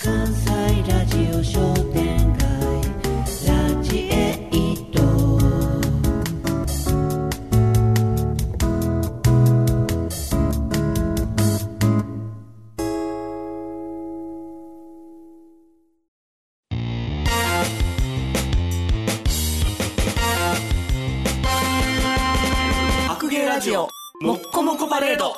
関西ラジオ商店街ラジエイト。 白芸ラジオもっこもこパレード。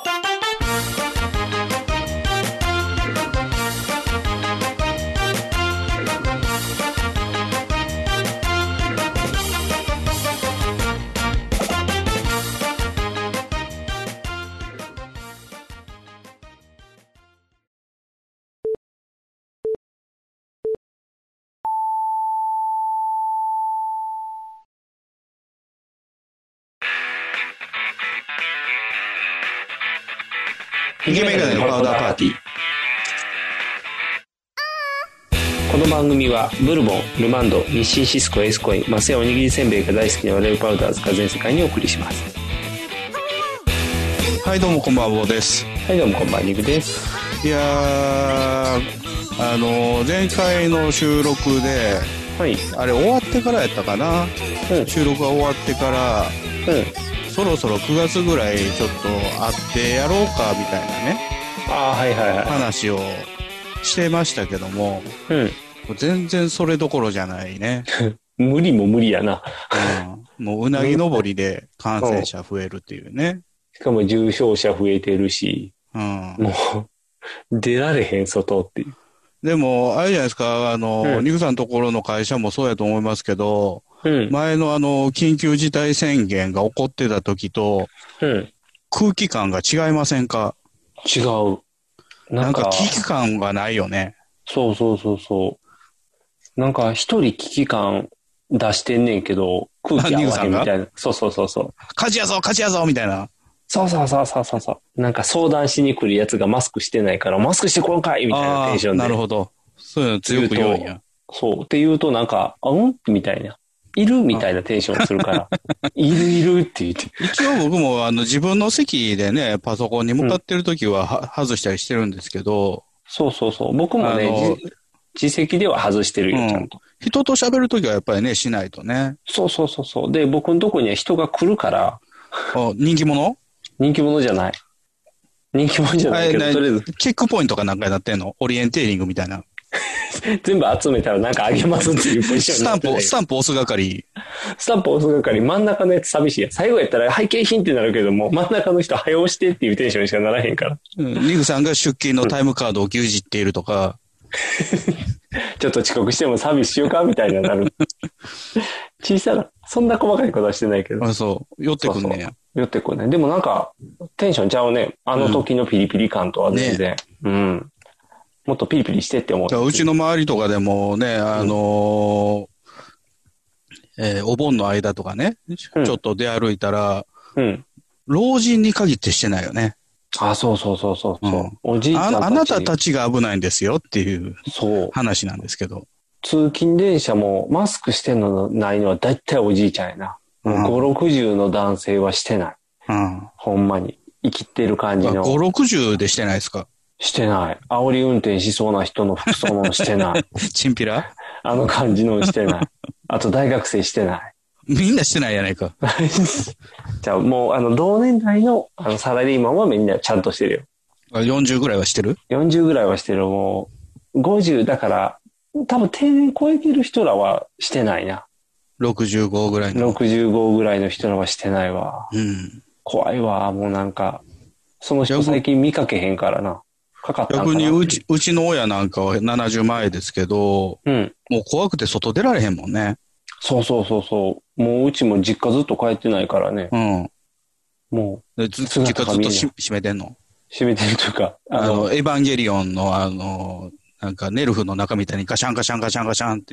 ヒゲメガネのパウダーパーティー。 この番組はブルボン、ルマンド、日清シスコ、エースコイン、マスヤおにぎりせんべいが大好きな我々パウダーズが全世界にお送りします。 はいどうもこんばんはです。 はいどうもこんばんはニグです。 いやー前回の収録で、 はい、 あれ終わってからやったかな、 うん、 収録が終わってから、そろそろ9月ぐらいちょっと会ってやろうかみたいなね、 はいはいはい、 話をしてましたけども、全然それどころじゃないね。 無理も無理やな、 もううなぎ登りで感染者増えるっていうね、 しかも重症者増えてるし、もう出られへん外っていう。 でもあれじゃないですか、ニグさんのところの会社もそうやと思いますけど、前の緊急事態宣言が起こってた時と、空気感が違いませんか？ 違う。 なんか危機感がないよね。 そうそうそうそう。なんか一人危機感出してんねんけど、空気合わへんみたいな。そうそうそうそう。 勝ちやぞ勝ちやぞみたいな。 そうそうそうそうそう。なんか相談しに来るやつがマスクしてないから、マスクしてこんかいみたいなテンションで。 なるほど。そういうの強く言うんや。 そう。って言うとなんか、みたいな。いるみたいなテンションするから。いるって言って。 一応僕も自分の席でね、パソコンに向かってる時は外したりしてるんですけど。 そうそうそう。僕もね、自席では外してるよ、ちゃんと。 人と喋る時はやっぱりね、しないとね。 そうそうそうそう。で、僕のとこには人が来るから。 人気者？ 人気者じゃない。人気者じゃないけど、とりあえず。 チェックポイントかなんかになってんの？オリエンテーリングみたいな。 全部集めたらなんかあげますっていうポジションになってない。 スタンプ押す係。 スタンプ押す係、真ん中のやつ寂しいや。最後やったら背景品ってなるけども、真ん中の人早押してっていうテンションにしかならへんから。 ニグさんが出勤のタイムカードを牛耳っているとか。 ちょっと遅刻してもサービスしようかみたいになる。小さな、そんな細かいことはしてないけど。 そう。寄ってくんねや。 寄ってくんね。でもなんか、テンションちゃうね。あの時のピリピリ感とは全然。もっとピリピリしてって思う。 うちの周りとかでもね、お盆の間とかね、ちょっと出歩いたら、老人に限ってしてないよね。 そうそうそうそう。おじいちゃんたち。 あなたたちが危ないんですよっていう話なんですけど。 通勤電車もマスクしてんのないのはだいたいおじいちゃんやな。5、60の男性はしてない。ほんまに。生きてる感じの。 5、60でしてないですか？ してない。煽り運転しそうな人の服装のしてない。 チンピラ？ あの感じのしてない。あと大学生してない。 みんなしてないやないか。 じゃあもう同年代のサラリーマンはみんなちゃんとしてるよ。 40ぐらいはしてる？ 40 ぐらいはしてる。もう50だから多分定年超えてる人らはしてないな。 65ぐらいの。 65ぐらいの人らはしてないわ。怖いわ。もうなんか、その人最近見かけへんからな。かかったんかな。 逆にうちの親なんかは70前ですけど、もう怖くて外出られへんもんね。 そうそうそうそう。もううちも実家ずっと帰ってないからね。もう。 実家ずっと閉めてんの？閉めてるというか。 エヴァンゲリオンのなんかネルフの中みたいにガシャンガシャンガシャンガシャンって、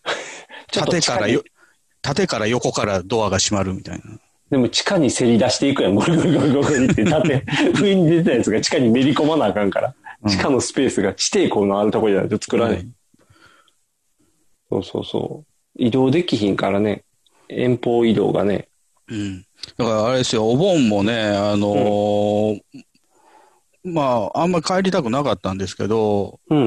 縦から横からドアが閉まるみたいな。 でも地下にせり出していくやん。ゴリゴリゴリゴリって上に出てたやつが地下にめり込まなあかんから。地下のスペースが地底湖のあるところじゃないと作らない。そうそうそう。移動できひんからね。遠方移動がね。 だからあれですよ、お盆もね、まあ、あんまり帰りたくなかったんですけど、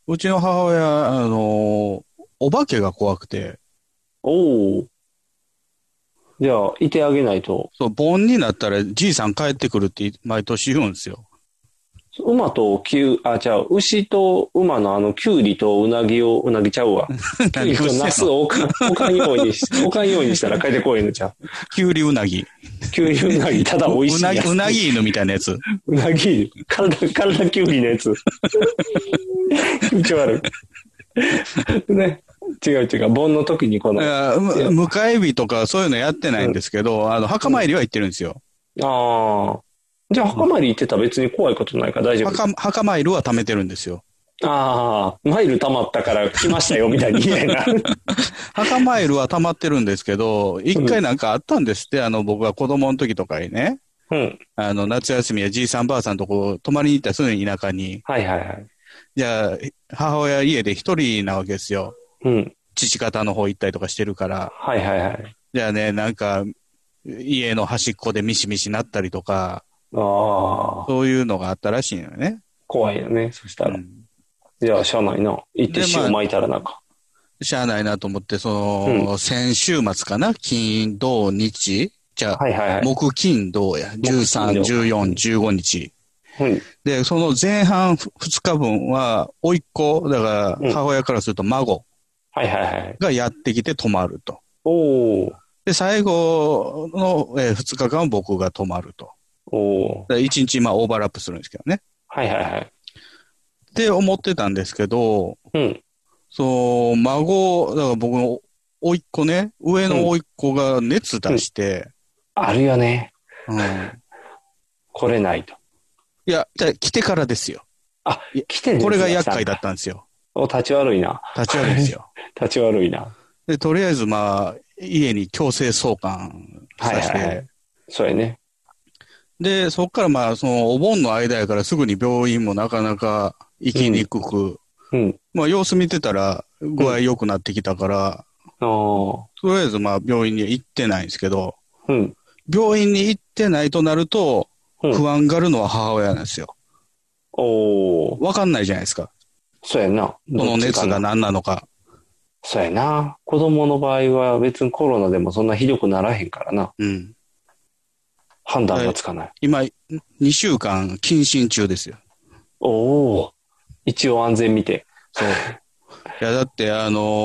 うちの母親、お化けが怖くて。 おお。じゃあ、いてあげないと。 そう、盆になったらじいさん帰ってくるって毎年言うんですよ。 馬と牛と馬のキュウリとうなぎちゃうわ。キュウリとナスを置かんようにしたら帰ってこいのちゃう。 キュウリうなぎ。 キュウリうなぎ、ただ美味しいやつ。 うなぎ犬みたいなやつ。 うなぎ、体キュウリのやつ。気持ち悪い。ね。違う。盆の時に迎え火とかそういうのやってないんですけど、墓参りは行ってるんですよ。 ああ。じゃあ墓参り行ってたら別に怖いことないから大丈夫。 墓参りは貯めてるんですよ。 ああ、マイル貯まったから来ましたよみたいに言えな。 墓参りは貯まってるんですけど、一回なんかあったんですって、僕が子供の時とかにね。うん。夏休みやじいさんばあさんとこ泊まりに行ったらすぐに田舎に。 はいはいはい。 じゃあ、母親家で一人なわけですよ。うん。父方の方行ったりとかしてるから。 はいはいはい。 じゃあね、なんか、家の端っこでミシミシなったりとか。 ああ。 そういうのがあったらしいのよね。 怖いよね、そしたら。じゃあ、しゃあないな。行って塩巻いたらなんか。 しゃあないなと思って、先週末かな、金、土、日じゃあ、はいはいはい、木、金、土や。13、14、15日。はい。で、その前半2日分は、甥っ子、だから母親からすると孫。はいはいはい。がやってきて泊まると。おー。で、最後の2日間は僕が泊まると。おー。1日オーバーラップするんですけどね。はいはいはい。って思ってたんですけど、うん。孫、だから僕の甥っ子ね、上の甥っ子が熱出して、 あるよね。うん。来れないと。 いや、じゃあ来てからですよ。 あ、来てるんですよ。 これが厄介だったんですよ。 立ち悪いな。 立ち悪いですよ。 立ち悪いな。 で、とりあえず家に強制送還させて。はいはいはい。 そうやね。 で、そっからお盆の間やからすぐに病院もなかなか行きにくく、うん。様子見てたら具合良くなってきたから、とりあえず病院に行ってないんですけど、うん。病院に行ってないとなると、不安がるのは母親なんですよ。わかんないじゃないですか。 そうやな。 この熱が何なのか。 そうやな。子供の場合は別にコロナでもそんなひどくならへんからな。うん。判断がつかない。 今、2週間謹慎中ですよ。 おお。一応安全見て。 そう。いや、だって、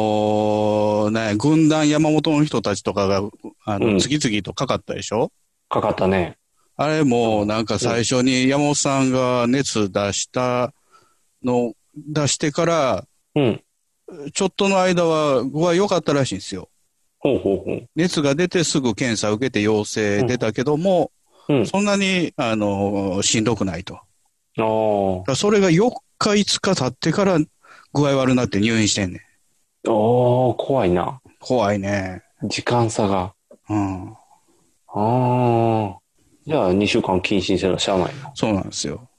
軍団山本の人たちとかが、次々とかかったでしょ？ かかったね。 あれも、なんか最初に山本さんが熱出してから、うん。ちょっとの間は具合良かったらしいんですよ。ほうほうほう。熱が出てすぐ検査受けて陽性出たけども、そんなに、しんどくないと。それが4日5日経ってから具合悪くなって入院してんねん。 怖いな。 怖いね。 時間差が。うん。じゃあ2週間謹慎せなしゃあないな。 そうなんですよ。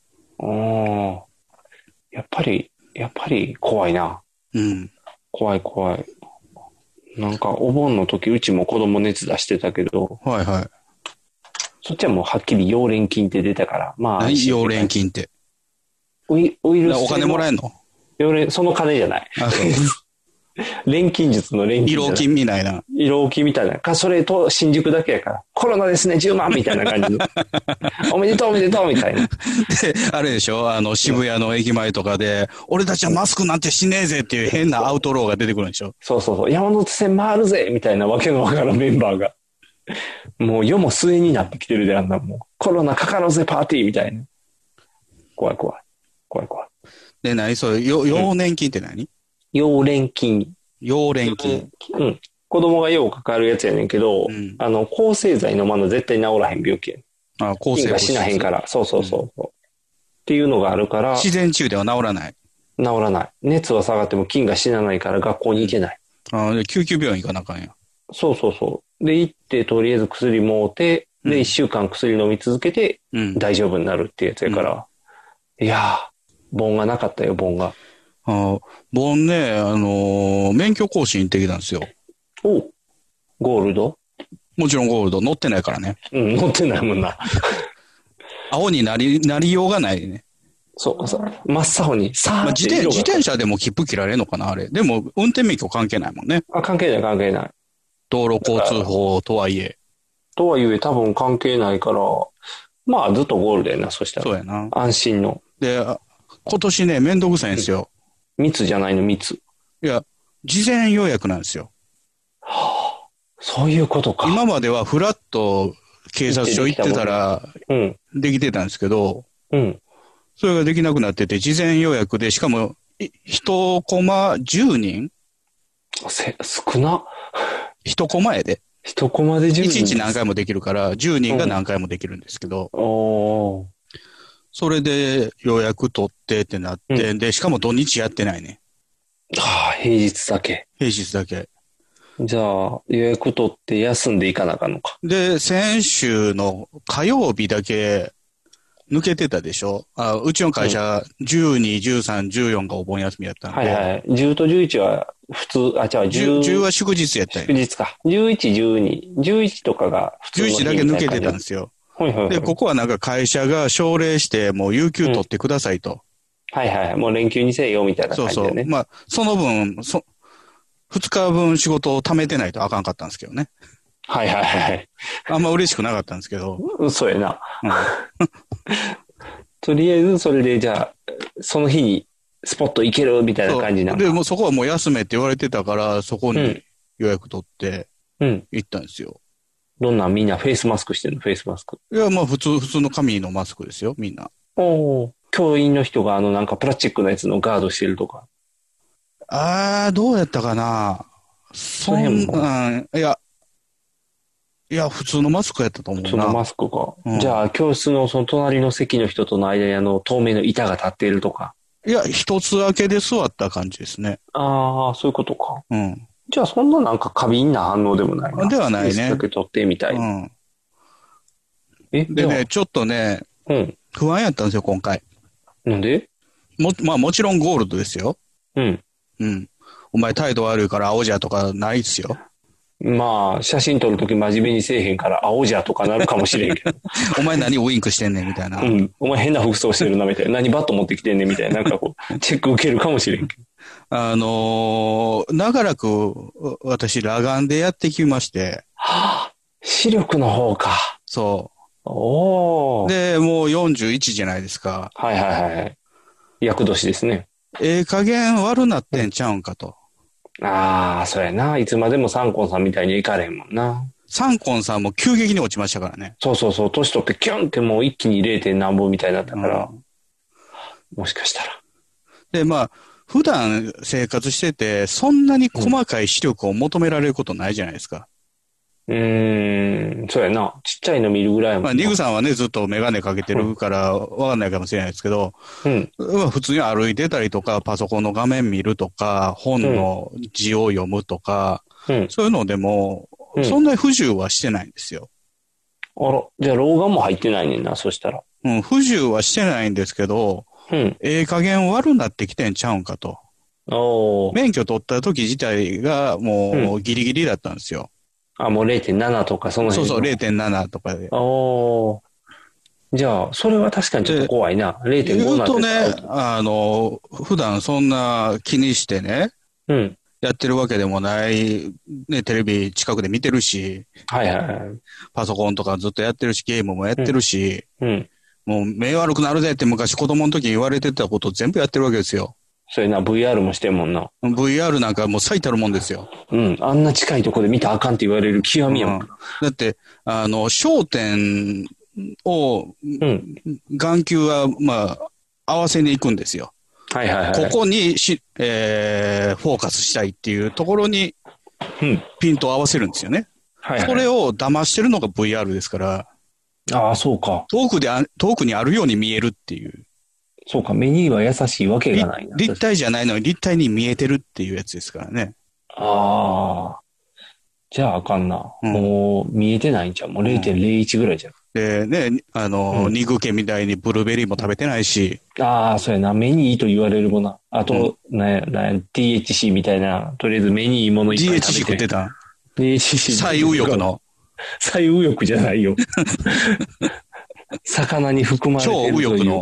やっぱり怖いな。うん。怖い。なんかお盆の時うちも子供熱出してたけど。はいはい。そっちはもうはっきり溶連菌って出たから。 何溶連菌って。 ウイルス。 お金もらえんの？ その金じゃない。あ、そう。錬金術の錬金。 胃ろう菌みたいな。 胃ろう菌みたいな。それと新宿だけやから。コロナですね、10万みたいな感じで。おめでとうみたいな。で、 あれでしょ渋谷の駅前とかで、俺たちはマスクなんてしねえぜっていう変なアウトローが出てくるんでしょ？ そう。山手線回るぜみたいなわけのわからんメンバーが。もう世も末になってきてるで、あんなもう。コロナかかろうぜパーティーみたいな。怖い。 で、溶連菌って何？ 溶連菌。 溶連菌。 うん。子供がようかかるやつやねんけど、抗生剤飲まんの絶対治らへん病気やねん。あ、抗生剤。菌が死なへんから。そう。っていうのがあるから。 自然治癒では治らない。 治らない。熱は下がっても菌が死なないから学校に行けない。 救急病院行かなあかんや。 そう。で、行って、とりあえず薬もうて、で、1週間薬飲み続けて、大丈夫になるっていうやつやから。いやー、盆がなかったよ、盆が。 盆ね、免許更新行ってきたんですよ。 ゴールド？ もちろんゴールド。乗ってないからね。 乗ってないもんな。 青になりようがないね。 そう、真っ青に、さーって自転車でも切符切られるのかなあれ。でも、運転免許関係ないもんね。 関係ない。 道路交通法とはいえ。 とはいえ、多分関係ないから、まあ、ずっとゴールデンな、そしたら。 そうやな。 安心の。 で、今年ね、めんどくさいんですよ。 密じゃないの、密。 いや、事前予約なんですよ。 はあ、そういうことか。 今まではフラッと警察署行ってたら、できてたんですけど、それができなくなってて、事前予約で、しかも、1コマ10人少な。 1コマやで。 1コマで10人。 1日何回もできるから、10人が何回もできるんですけど、それで予約取ってってなって、で、しかも土日やってないね。 はあ、平日だけ。 平日だけ。 じゃあ、予約取って休んでいかなあかんのか。 で、先週の火曜日だけ抜けてたでしょ。うちの会社、12、13、14がお盆休みやったんで。 はいはい。10と11は普通、 10は祝日やったんや。 祝日か。11、12、11とかが普通の日 11だけ抜けてたんですよ。で、ここはなんか会社が奨励して、もう有給取ってくださいと。 はいはい。もう連休にせえよみたいな感じでね。 そう。まあ、その分、2日分仕事を貯めてないとあかんかったんですけどね。 はいはいはい。 あんま嬉しくなかったんですけど。 そうやな。とりあえず、それでじゃあ、その日にスポット行けるみたいな感じなんで、もうそこはもう休めって言われてたから、そこに予約取って、行ったんですよ。 どんなみんなフェイスマスクしてるの？フェイスマスク。 いや、まあ普通の紙のマスクですよ、みんな。 教員の人がなんかプラスチックのやつのガードしてるとか。 どうやったかな。いや、普通のマスクやったと思うな。 普通のマスクか。じゃあ、教室のその隣の席の人との間に透明の板が立っているとか。 いや、一つ開けで座った感じですね。 ああ、そういうことか。じゃあ、そんななんか過敏な反応でもないな。 ではないね。 だけ取ってみたい。 でね、ちょっとね、不安やったんですよ、今回。 なんで？ まあもちろんゴールドですよ。お前態度悪いから青じゃとかないですよ。 まあ、写真撮るとき真面目にせえへんから青じゃとかなるかもしれんけど。 お前何ウインクしてんねんみたいな。 お前変な服装してるなみたいな。何バット持ってきてんねんみたいな。なんかこう、チェック受けるかもしれんけど。 長らく私裸眼でやってきまして。 視力の方か。 そう。で、もう41じゃないですか。 はいはいはい。厄年ですね。 加減悪なってんちゃうんかと。 ああ、そうやな。いつまでもサンコンさんみたいにいかれへんもんな。 サンコンさんも急激に落ちましたからね。 そう。年取ってキュンってもう一気に 0. 何本みたいになったから。もしかしたら。 で、まあ、普段生活してて、そんなに細かい視力を求められることないじゃないですか。 そうやな。ちっちゃいの見るぐらいも。 まあ、ニグさんはね、ずっとメガネかけてるから、わかんないかもしれないですけど、普通に歩いてたりとか、パソコンの画面見るとか、本の字を読むとか、そういうのでも、そんなに不自由はしてないんですよ。 じゃあ老眼も入ってないねんな、そしたら。 不自由はしてないんですけど、加減悪なってきてんちゃうんかと。免許取った時自体がもうギリギリだったんですよ。 もう 0.7 とかその辺。 そう、0.7 とかで。 じゃあ、それは確かにちょっと怖いな。0.5 なんて。 言うとね、普段そんな気にしてね、やってるわけでもない、ね、テレビ近くで見てるし、パソコンとかずっとやってるし、ゲームもやってるし、もう目悪くなるぜって昔子供の時に言われてたこと全部やってるわけですよ。 そうやな、VR もしてんもんな。 VR なんかもう最たるもんですよ。 あんな近いところで見たらあかんって言われる極みやもん。 だって、焦点を、眼球は、まあ、合わせに行くんですよ。ここにフォーカスしたいっていうところに、ピントを合わせるんですよね。それを騙してるのが VR ですから。 そうか。 遠くにあるように見えるっていう。 そうか、目には優しいわけがないな。 立体じゃないのに立体に見えてるっていうやつですからね。 じゃああかんな。もう見えてないんちゃう。もう 0.01 ぐらいじゃん。 でね、肉系みたいにブルーベリーも食べてないし。 そうやな。目にいいと言われるもの。あと、THC みたいな、とりあえず目にいいものいっぱい食べて。 THC 食ってた？ THC。 最右翼の。 最右翼じゃないよ。魚に含まれてるという。 超右翼の。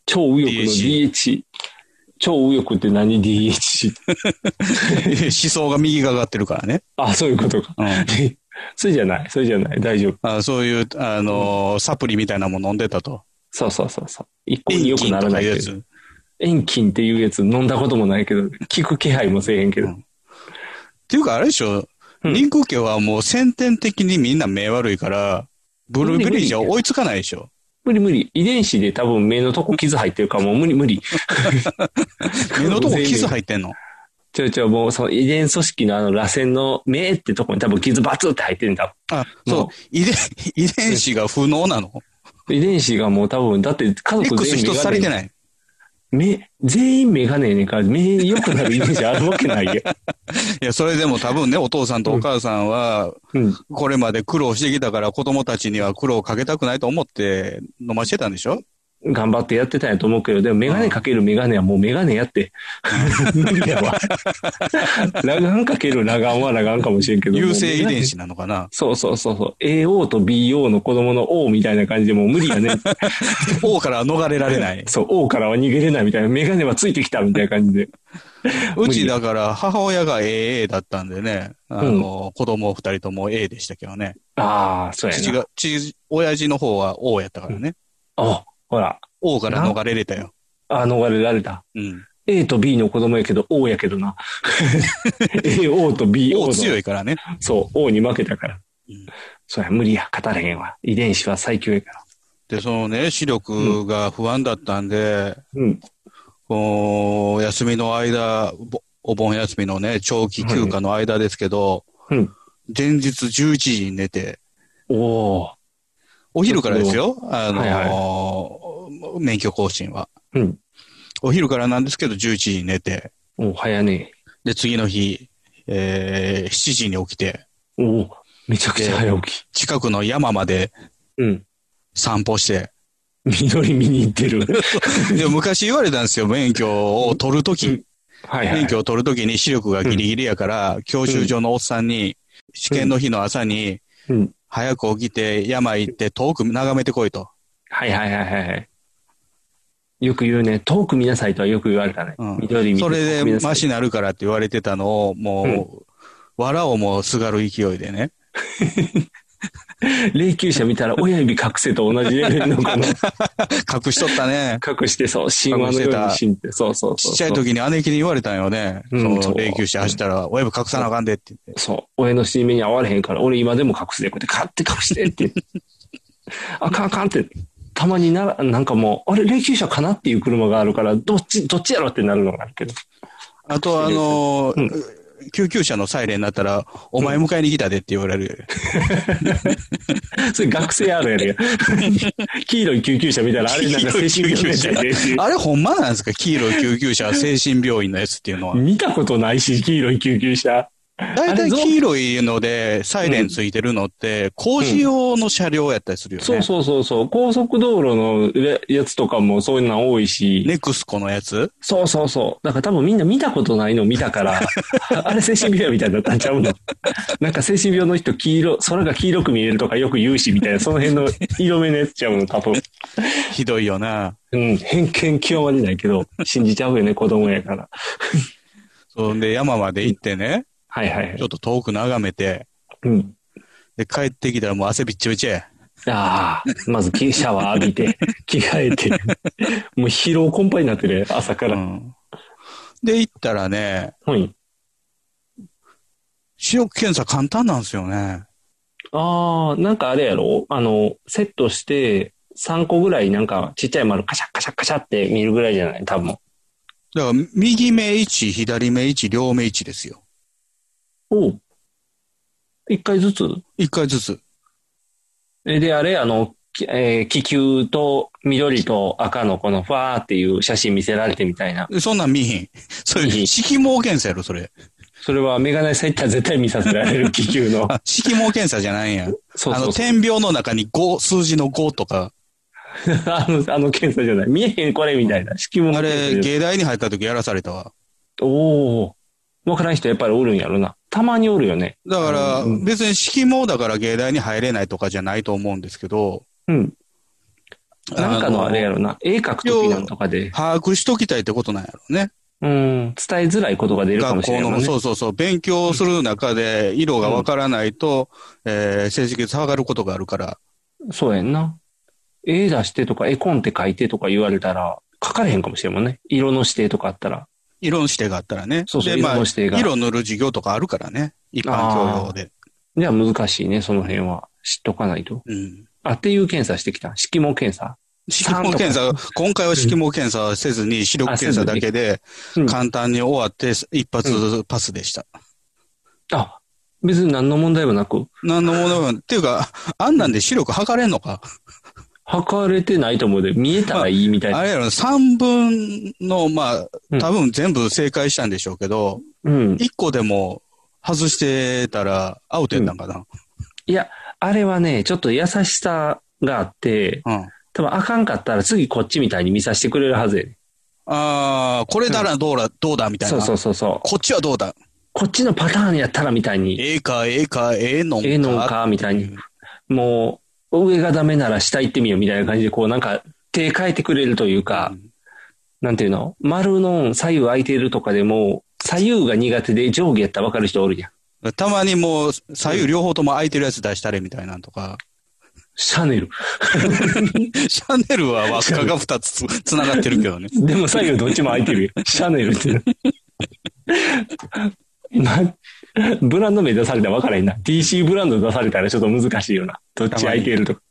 超右翼の DH。超右翼って何 DH？ 思想が右が上がってるからね。 あ、そういうことか。それじゃない。大丈夫。 そういう、サプリみたいなもの飲んでたと。 そう。一向に良くならないやつ。遠近っていうやつ飲んだこともないけど、聞く気配もせえへんけど。 っていうかあれでしょ、肉家はもう先天的にみんな目悪いから、ブルーベリーじゃ追いつかないでしょ。 無理。遺伝子で多分目のとこ傷入ってるからもう無理。 目のとこ傷入ってんの？ もうその遺伝組織の螺旋の目ってとこに多分傷バツって入ってるんだ。 そう。遺伝子が不能なの？ 遺伝子がもう多分、だって家族全員 X 一つ足りてない。 全員メガネねから目良くなる遺伝子あるわけないよ。いや、それでも多分ね、お父さんとお母さんは、これまで苦労してきたから子供たちには苦労をかけたくないと思って飲ましてたんでしょ？ 頑張ってやってたんやと思うけど、でもメガネかけるメガネはもうメガネやって。無理やわ。裸眼かける裸眼は裸眼かもしれんけど。 優性遺伝子なのかな？ そう。AO と BO の子供の O みたいな感じでもう無理やね。 O からは逃れられない。 そう、O からは逃げれないみたいな。メガネはついてきたみたいな感じで。 うちだから母親が AA だったんでね、子供二人とも A でしたけどね。 ああ、そうやな。 親父の方は O やったからね。 ほら。 O から逃れれたよ。 逃れられた。A と B の子供やけど O やけどな。A、O と B、 O 強いからね。 そう、O に負けたから。そうや、無理や、語れへんわ。遺伝子は最強やから。 で、そのね、視力が不安だったんで、休みの間、お盆休みのね、長期休暇の間ですけど、前日11時に寝て、お昼からですよ。免許更新は。お昼からなんですけど、11時に寝て。 早ね。 で、次の日、7時に起きて。 めちゃくちゃ早起き。 近くの山まで、散歩して。 緑見に行ってる。 で昔言われたんですよ、免許を取るとき。免許を取るときに視力がギリギリやから、教習所のおっさんに、試験の日の朝に、早く起きて山行って遠く眺めてこいと。 よく言うね。遠く見なさいとはよく言われたね。緑見てそれでマシになるからって言われてたのを、もう、藁をもすがる勢いでね。 霊柩車見たら親指隠せと同じレベルのこの。 隠しとったね。 隠してそう。神話のように死んで。そう。 ちっちゃい時に姉貴に言われたんよね。その霊柩車走ったら親指隠さなあかんでって言って。 そう。親の死に目に合われへんから、俺今でも隠すで、こうやってカッて隠してって。あかんって。たまになんかもう、あれ霊柩車かなっていう車があるから、どっちやろってなるのがあるけど。 あと救急車のサイレンになったら、お前迎えに来たでって言われる。 それ学生あるやるや。黄色い救急車見たら、あれなんか精神病院あれほんまなんですか？黄色い救急車、精神病院のやつっていうのは。 見たことないし、黄色い救急車。 大体黄色いので、サイレンついてるのって、工事用の車両やったりするよね。 そう。高速道路のやつとかもそういうの多いし。 ネクスコのやつ？ そう。だから多分みんな見たことないの見たから、あれ精神病みたいになったんちゃうの？なんか精神病の人空が黄色く見えるとかよく言うしみたいな、その辺の色目のやつちゃうの多分。 ひどいよな。 偏見極まりないけど、信じちゃうよね、子供やから。 そんで山まで行ってね。ちょっと遠く眺めて、で、帰ってきたらもう汗びっちょびちょや。 まずシャワー浴びて、着替えて、もう疲労困憊になってる、朝から。 で、行ったらね、視力検査簡単なんですよね。 なんかあれやろ？セットして、3個ぐらいなんかちっちゃい丸カシャカシャカシャって見るぐらいじゃない？多分。だから、右目1、左目1、両目1ですよ。 1回ずつ？ 1回ずつ。 で、あれ、気球と緑と赤のこのファーっていう写真見せられてみたいな。 そんなん見ひん。それ、色毛検査やろ、それ。 それはメガネさん行ったら絶対見させられる気球の。 色毛検査じゃないんや。点描の中に5、数字の5とか。 検査じゃない。見えへんこれみたいな。色毛あれ、芸大に入った時やらされたわ。 わからん人やっぱりおるんやろな。たまにおるよね。 だから、別に色毛だから芸大に入れないとかじゃないと思うんですけど、 なんかのあれやろな、絵描くときなんとかで。 把握しときたいってことなんやろね。 伝えづらいことが出るかもしれない、ね。 学校の、そう、勉強する中で色がわからないと、成績下がることがあるから。 そうやんな。絵出してとか、絵コンテ書いてとか言われたら、書かれへんかもしれんもんね。色の指定とかあったら。 色の指定があったらね。 そう、色の指定が。 色塗る授業とかあるからね。一般教養で。 じゃあ難しいね、その辺は。知っとかないと。っていう検査してきた。色毛検査。 色毛検査、今回は色毛検査はせずに視力検査だけで、簡単に終わって一発パスでした。 別に何の問題もなく。 何の問題もなく。っていうか、あんなんで視力測れんのか測れてないと思うで、見えたらいいみたいな。 あれやろ、3分の、多分全部正解したんでしょうけど、1個でも外してたらアウトやったんかな。 いや、あれはね、ちょっと優しさがあって、多分あかんかったら次こっちみたいに見させてくれるはずやね。 これならどうだみたいな。 そう。 こっちはどうだこっちのパターンやったらみたいに。 ええのかみたいに。もう、上がダメなら下行ってみようみたいな感じで、こうなんか手変えてくれるというか、なんていうの丸の左右空いてるとかでも、左右が苦手で上下やったら分かる人おるじゃん。 たまにもう左右両方とも空いてるやつ出したれみたいなんとか。 シャネル。 シャネルは輪っかが2つつながってるけどね。 でも左右どっちも空いてるよ。シャネルって。ブランド名出されたら分からへんな。DC ブランド出されたらちょっと難しいよな。どっち空いてるとか。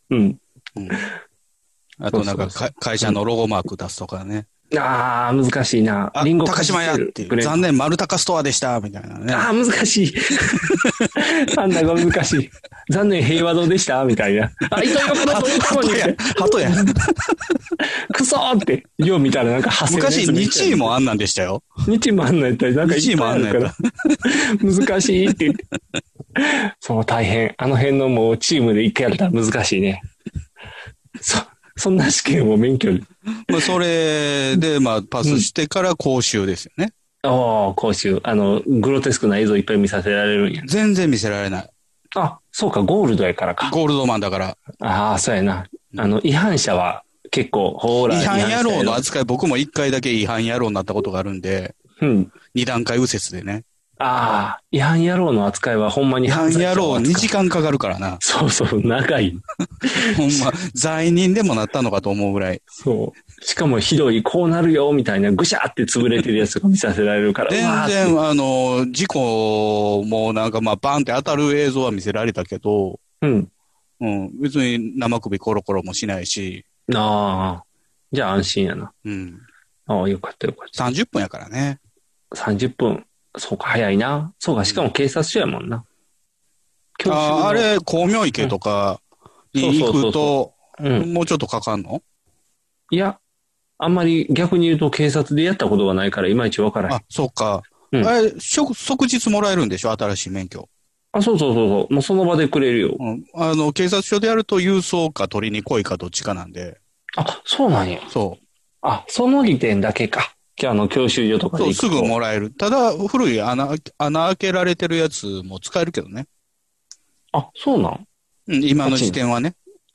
あとなんか会社のロゴマーク出すとかね。 難しいな。 リンゴ高島屋っていう。残念、丸高ストアでした、みたいなね。 難しい。なんだか難しい。残念、平和堂でした、みたいな。糸横の鳩や。 クソーって。よう見たらなんか昔、日位もあんなんでしたよ。 日位もあんなんやったり、なんか日位もあんなんやった。 難しいって言って。そう、大変。あの辺のもうチームで一回やったら難しいね。そんな試験を免許で。 それで、パスしてから講習ですよね。 講習。グロテスクな映像いっぱい見させられるんや。 全然見せられない。 そうか、ゴールドやからか。 ゴールドマンだから。 そうやな。違反者は結構、 違反野郎の扱い、僕も1回だけ違反野郎になったことがあるんで、2段階右折でね。 違反野郎の扱いはほんまに違反野郎2時間かかるからな。 そう、長い。 ほんま、罪人でもなったのかと思うぐらい。 そう。しかもひどい、こうなるよ、みたいな、ぐしゃって潰れてるやつとか見させられるから。 全然、事故もなんかバーンって当たる映像は見せられたけど、別に生首コロコロもしないし。 じゃあ安心やな。よかった。 30分やからね。 30分。そうか、早いな。そうか、しかも警察署やもんな。 あれ、光明池とかに行くと、もうちょっとかかんの？ いや、あんまり逆に言うと警察でやったことがないからいまいちわからへん。 そうか。あれ、即日もらえるんでしょ？新しい免許。 そう。もうその場でくれるよ。 警察署でやると郵送か取りに来いかどっちかなんで。 そうなんや。 そう。 その利点だけか。教習所とかで行くと。 すぐもらえる。ただ、古い穴開けられてるやつも使えるけどね。 そうなん？ 今の時点はね。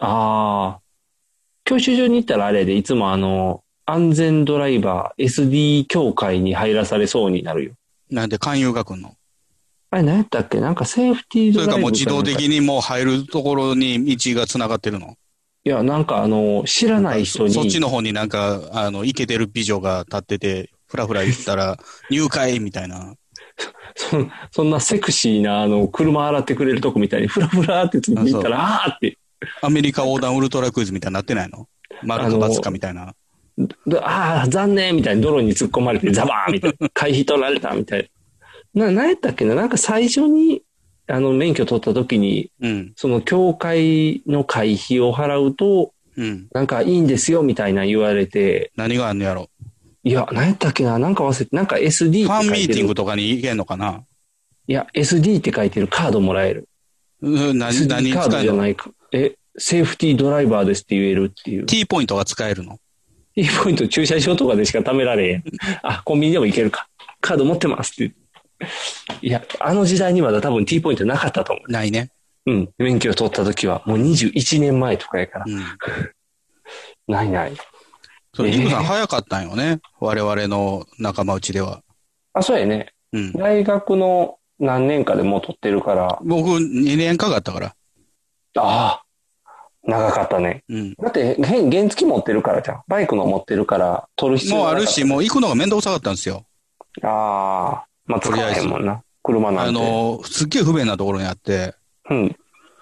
教習所に行ったらあれでいつも安全ドライバー SD 協会に入らされそうになるよ。なんで勧誘が来んの？ あれ何やったっけ？なんかセーフティードライバー。 それかもう自動的にもう入るところに道が繋がってるの？ いや、なんか知らない人に。 そっちの方になんか、イケてる美女が立ってて、ふらふら行ったら、入会みたいな。 そんなセクシーな、車洗ってくれるとこみたいに、ふらふらってついて行ったら、って。 アメリカ横断ウルトラクイズみたいになってないの？丸か×かみたいな。 残念みたいに泥に突っ込まれて、ザバーンみたいな。回避取られたみたいな。何やったっけな？なんか最初に、免許取った時に、その教会の会費を払うと、なんかいいんですよみたいな言われて。 何があんのやろ？ いや、何やったっけな？なんか忘れて、なんか SD って書いてる。 ファンミーティングとかに行けんのかな？ いや、SD って書いてるカードもらえる。 何カードじゃないか。セーフティードライバーですって言えるっていう。 T ポイントが使えるの？ T ポイント駐車場とかでしか貯められへん。コンビニでも行けるか。カード持ってますって。いや、時代にまだ多分 T ポイントなかったと思う。 ないね。 免許を取った時は、もう21年前とかやから。 ないない。 そう、ニグさん早かったんよね。我々の仲間内では。 あ、そうやね。うん。大学の何年かでもう取ってるから。 僕2年かかったから。 ああ。長かったね。うん。だって、原付持ってるからじゃん。バイクの持ってるから、取る必要もうあるし、もう行くのが面倒くさかったんですよ。 ああ。まあ、とりあえずもんな。車なんて。 すっげえ不便なところにあって。うん。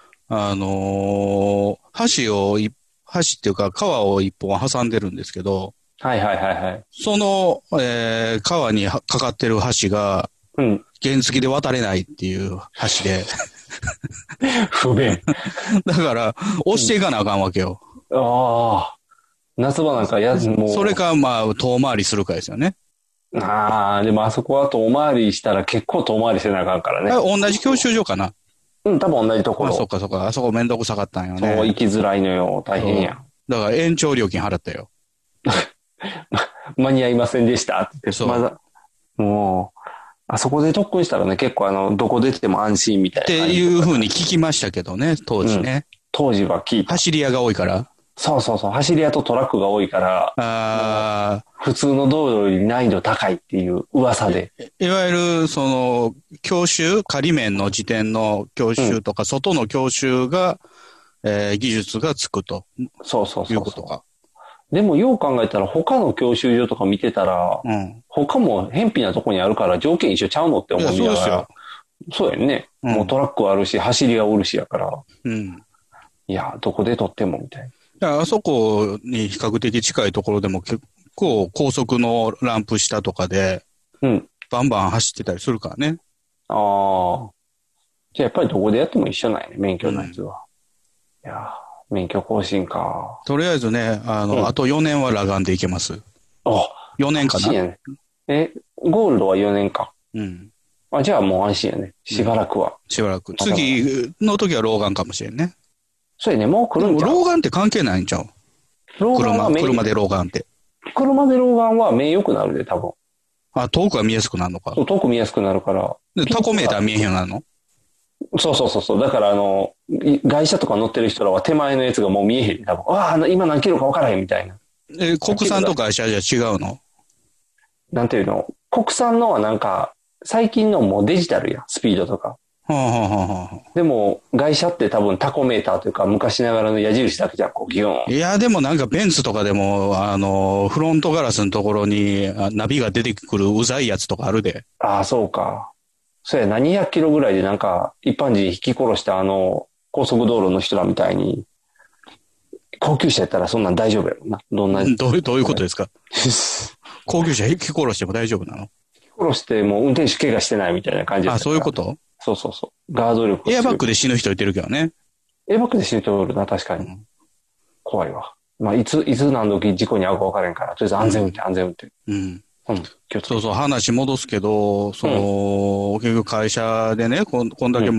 橋っていうか川を一本挟んでるんですけど。 はいはいはいはい。 その、川にかかってる橋が、うん。原付で渡れないっていう橋で。 不便。 だから、押していかなあかんわけよ。 ああ。夏場なんかもう。それか、まあ、遠回りするかですよね。 ああ、でもあそこは遠回りしたら結構遠回りせなあかんからね。 同じ教習所かな。 うん、多分同じところ。 そっかそっか。あそこめんどくさかったんよね。 そう、行きづらいのよ。大変や。 だから延長料金払ったよ。 間に合いませんでしたって言って。 そう。 まだ、もう、あそこで特訓したらね、結構どこ出ても安心みたいな。 っていう風に聞きましたけどね、当時ね。うん、 当時は聞いた。 走り屋が多いから。 そうそうそう。走り屋とトラックが多いから、普通の道路より難易度高いっていう噂で。 いわゆる、教習、仮免の時点の教習とか、外の教習が、技術がつくと。 そうそうそう。 いうことか。 でも、よう考えたら、他の教習所とか見てたら、他も偏僻なとこにあるから条件一緒ちゃうのって思うんだから。そうですよ。そうやんね。もうトラックあるし、走りがおるしやから。うん。いや、どこで撮ってもみたいな。 あそこに比較的近いところでも結構高速のランプ下とかで、バンバン走ってたりするからね。 ああ。じゃあやっぱりどこでやっても一緒なんやね、免許のやつは。いや免許更新か。 とりあえずね、あと4年は裸眼でいけます。 あ、 4年かな。 ね、ゴールドは4年か。うん。あ、じゃあもう安心やね。しばらくは。 しばらく。次の時は老眼かもしれんね。 そうやね、もう来るんちゃう。 老眼って関係ないんちゃう？車で老眼って。 車で老眼は目良くなるで、多分。 あ、遠くは見やすくなるのか。 そう、遠く見やすくなるから。 で、タコメーター見えへんようになるの？ そうそうそうそう。だから外車とか乗ってる人らは手前のやつがもう見えへん。多分。ああ、今何キロか分からへんみたいな。 国産と外車じゃ違うの？ なんていうの？国産のはなんか、最近のもうデジタルやん、スピードとか。でも、外車って多分タコメーターというか昔ながらの矢印だけじゃん、こうギューン。 いや、でもなんかベンツとかでも、フロントガラスのところにナビが出てくるうざいやつとかあるで。 ああ、そうか。そうや、何百キロぐらいでなんか、一般人引き殺した高速道路の人らみたいに、高級車やったらそんなん大丈夫やもんな。どういうことですか？高級車引き殺しても大丈夫なの？ 引き殺しても運転手怪我してないみたいな感じあ、そういうこと？ そうそうそう。ガード力。 エアバッグで死ぬ人いてるけどね。 エアバッグで死ぬ人いるな、確かに。怖いわ。まあ、いつ何時事故に遭うか分からへんから、とりあえず安全運転、安全運転。うん。 そうそう、話戻すけど、結局会社でね、こんだけ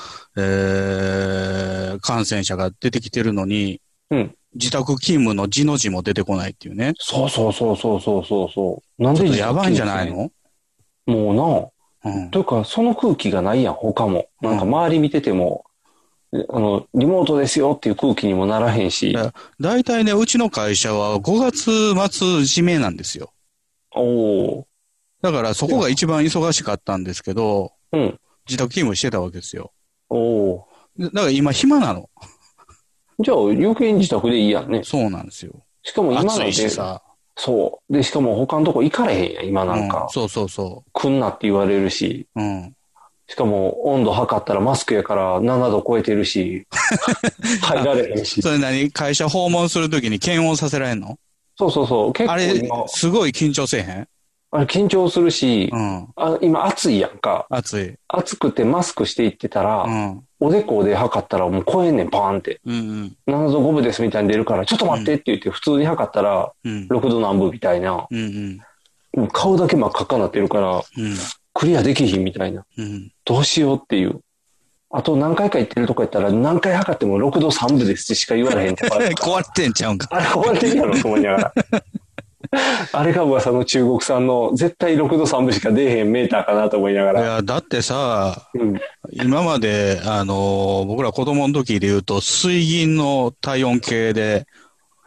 感染者が出てきてるのに、自宅勤務の字の字も出てこないっていうね。 そう。 なんでちょっとやばいんじゃないの？ もうな。というか、その空気がないやん、他も。なんか周り見てても、リモートですよっていう空気にもならへんし。 だいたいね、うちの会社は5月末締めなんですよ。だからそこが一番忙しかったんですけど、自宅勤務してたわけですよ。だから今暇なの。 じゃあ余計に自宅でいいやんね。 そうなんですよ。 しかも今暑いしさ。 そう。で、しかも他のとこ行かれへんやん、今なんか。 そう。 来んなって言われるし。しかも温度測ったらマスクやから7度超えてるし。入られへんし。 それ何？会社訪問するときに検温させられんの？そう。 結構あれ、すごい緊張せえへん？ あれ緊張するし、今暑いやんか。 暑くてマスクしていってたら、おでこで測ったらもう超えんねん、パーンって。7度5分ですみたいに出るから、ちょっと待ってって言って普通に測ったら、6度何分みたいな。顔だけ真っ赤っかなってるから、クリアできひんみたいな。どうしようっていう。あと何回か行ってるとこやったら、何回測っても6度3分ですってしか言われへんとか。 壊れてんちゃうんか。 あれ壊れてんやろと思いながら。あれが噂の中国産の絶対6度3分しか出えへんメーターかなと思いながら。 いや、だってさ、今まで、僕ら子供の時で言うと、水銀の体温計で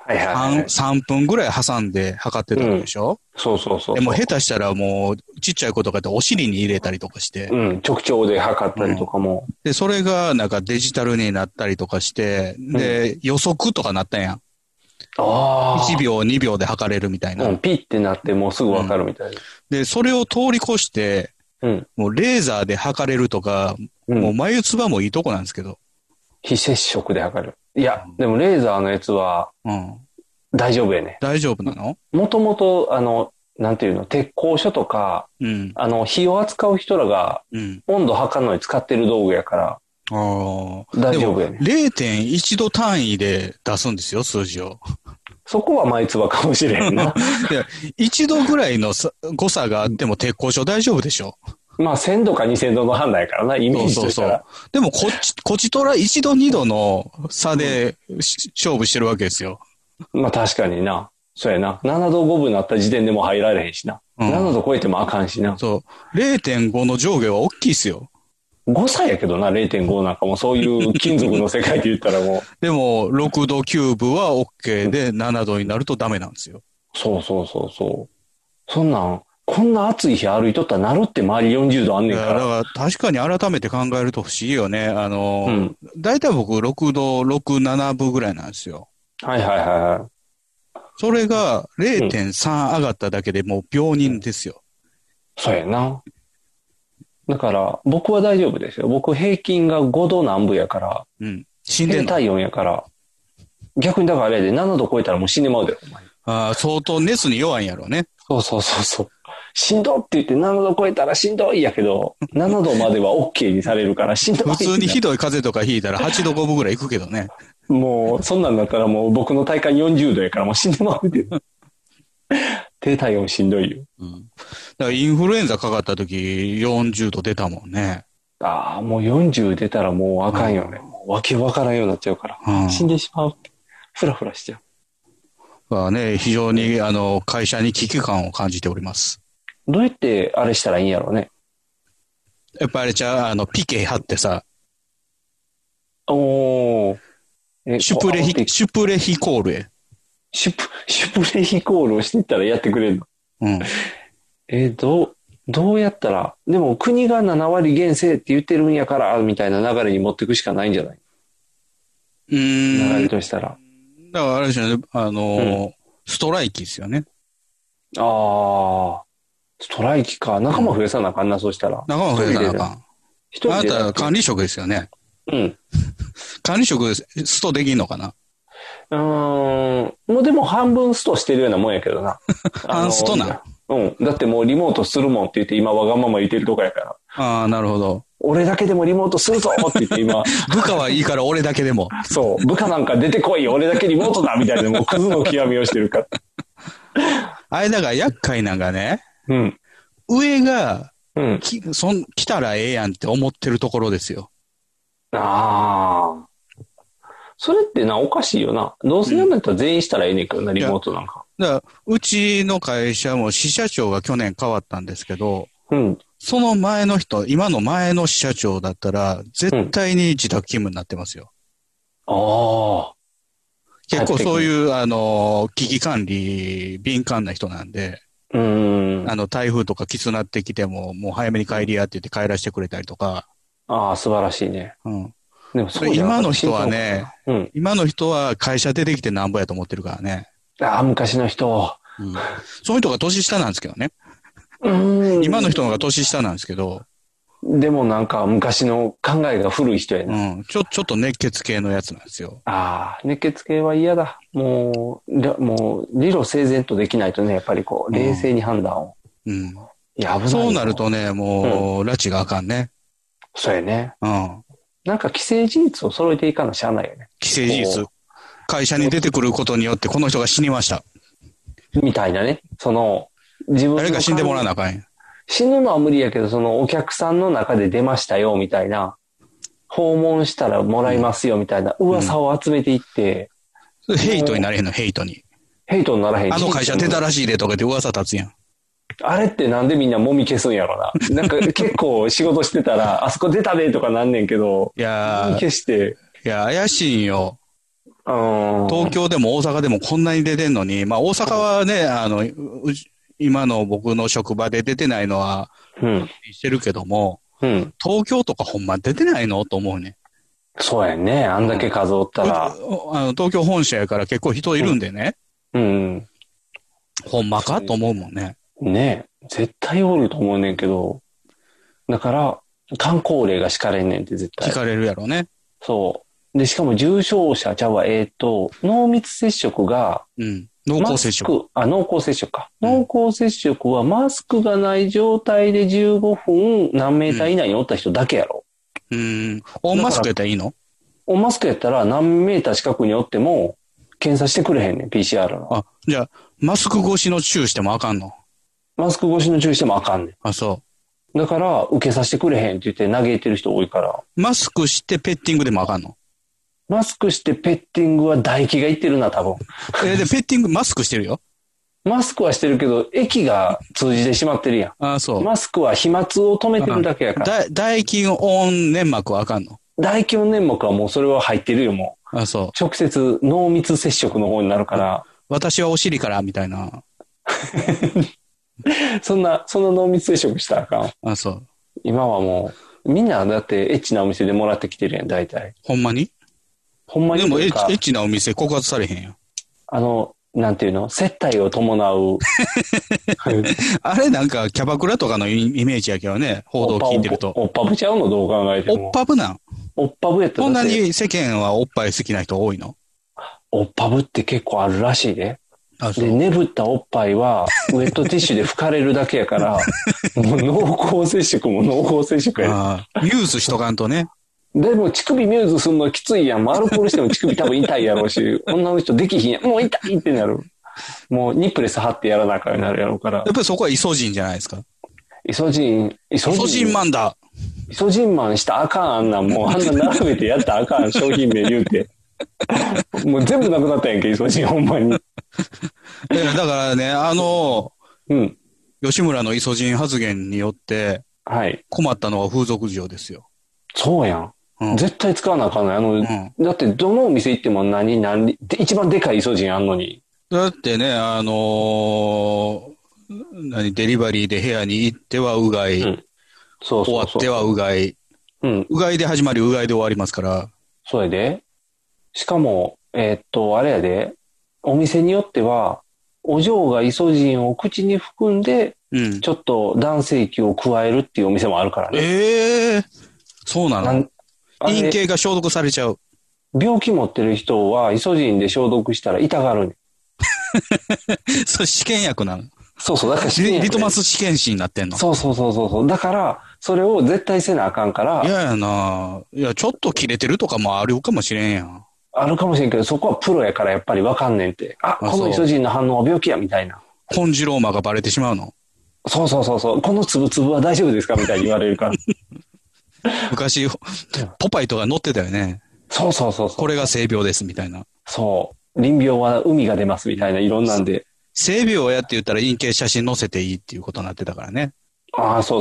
はいはいはい。 3分ぐらい挟んで測ってたでしょ、 そうそうそう。 でも下手したらもう、ちっちゃい子とかってお尻に入れたりとかして。 直腸で測ったりとかも。 で、それがなんかデジタルになったりとかして、で、予測とかなったんやん。1秒、2秒で測れるみたいな。 ピッてなってもうすぐわかるみたいな。 で、それを通り越して、もうレーザーで測れるとか、もう眉唾もいいとこなんですけど。 非接触で測る。いや、でもレーザーのやつは、大丈夫やね。 大丈夫なの？ もともと、なんていうの、鉄工所とか、火を扱う人らが、温度測るのに使ってる道具やから、大丈夫やね。 0.1 度単位で出すんですよ、数字を。 そこは眉唾かもしれんな。 1度ぐらいの誤差があっても鉄工所大丈夫でしょ。 まあ、1000度か2000度の判断やからな、イメージとしたら。 そう。でもこちとら1度2度の差で勝負してるわけですよ。 まあ、確かにな。そうやな。7度5分になった時点でもう入られへんしな。7度超えてもあかんしな。 そう。0.5 の上下は大きいっすよ。 誤差やけどな、0.5 なんかもそういう金属の世界で言ったらもう。 でも、6度キューブは OK で、7度になるとダメなんですよ。 そう。そんなん、こんな暑い日歩いとったらなるって周り40度あんねんから。 だから確かに改めて考えると不思議よね。だいたい僕6度、6、7分ぐらいなんですよ。 はい。 それが 0.3 上がっただけでもう病人ですよ。 そうやな。だから、僕は大丈夫ですよ。僕平均が5度南部やから。 死んでんの？ 低体温やから。逆にだからあれで7度超えたらもう死んでまうで、お前。 相当熱に弱いんやろうね。 そう。しんどって言って7度超えたらしんどいやけど、7度までは OK にされるからしんどい。 普通にひどい風邪とかひいたら8度5分ぐらいいくけどね。 もう、そんなんだったらもう僕の体感40度やからもう死んでまうで。低体温しんどいよ。 だからインフルエンザかかった時40度出たもんね。 もう40出たらもうあかんよね。わけわからんようになっちゃうから。死んでしまうって。ふらふらしちゃう。非常に会社に危機感を感じております。 どうやってあれしたらいいんやろうね。 やっぱあれピケ貼ってさ。シュプレヒコールへ。 シュプレヒコールをしていったらやってくれるの？どうやったら、でも国が7割減税って言ってるんやから、みたいな流れに持っていくしかないんじゃない？流れとしたら。 だからあれですよね、ストライキですよね。 ストライキか。仲間増やさなあかんな、そうしたら。仲間増やさなあかん。あなた管理職ですよね。管理職ストできんのかな？ もうでも半分ストしてるようなもんやけどな。 半ストな。 だってもうリモートするもんって言って今わがまま言ってるとこやから。 なるほど。 俺だけでもリモートするぞって言って今。 部下はいいから俺だけでも。 そう。部下なんか出てこいよ。俺だけリモートだみたいなもうクズの極みをしてるから。 あれだから厄介なんかね。上が、来たらええやんって思ってるところですよ。 それっておかしいよな。どうせやんだったら全員したらええねんけどな、リモートなんか。 だからうちの会社も支社長が去年変わったんですけど、その前の人、今の前の支社長だったら、絶対に自宅勤務になってますよ。結構そういう、危機管理、敏感な人なんで、台風とかきつなってきても、もう早めに帰りやって言って帰らせてくれたりとか。 素晴らしいね。 でも今の人はね、今の人は会社出てきてなんぼやと思ってるからね。 昔の人。 そういう人が年下なんですけどね。今の人の方が年下なんですけど。 でもなんか昔の考えが古い人やな。ちょっと熱血系のやつなんですよ。 熱血系は嫌だ。もう理路整然とできないとね、やっぱり冷静に判断を。いや、危ない。 そうなるとね、もう、拉致があかんね。 そうやね。なんか既成事実を揃えていかなしゃあないよね。 既成事実。会社に出てくることによってこの人が死にました。 みたいなね。自分誰か死んでもらわなあかんやん。 死ぬのは無理やけど、お客さんの中で出ましたよ、みたいな。訪問したらもらいますよ、みたいな噂を集めていって。 ヘイトになれへんの、ヘイトに。 ヘイトにならへん。 会社出たらしいでとかで噂立つやん。 あれってなんでみんなもみ消すんやろな。なんか結構仕事してたら、あそこ出たでとかなんねんけど。 いや消して。 いや、怪しいんよ。 東京でも大阪でもこんなに出てんのに、まあ大阪はね、今の僕の職場で出てないのは、してるけども、東京とかほんま出てないのと思うね。 そうやね。あんだけ数おったら。 東京本社やから結構人いるんでね。ほんまかと思うもんね。 ねえ。絶対おると思うねんけど。だから、観光令が敷かれんねんって絶対。 聞かれるやろね。 そう。で、しかも重症者ちゃうわ、濃密接触が、 濃厚接触。 濃厚接触か。濃厚接触はマスクがない状態で15分何メーター以内におった人だけやろ。 オンマスクやったらいいの？ オンマスクやったら何メーター近くにおっても検査してくれへんねん、PCR の。 じゃあ、マスク越しのチューしてもあかんの？ マスク越しのチューしてもあかんねん。 そう。 だから、受けさせてくれへんって言って嘆いてる人多いから。 マスクしてペッティングでもあかんの？ マスクしてペッティングは唾液がいってるな、多分。 で、ペッティングマスクしてるよ。 マスクはしてるけど、液が通じてしまってるやん。 そう。 マスクは飛沫を止めてるだけやから。 唾液温粘膜はあかんの？ 唾液温粘膜はもうそれは入ってるよ、もう。 そう。 直接濃密接触の方になるから。 私はお尻から、みたいな。 そんな濃密接触したらあかん。 そう。 今はもう、みんなだってエッチなお店でもらってきてるやん、大体。 ほんまに？ ほんまに。 でもエッチなお店告発されへんやん。 なんていうの？接待を伴う。 あれなんかキャバクラとかのイメージやけどね、報道聞いてると。 おっぱぶちゃうのどう考えても。 おっぱぶなん？ おっぱぶやったら。 こんなに世間はおっぱい好きな人多いの？ おっぱぶって結構あるらしいで。で、眠ったおっぱいは、ウェットティッシュで拭かれるだけやから、もう濃厚接触も濃厚接触や。 ミューズしとかんとね。 でも、乳首ミューズすんのきついやん。アルコールしても乳首多分痛いやろうし、女の人できひんやん。もう痛いってなる。もう、ニップレス貼ってやらなあかんようになるやろうから。 やっぱりそこはイソジンじゃないですか。 イソジンマンだ。イソジンマンしたらあかん、あんなん。もう、あんな並べてやったらあかん、商品名言うて。もう全部なくなったやんけ、イソジン、ほんまに。 だからね、吉村のイソジン発言によって、困ったのは風俗嬢ですよ。 そうやん。絶対使わなあかんない。だってどのお店行っても一番でかいイソジンあんのに。 だってね、デリバリーで部屋に行ってはうがい、終わってはうがい、うがいで始まりうがいで終わりますから。 それでしかも、あれやで、お店によっては、お嬢がイソジンを口に含んで、ちょっと男性器を加えるっていうお店もあるからね。 そうなの？陰茎が消毒されちゃう。 病気持ってる人はイソジンで消毒したら痛がるね。 それ試験薬なの？ そう、だから試験薬。 リトマス試験紙になってんの？ そう。だから、それを絶対せなあかんから。 嫌やな。いや、ちょっと切れてるとかもあるかもしれんやん。 あるかもしれんけど、そこはプロやからやっぱりわかんねんって。このイソジンの反応は病気や、みたいな。 コンジローマがバレてしまうの？ そう。このつぶつぶは大丈夫ですかみたいに言われるから。 昔、ポパイとか載ってたよね。 そう。 これが性病です、みたいな。 そう。淋病は海が出ます、みたいな、いろんなんで。 性病やって言ったら陰茎写真載せていいっていうことになってたからね。 そう。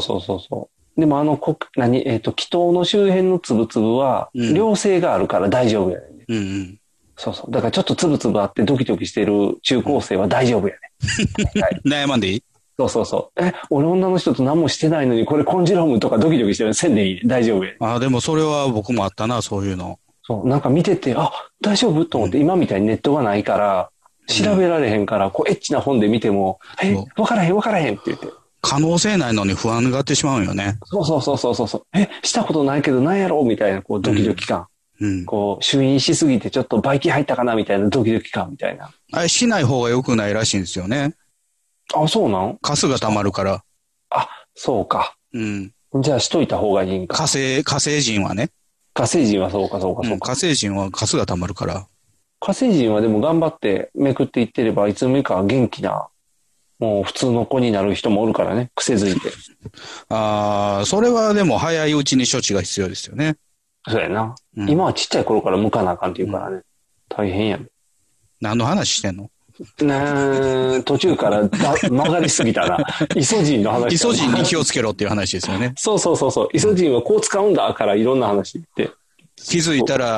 でも気筒の周辺のつぶつぶは、良性があるから大丈夫やね。そう。だからちょっとつぶつぶあってドキドキしてる中高生は大丈夫やね。 悩まんでいい？ そう。俺女の人と何もしてないのにこれコンジロームとかドキドキしてるせんでいいね。大丈夫や。 でもそれは僕もあったな、そういうの。 そう、なんか見てて、大丈夫と思って、今みたいにネットがないから、調べられへんから、エッチな本で見ても、わからへんって言って。 可能性ないのに不安がってしまうよね。 そう。したことないけど何やろうみたいな、ドキドキ感。朱印しすぎてちょっとバイキン入ったかなみたいなドキドキ感みたいな。 あれしない方が良くないらしいんですよね。 そうなん？ カスが溜まるから。 そうか。じゃあしといた方がいいんか。 火星人はね。 火星人はそうか。 火星人はカスが溜まるから。 火星人はでも頑張ってめくっていってれば、いつの間にか元気な、もう普通の子になる人もおるからね、癖づいて。 それはでも早いうちに処置が必要ですよね。 そうやな。今はちっちゃい頃から向かなあかんって言うからね。大変やね。 何の話してんの？ 途中から曲がりすぎたな。イソジンの話。 イソジンに気をつけろっていう話ですよね。 そう。イソジンはこう使うんだからいろんな話言って。 気づいたら、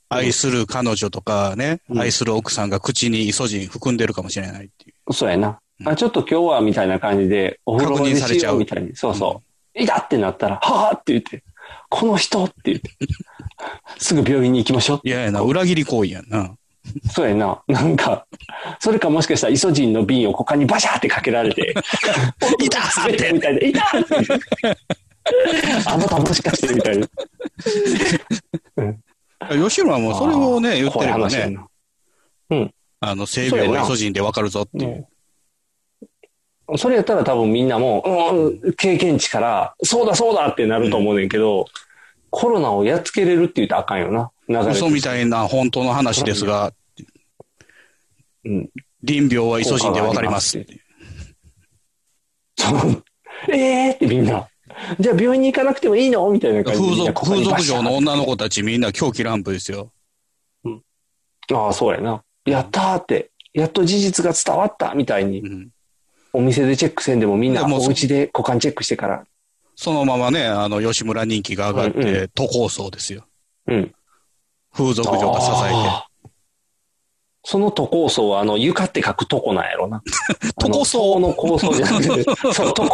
愛する彼女とかね、愛する奥さんが口にイソジン含んでるかもしれないっていう。 そうやな。ちょっと今日はみたいな感じで、お風呂にしようみたいに。そうそう。いたってなったら、はぁって言って、この人って言って、すぐ病院に行きましょう。 いやいやな、裏切り行為やんな。 そうやな。なんか、それかもしかしたらイソジンの瓶を股間にバシャーってかけられて、いたーってみたいな、いたーってあなたもしかしてみたいな。 吉村もそれをね、言ってればね、性病はイソジンでわかるぞっていう。 それやったら多分みんなも、経験値から、そうだそうだってなると思うねんけど、コロナをやっつけれるって言ったらあかんよな。 嘘みたいな本当の話ですが、淋病はイソジンでわかります。ってみんな。じゃあ病院に行かなくてもいいのみたいな感じで。 風俗嬢の女の子たちみんな狂気乱舞ですよ。 ああ、そうやな。やったーって、やっと事実が伝わったみたいに、お店でチェックせんでもみんなお家で股間チェックしてから。 そのままね、吉村人気が上がって、都構想ですよ。風俗嬢が支えて。 その都構想は床って書くとこなんやろな。 都構想の構想じゃなくて、そう、都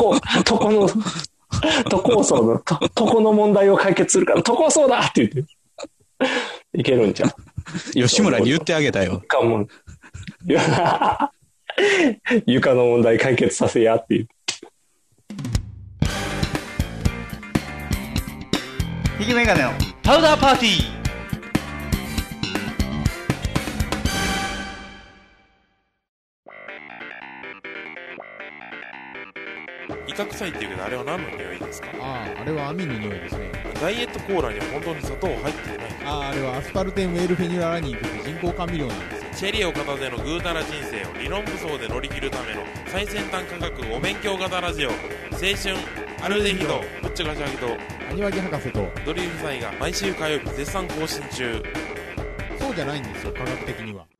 構想の、都構の問題を解決するから、都構想だって言って。いけるんちゃう。 吉村に言ってあげたよ。 床の問題解決させやって言って。 ひげメガネのパウダーパーティー。 イカ臭いっていうけど、あれは何の匂いですか？ あれはアミの匂いですね。 ダイエットコーラには本当に砂糖入ってない。 あれはアスパルテンウェルフェニュララニンという人工甘味料なんですよ。 チェリーを片手のぐうたら人生を理論武装で乗り切るための最先端科学お勉強型ラジオ、青春アルデヒドぶっちゃかしゃぎとアニワギ博士とドリームサイが毎週火曜日絶賛更新中。 そうじゃないんですよ、科学的には。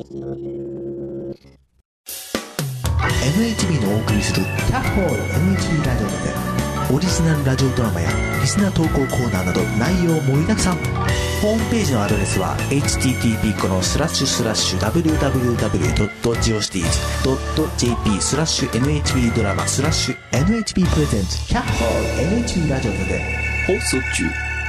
NHB のお送りするキャッホール NHB ラジオでオリジナルラジオドラマやリスナー投稿コーナーなど内容盛りだくさん。ホームページのアドレスは http://www.geocities.jp/NHB ドラマ/NHB プレゼンツキャッホール NHB ラジオで放送中。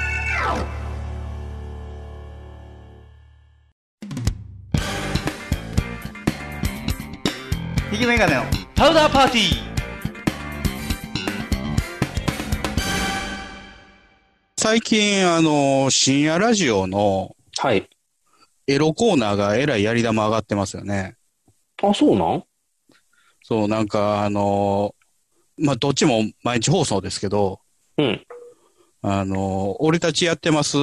ひげメガネのパウダーパーティー。 最近、深夜ラジオの、エロコーナーがえらいやり玉上がってますよね。 あ、そうなん？ そう、なんか、どっちも毎日放送ですけど、俺たちやってます、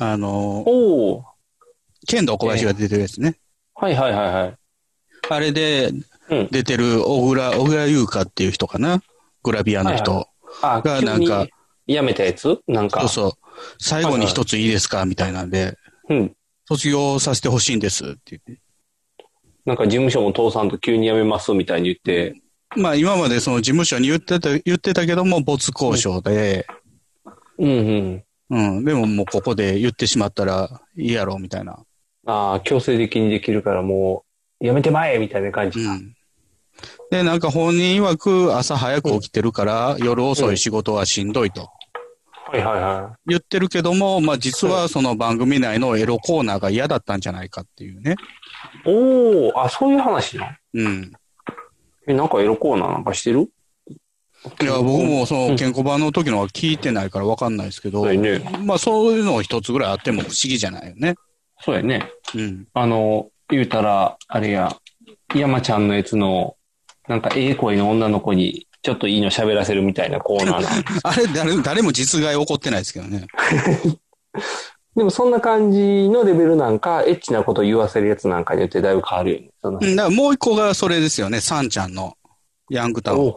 剣道小林が出てるやつね。 はい。あれで、出てる小倉優香っていう人かな、グラビアの人がなんか、 やめたやつなんか。 そう。最後に一ついいですかみたいなんで、卒業させてほしいんですって言って。 なんか事務所も倒産と急に辞めますみたいに言って。 今までその事務所に言ってたけども、没交渉で。でももうここで言ってしまったらいいやろみたいな。 強制的にできるからもう、やめてまえみたいな感じ。 で、なんか本人曰く朝早く起きてるから、夜遅い仕事はしんどいと。言ってるけども、実はその番組内のエロコーナーが嫌だったんじゃないかっていうね。 そういう話な。なんかエロコーナーなんかしてる？ いや、僕もその健康版の時のは聞いてないから分かんないですけど、そういうの一つぐらいあっても不思議じゃないよね。 そうやね。言うたら、あれや、山ちゃんのやつの、なんか声の女の子に、ちょっといいの喋らせるみたいなコーナーなんです。 あれ、誰も実害起こってないですけどね。 でもそんな感じのレベルなんか、エッチなこと言わせるやつなんかによってだいぶ変わるよね。 だからもう一個がそれですよね、サンちゃんのヤングタウン。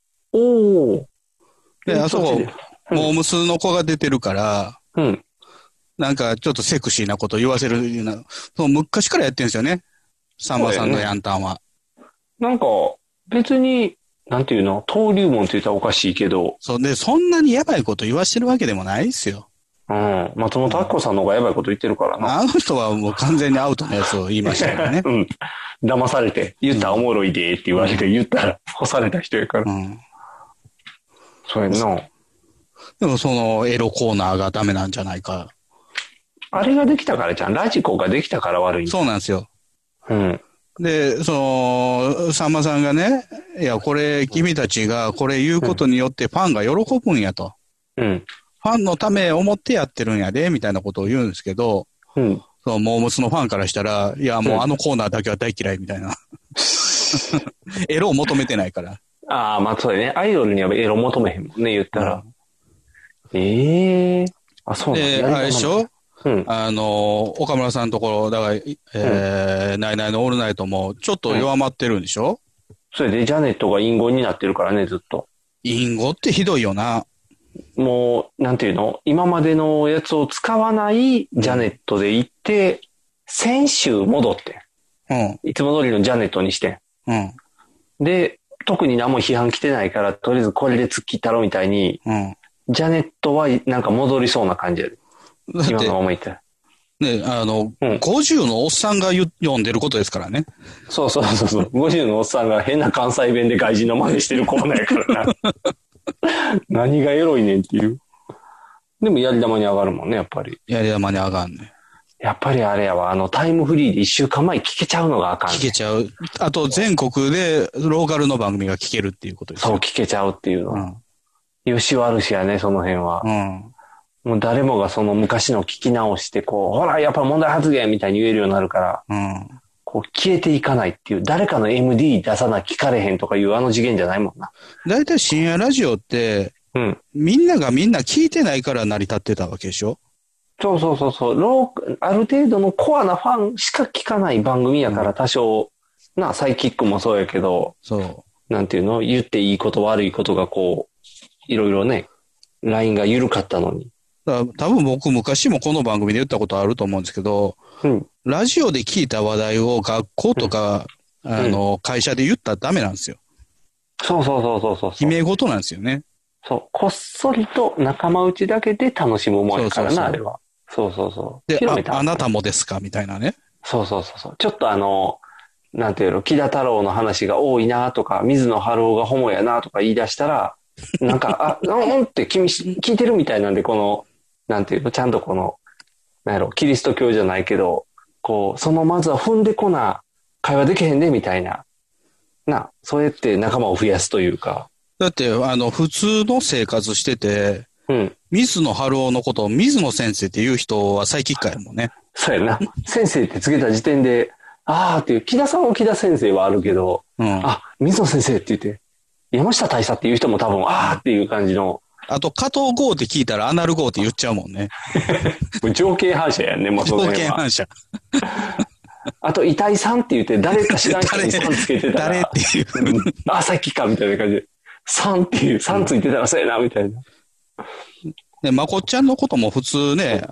で、あそこ、モームスの子が出てるから、なんかちょっとセクシーなこと言わせるような、昔からやってるんですよね。さんまさんのヤンタンは。 なんか、別に、なんていうの登竜門って言ったらおかしいけど。 そんなにやばいこと言わしてるわけでもないですよ。 うん。松本明子さんの方がやばいこと言ってるからな。 あの人はもう完全にアウトのやつを言いましたからね。 うん。騙されて、言ったらおもろいでって言われて、言ったら干された人やから。うん。そうやんな。 でもそのエロコーナーがダメなんじゃないか。 あれができたからじゃん。ラジコができたから悪い。 そうなんですよ。 うん。 で、さんまさんがね、いや、これ、君たちがこれ言うことによってファンが喜ぶんやと。 うん。 ファンのため思ってやってるんやで、みたいなことを言うんですけど、 うん。 そのモームスのファンからしたら、いや、もうあのコーナーだけは大嫌いみたいな。エロを求めてないから。 ああ、まあそうだね。アイドルにはエロ求めへんもんね、言ったら。あ、そうなんで、あれでしょ、うん、岡村さんのところ、だから、ナイナイのオールナイトもちょっと弱まってるんでしょ、 それでジャネットが隠語になってるからね、ずっと。 隠語ってひどいよな。 もう、なんていうの、今までのやつを使わないジャネットで行って、先週戻って。 うん。 いつも通りのジャネットにして。 うん。 で、特に何も批判来てないから、とりあえずこれで突っ切ったろみたいに、 うん。 ジャネットはなんか戻りそうな感じやで。今のまま言ったら。 ね、50のおっさんが読んでることですからね。 そう。50のおっさんが変な関西弁で外人の真似してるコーナーやからな。何がエロいねんっていう。でもやり玉に上がるもんね、やっぱり。 やり玉に上がんね。 やっぱりあれやわ、タイムフリーで1週間前聞けちゃうのがあかんね。 聞けちゃう。あと全国でローカルの番組が聞けるっていうことですそう、聞けちゃうっていうのは。うん。よし悪しやね、その辺は。 うん。 もう誰もがその昔の聞き直して、こう、ほら、やっぱ問題発言みたいに言えるようになるから、 うん。 こう、消えていかないっていう、誰かの MD 出さな聞かれへんとかいうあの次元じゃないもんな。 だいたい深夜ラジオって、 うん。 みんながみんな聞いてないから成り立ってたわけでしょ？ そう。ある程度のコアなファンしか聞かない番組やから多少、サイキックもそうやけど、 そう。 なんていうの？言っていいこと悪いことがこう、いろいろね、ラインが緩かったのに。 だから多分僕昔もこの番組で言ったことあると思うんですけど、 うん、 ラジオで聞いた話題を学校とか、会社で言ったらダメなんですよ。 そう。 決め事なんですよね。 そう。こっそりと仲間内だけで楽しむもんやからな、あれは。そう。 で、あなたもですかみたいなね。 そう。ちょっとなんていうの、木田太郎の話が多いなとか、水野晴郎がホモやなとか言い出したら、なんか、って君聞いてるみたいなんで、この、なんていうの、ちゃんとこの、なんやろ、キリスト教じゃないけど、こう、まずは踏んでこな、会話できへんで、みたいな。そうやって仲間を増やすというか。 だって、普通の生活してて、 うん。 水野晴郎のことを水野先生っていう人はサイキッカーやもんね。 そうやな。先生ってつけた時点で、あーっていう、木田さんは木田先生はあるけど、 うん、 水野先生って言って、山下大佐っていう人も多分、あーっていう感じの。 あと、加藤剛って聞いたらアナル剛って言っちゃうもんね。 条件反射やんね、もうその辺は。 条件反射。 あと、遺体さんって言って、誰か知らん人にさんつけてたら。 誰っていう。 さっきか、みたいな感じで。さんっていう、さんついてたらそうやな、みたいな。 で、まこっちゃんのことも普通ね、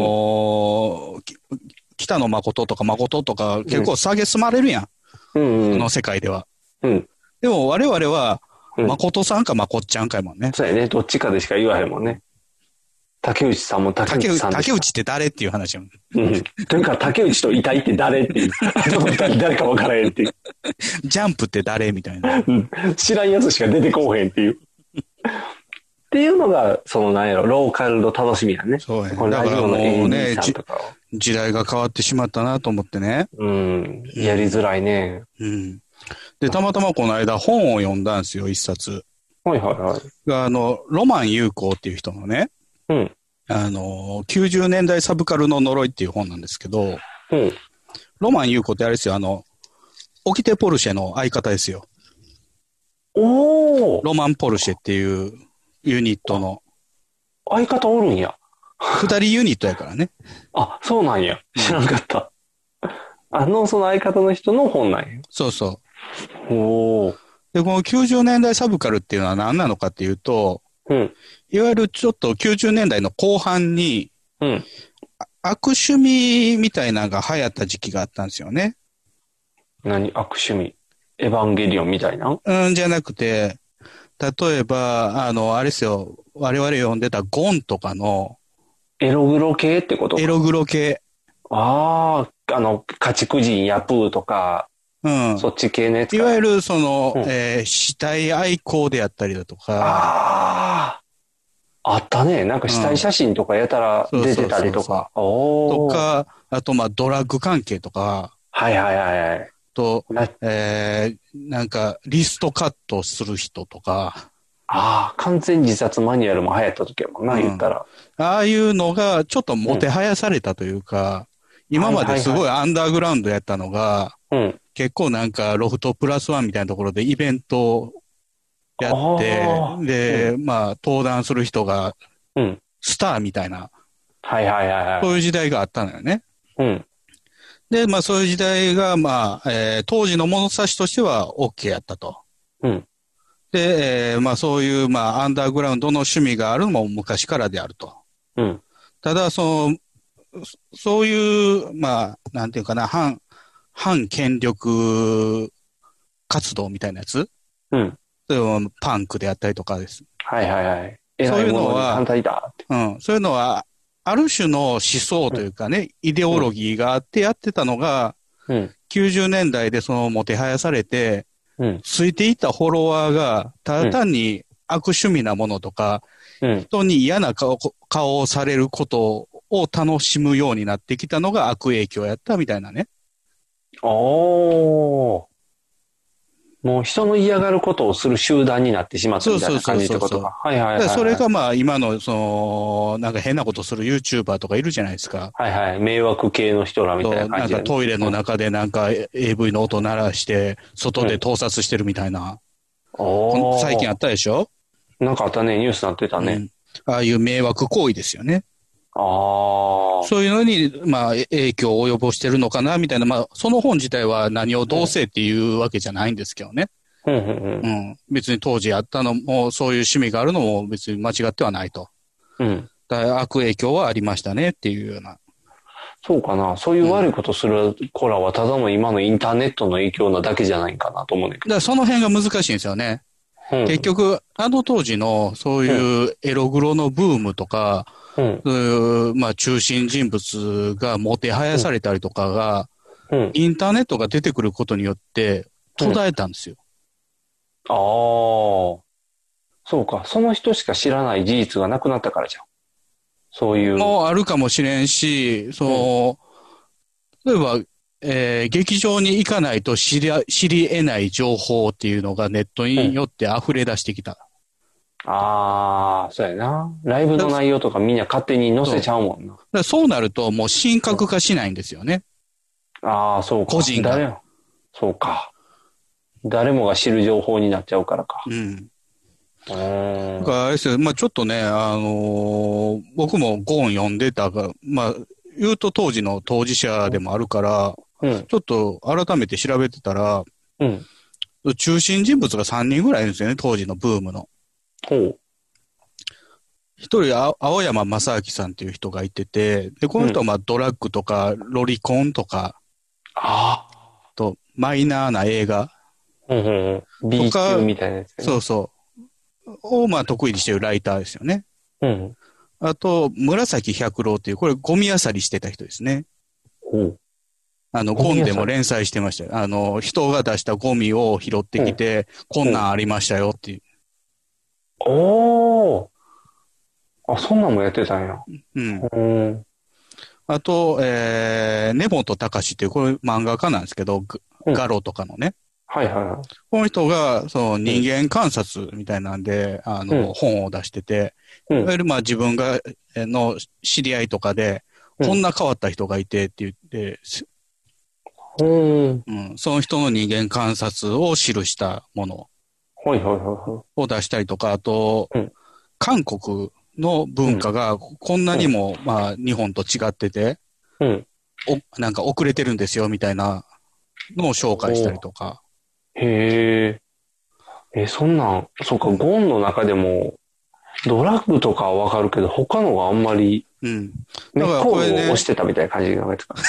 北野誠とか誠とか結構蔑まれるやん。この世界では。でも我々は、誠さんかまこっちゃんかやもんね。 そうやね。どっちかでしか言わへんもんね。竹内さんも竹内さんで竹内って誰っていう話やもん。 というか、竹内と遺体って誰っていう。誰か分からへんっていう。 ジャンプって誰みたいな。 知らんやつしか出てこうへんっていう。っていうのが、なんやろ、ローカルの楽しみやね。 そうやね。だからもうね、時代が変わってしまったなと思ってね。 やりづらいね。 で、たまたまこの間本を読んだんですよ、一冊。 はい。 ロマン有効っていう人のね。90年代サブカルの呪いっていう本なんですけど。ロマン有効ってあれですよ、オキテポルシェの相方ですよ。ロマンポルシェっていうユニットの。 相方おるんや。 二人ユニットやからね。 あ、そうなんや。知らんかった。その相方の人の本なんや。 そうそう。 で、 この90年代サブカルっていうのは何なのかっていうと、いわゆるちょっと90年代の後半に、悪趣味みたいなのが流行った時期があったんですよね。 悪趣味？エヴァンゲリオンみたいな？ じゃなくて、例えば、あれですよ、我々読んでたゴンとかの、 エログロ系ってことか。 エログロ系。 ああ、家畜人ヤプーとか、 うん。 そっち系のやつか。 いわゆる、死体愛好であったりだとか。 あったね。なんか死体写真とかやたら出てたりとか。 とか、あと、ドラッグ関係とか。 はいはいはい。 と、なんか、リストカットする人とか。 完全自殺マニュアルも流行った時やもんな、言ったら。 ああいうのが、ちょっともてはやされたというか、今まですごいアンダーグラウンドやったのが、結構なんか、ロフトプラスワンみたいなところでイベントをやって、で、登壇する人が、スターみたいな、そういう時代があったのよね。で、そういう時代が、当時の物差しとしては OK やったと。で、そういう、アンダーグラウンドの趣味があるのも昔からであると。ただ、そういう、なんていうかな、反権力活動みたいなやつ。それはパンクであったりとかです。 はいはいはい。 そういうのは、 反対だ。 そういうのは、ある種の思想というかね、イデオロギーがあってやってたのが、90年代でもてはやされて、ついていたフォロワーが、ただ単に悪趣味なものとか、人に嫌な顔をされることを楽しむようになってきたのが悪影響やったみたいなね。 もう人の嫌がることをする集団になってしまったみたいな感じってことか。はいはいはい。 それが今の、なんか変なことする YouTuber とかいるじゃないですか。 はいはい。迷惑系の人らみたいな感じで。 なんかトイレの中でなんか AV の音鳴らして、外で盗撮してるみたいな。最近あったでしょ？ なんかあったね。ニュースなってたね。 ああいう迷惑行為ですよね。そういうのに、影響を及ぼしてるのかな、みたいな。その本自体は何をどうせっていうわけじゃないんですけどね。別に当時あったのも、そういう趣味があるのも別に間違ってはないと。だから悪影響はありましたねっていうような。 そうかな。そういう悪いことする子らはただの今のインターネットの影響なだけじゃないかなと思うんだけど。 だからその辺が難しいんですよね。結局、当時のそういうエログロのブームとか、中心人物がもてはやされたりとかが、インターネットが出てくることによって途絶えたんですよ。 そうか。その人しか知らない事実がなくなったからじゃん。そういう。 もうあるかもしれんし、例えば、劇場に行かないと知り得ない情報っていうのがネットによって溢れ出してきた。 そうやな。ライブの内容とかみんな勝手に載せちゃうもんな。 そうなるともう神格化しないんですよね。 そうか。 個人が。 そうか。誰もが知る情報になっちゃうからか。 だからあれですよ、ちょっとね、僕もゴン読んでたから、言うと当時の当事者でもあるから、ちょっと改めて調べてたら、中心人物が3人ぐらいいるんですよね、当時のブームの。一人、青山正明さんっていう人がいてて、で、この人はドラッグとか、ロリコンとか、と、マイナーな映画。 B 級みたいなやつ、ね。 そうそう。を、得意にしてるライターですよね。あと、紫百郎っていう、これゴミ漁りしてた人ですね。ゴンでも連載してましたよ。人が出したゴミを拾ってきて、こんなんありましたよっていう。 そんなんもやってたんや。 あと、根本隆っていう、これ漫画家なんですけど、ガロとかのね。この人が、人間観察みたいなんで、本を出してて、いわゆる自分が、の知り合いとかで、こんな変わった人がいてって言って、その人の人間観察を記したものを出したりとか、あと、韓国の文化がこんなにも、日本と違ってて、なんか遅れてるんですよみたいなのを紹介したりとか。 そんなん、そうか、ゴンの中でも、ドラッグとかはわかるけど、他のがあんまり、だからこれね、押してたみたいな感じになってた。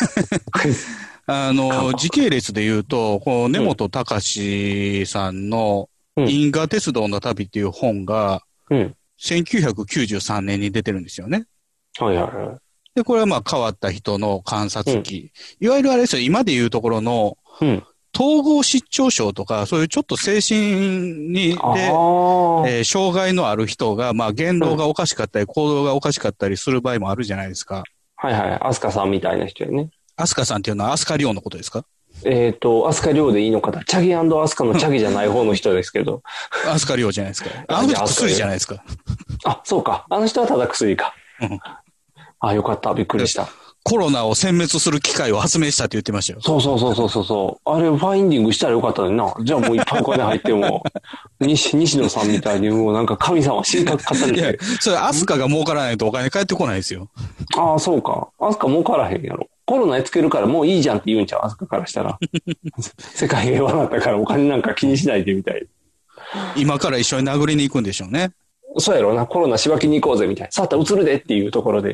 時系列で言うと、この根本隆さんの因果鉄道の旅っていう本が、1993年に出てるんですよね。 はいはいはい。 で、これはまあ変わった人の観察記。いわゆるあれですよ、今で言うところの、統合失調症とか、そういうちょっと精神に、障害のある人が、まあ言動がおかしかったり、行動がおかしかったりする場合もあるじゃないですか。 はいはい。アスカさんみたいな人やね。 アスカさんっていうのはアスカリオンのことですか？ アスカリョウでいいのかな。チャギ&アスカのチャギじゃない方の人ですけど。 アスカリョウじゃないですか。あの人薬じゃないですか。 あ、そうか。あの人はただ薬か。あ、よかった。びっくりした。 コロナを殲滅する機械を発明したって言ってましたよ。 そう。あれ、ファインディングしたらよかったのにな。じゃあもういっぱいお金入っても、西野さんみたいにもうなんか神様神格語れて。 いや、それアスカが儲からないとお金返ってこないですよ。 ああ、そうか。アスカ儲からへんやろ。コロナやっつけるからもういいじゃんって言うんちゃうアスカからしたら。世界平和だったからお金なんか気にしないでみたい。 今から一緒に殴りに行くんでしょうね。 そうやろな。コロナしばきに行こうぜみたいな。さあ、移るでっていうところで。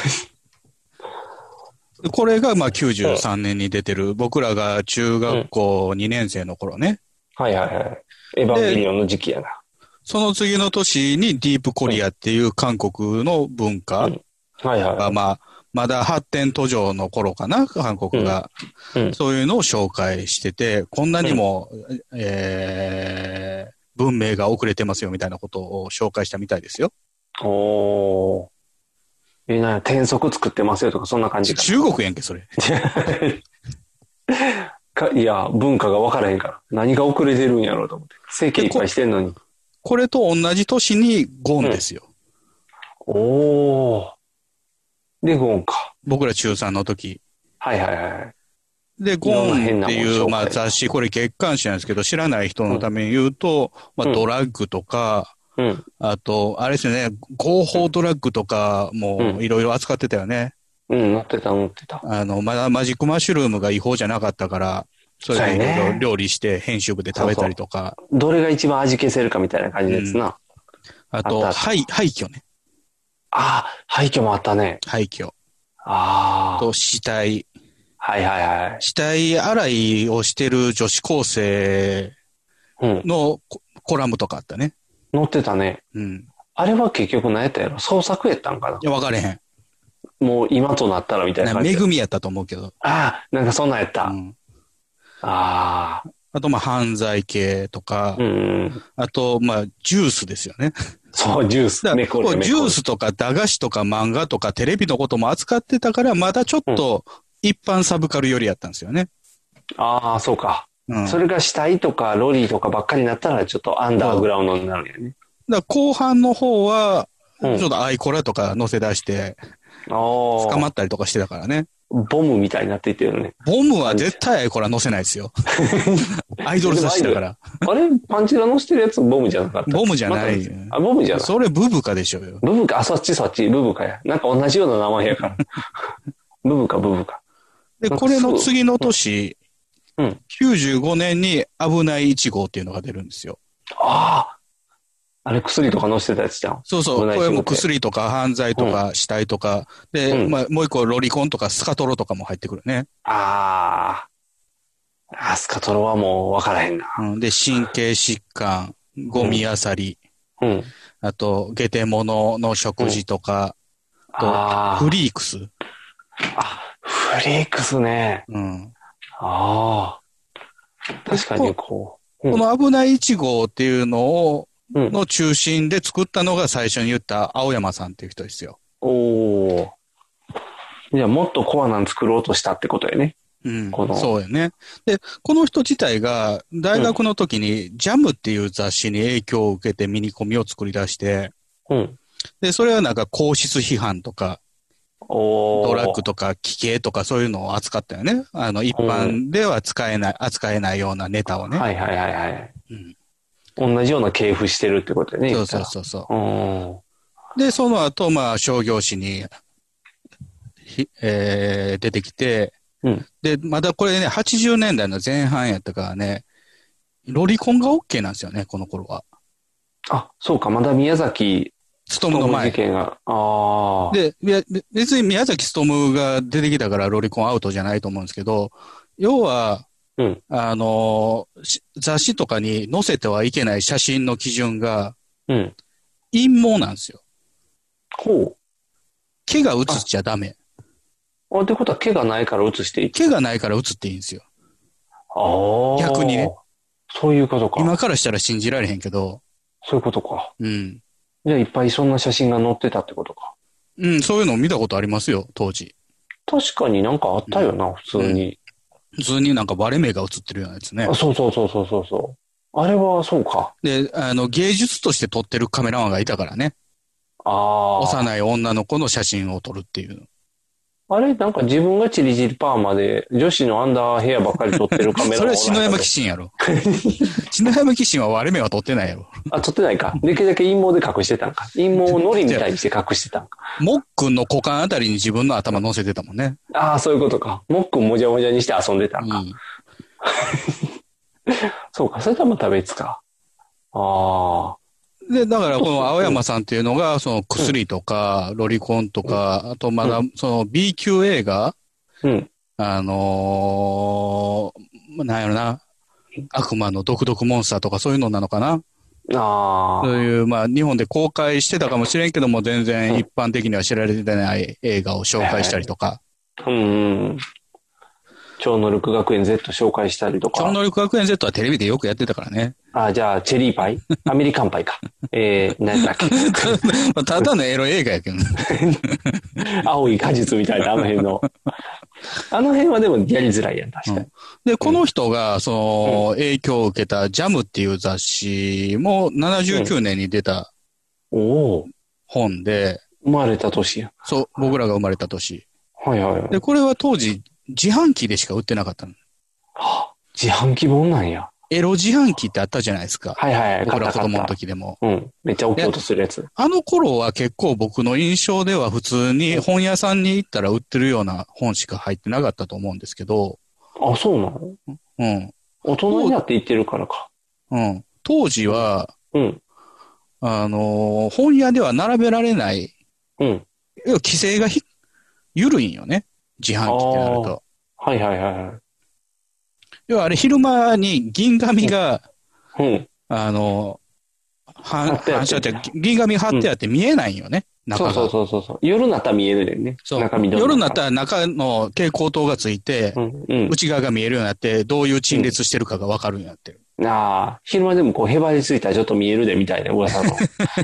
これがまあ93年に出てる、僕らが中学校2年生の頃ね。 はいはいはい。エヴァンゲリオンの時期やな。 その次の年にディープコリアっていう韓国の文化がまあ、まだ発展途上の頃かな、韓国が。そういうのを紹介してて、こんなにも、文明が遅れてますよみたいなことを紹介したみたいですよ。 おー。なんや、転足作ってますよとか、そんな感じか。 中国やんけ、それ。 いや、文化が分からへんから。何が遅れてるんやろうと思って。整形いっぱいしてんのに。 これと同じ年にゴンですよ。 おー。で、ゴンか。 僕ら中3の時。 はいはいはい。 で、ゴンっていう、まあ雑誌、これ月刊誌なんですけど、知らない人のために言うと、まあドラッグとか、あと、あれですよね、合法ドラッグとかもいろいろ扱ってたよね。 乗ってた。 まだマジックマッシュルームが違法じゃなかったから、それでいろいろ料理して編集部で食べたりとか。 そうどれが一番味消せるかみたいな感じですな。 あと、廃墟ね。 ああ、廃墟もあったね。 廃墟。 ああ。 と、死体。 はい。 死体洗いをしてる女子高生のコラムとかあったね。 載ってたね。あれは結局何やったやろ？創作やったんかな？ いや、分かれへん。 もう今となったらみたいな感じ。 恵みやったと思うけど。 ああ、なんかそんなんやった。あと、まあ、犯罪系とか。あと、まあ、ジュースですよね。 そう、ジュース。 ジュースとか駄菓子とか漫画とかテレビのことも扱ってたから、まだちょっと一般サブカル寄りやったんですよね。 ああ、そうか。それが死体とかロリーとかばっかりになったらちょっとアンダーグラウンドになるんやね。 だから後半の方は、ちょっとアイコラとか載せ出して、捕まったりとかしてたからね。 ボムみたいになっていってるね。 ボムは絶対アイコラ載せないですよ。アイドル雑誌だから。 あれパンチラ載せてるやつボムじゃなかった？ ボムじゃない。 あ、ボムじゃない。 それブブカでしょうよ。 ブブカ、あ、そっち、ブブカや。なんか同じような名前やから。ブブカ。 で、これの次の年、95年に危ない1号っていうのが出るんですよ。 ああ。あれ薬とか載せてたやつじゃん。 そうそう。これも薬とか犯罪とか死体とか。で、まあ、もう一個ロリコンとかスカトロとかも入ってくるね。 ああ。スカトロはもう分からへんな。 で、神経疾患、ゴミあさり。あと、ゲテモノの食事とか。フリークス。 フリークスね。ああ。確かにこの危ない1号っていうのを、の中心で作ったのが最初に言った青山さんっていう人ですよ。 おー。じゃあもっとコアなん作ろうとしたってことやね。 そうよね。で、この人自体が大学の時にジャムっていう雑誌に影響を受けてミニコミを作り出して、で、それはなんか皇室批判とか、ドラッグとか奇形とかそういうのを扱ったよね。一般では扱えないようなネタをね。 同じような系譜してるってことね。 そう。で、その後、まあ、商業誌に、出てきて、で、まだこれね、80年代の前半やったからね、ロリコンが OK なんですよね、この頃は。 あ、そうか、まだ宮崎勤の前。 事件が。 で、別に宮崎勤が出てきたからロリコンアウトじゃないと思うんですけど、要は、雑誌とかに載せてはいけない写真の基準が、陰謀なんですよ。 毛が映っちゃダメ。 ってことは毛がないから映していい？ 毛がないから映っていいんですよ。逆にね。 そういうことか。 今からしたら信じられへんけど。 そういうことか。 うん。 じゃあいっぱいそんな写真が載ってたってことか。 うん、そういうのを見たことありますよ、当時。 確かになんかあったよな、普通に。 普通になんか割れ目が映ってるようなやつね。 そう。あれはそうか。 で、芸術として撮ってるカメラマンがいたからね。幼い女の子の写真を撮るっていう。 あれなんか自分がチリチリパーマで女子のアンダーヘアばっかり撮ってるカメラマン。 それは篠山紀信やろ。篠山紀信は割れ目は撮ってないやろ。 撮ってないか。できるだけ陰謀で隠してたんか。陰謀をノリみたいにして隠してたんか。 もっくんの股間あたりに自分の頭乗せてたもんね。 そういうことか。もっくんもじゃもじゃにして遊んでたんか。そうか、それとはまた別か。 で、だからこの青山さんっていうのが、その薬とか、ロリコンとか、あとまだ、その B 級映画、なんやろな、悪魔の毒々モンスターとかそういうのなのかな。そういう、日本で公開してたかもしれんけども、全然一般的には知られてない映画を紹介したりとか。 超能力学園 Z 紹介したりとか。 超能力学園 Z はテレビでよくやってたからね。 じゃあ、チェリーパイアメリカンパイか。何だっけただのエロ映画やけどね。 青い果実みたいな、あの辺の。あの辺はでもやりづらいやん、確かに。 で、この人が、影響を受けたジャムっていう雑誌も79年に出た本で。 生まれた年や。 そう、僕らが生まれた年。 はいはいはい。 で、これは当時、自販機でしか売ってなかったの。 自販機本なんや。 エロ自販機ってあったじゃないですか。 はいはいはい。 僕ら子供の時でも。 めっちゃ大きい音するやつ。 あの頃は結構僕の印象では普通に本屋さんに行ったら売ってるような本しか入ってなかったと思うんですけど。 そうなの？大人になって言ってるからか。 当時は、本屋では並べられない。規制が緩いんよね。自販機ってなると。 はいはいはい。 要はあれ昼間に銀紙が、反射って、銀紙貼ってあって見えないんよね。中が。 そう。夜になったら見えるよね。 夜になったら中の蛍光灯がついて、内側が見えるようになって、どういう陳列してるかがわかるようになってる。 昼間でもこうへばりついたらちょっと見えるでみたいな噂の。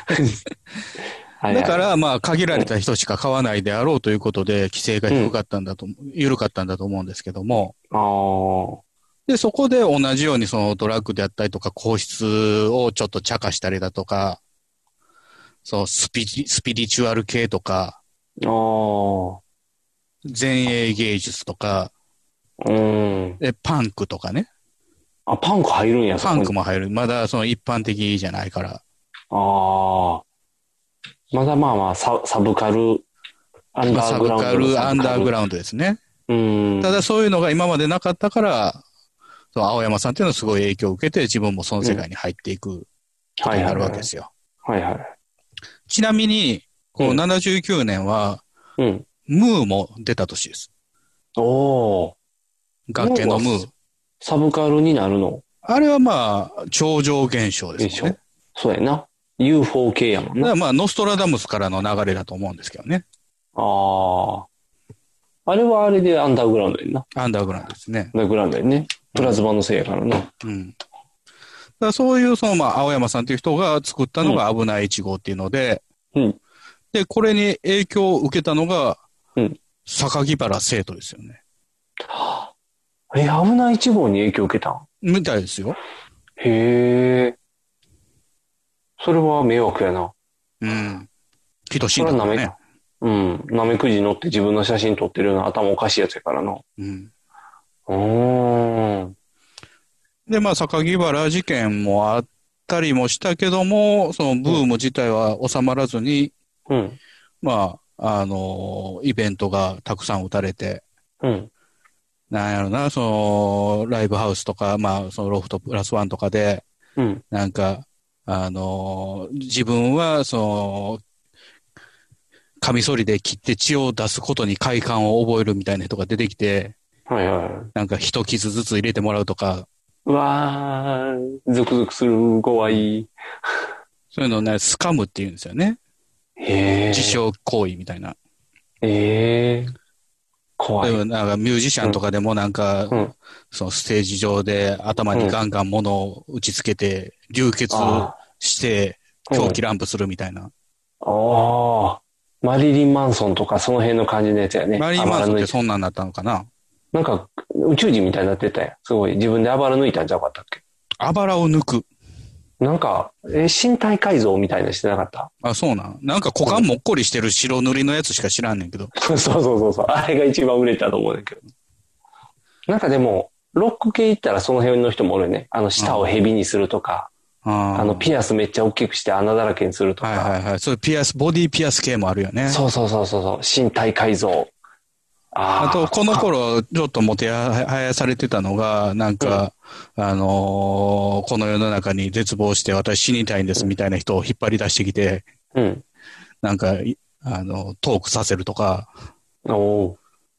だから、限られた人しか買わないであろうということで、規制が緩かったんだと思うんですけども。で、そこで同じようにそのドラッグであったりとか、硬質をちょっと茶化したりだとか、スピリチュアル系とか、前衛芸術とか、パンクとかね。 パンク入るんや、 パンクも入る。まだその一般的じゃないから。 まだサブカル、アンダーグラウンド。 サブカル、アンダーグラウンドですね。ただそういうのが今までなかったから、青山さんっていうのはすごい影響を受けて自分もその世界に入っていくことになるわけですよ。ちなみに、79年は、ムーも出た年です。楽器のムー。 サブカルになるの？ あれは超常現象ですね。 そうやな。UFO 系やもんね。 ノストラダムスからの流れだと思うんですけどね。 あれはあれでアンダーグラウンドやな。 アンダーグラウンドですね。 アンダーグラウンドやね。プラズマのせいやからな。 だからそういう青山さんという人が作ったのが危ない1号っていうので、で、これに影響を受けたのが、榊原生徒ですよね。 危ない1号に影響を受けたん？ みたいですよ。 へえ。それは迷惑やな。 ひどしいんだろうね。 なめくじ乗って自分の写真撮ってるような頭おかしいやつやからな。 で、榊原事件もあったりもしたけども、そのブーム自体は収まらずに、イベントがたくさん打たれて、なんやろな、ライブハウスとか、そのロフトプラスワンとかで、なんか、自分は、カミソリで切って血を出すことに快感を覚えるみたいな人が出てきて、なんか一傷ずつ入れてもらうとか。 うわー、ゾクゾクする、怖い。 そういうのをね、スカムって言うんですよね。自傷行為みたいな。 怖い。 でもなんかミュージシャンとかでもなんか、そのステージ上で頭にガンガン物を打ち付けて、流血して、狂気乱舞するみたいな。 マリリン・マンソンとかその辺の感じのやつやね。 マリリン・マンソンってそんなんなったのかな？ なんか宇宙人みたいになってたやん。すごい。自分であばら抜いたんちゃうかったっけ？ あばらを抜く。 なんか、身体改造みたいなしてなかった？ あ、そうなん。なんか股間もっこりしてる白塗りのやつしか知らんねんけど。 そう。あれが一番売れたと思うねんけど。なんかでも、ロック系行ったらその辺の人もおるね。舌を蛇にするとか、ピアスめっちゃ大きくして穴だらけにするとか。 そういうピアス、ボディピアス系もあるよね。 そう。身体改造。 あと、この頃、ちょっともてはやされてたのが、なんか、この世の中に絶望して私死にたいんですみたいな人を引っ張り出してきて、なんか、トークさせるとか。生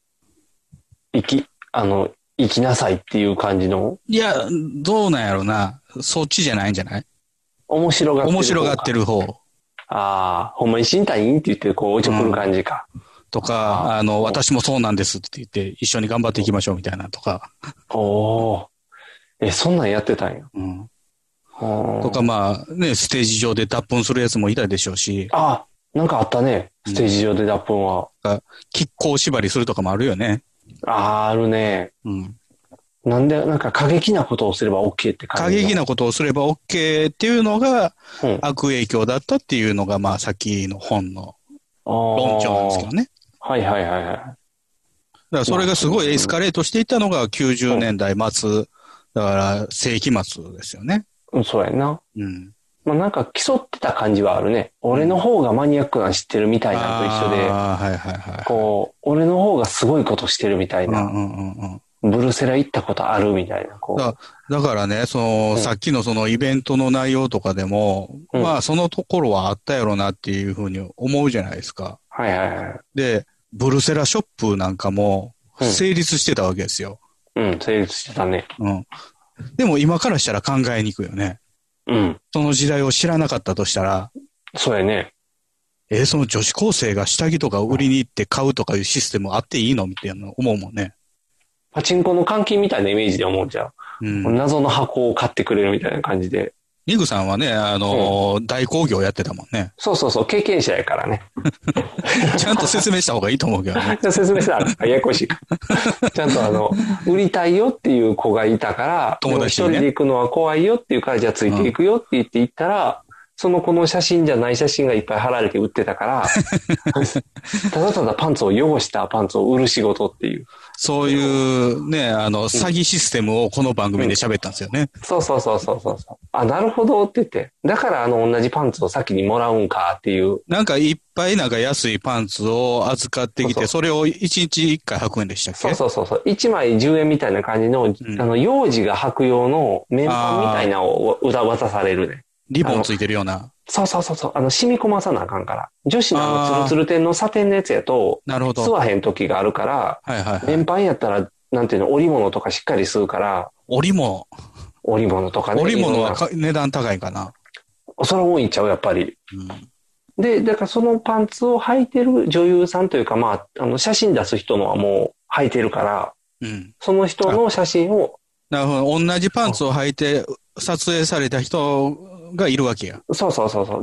きなさいっていう感じの。いや、どうなんやろな。そっちじゃないんじゃない？面白がってる方。ほんまに死にたいんって言って、こう、おちょくる感じか。とか、私もそうなんですって言って、一緒に頑張っていきましょうみたいなとか。そんなんやってたんや。とか、まあ、ね、ステージ上で脱粉するやつもいたでしょうし。なんかあったね。ステージ上で脱粉は。亀甲縛りするとかもあるよね。あるね。なんか過激なことをすれば OK って感じ。過激なことをすれば OK っていうのが、悪影響だったっていうのが、まあ、さっきの本の論調なんですけどね。だからそれがすごいエスカレートしていったのが90年代末、だから世紀末ですよね。そうやな。まあなんか競ってた感じはあるね。俺の方がマニアックなの知ってるみたいなのと一緒で、こう、俺の方がすごいことしてるみたいな。ブルセラ行ったことあるみたいな。だからね、さっきのそのイベントの内容とかでも、まあそのところはあったやろなっていうふうに思うじゃないですか。で、ブルセラショップなんかも成立してたわけですよ。成立してたね。でも今からしたら考えにくいよね。その時代を知らなかったとしたら。そうやね。その女子高生が下着とか売りに行って買うとかいうシステムあっていいのみたいな思うもんね。パチンコの換金みたいなイメージで思うじゃん。謎の箱を買ってくれるみたいな感じで。ニグさんはね、代行業やってたもんね。そう、経験者やからね。ちゃんと説明した方がいいと思うけどね。説明したら、ややこしい。ちゃんと売りたいよっていう子がいたから、友達にね、一人で行くのは怖いよっていうから、じゃあついていくよって言って行ったら、その子の写真じゃない写真がいっぱい貼られて売ってたから、ただただパンツを汚したパンツを売る仕事っていう。そういうね、詐欺システムをこの番組で喋ったんですよね。そう。なるほどって言って。だから同じパンツを先にもらうんかっていう。なんかいっぱいなんか安いパンツを預かってきて、それを1日1回履くんでしたっけ？そう。1枚10円みたいな感じの、幼児が履く用の綿パンみたいなのを渡されるね。リボンついてるような。そう。染み込まさなあかんから。女子のツルツル天のサテンのやつやと、なるほど。吸わへん時があるから、綿パンやったら、なんていうの、織物とかしっかり吸うから。織物とかね。織物は値段高いかな。それ多いんちゃう、やっぱり。で、だからそのパンツを履いてる女優さんというか、まあ、写真出す人のはもう履いてるから、その人の写真を。なるほど。同じパンツを履いて撮影された人がいるわけや。そう。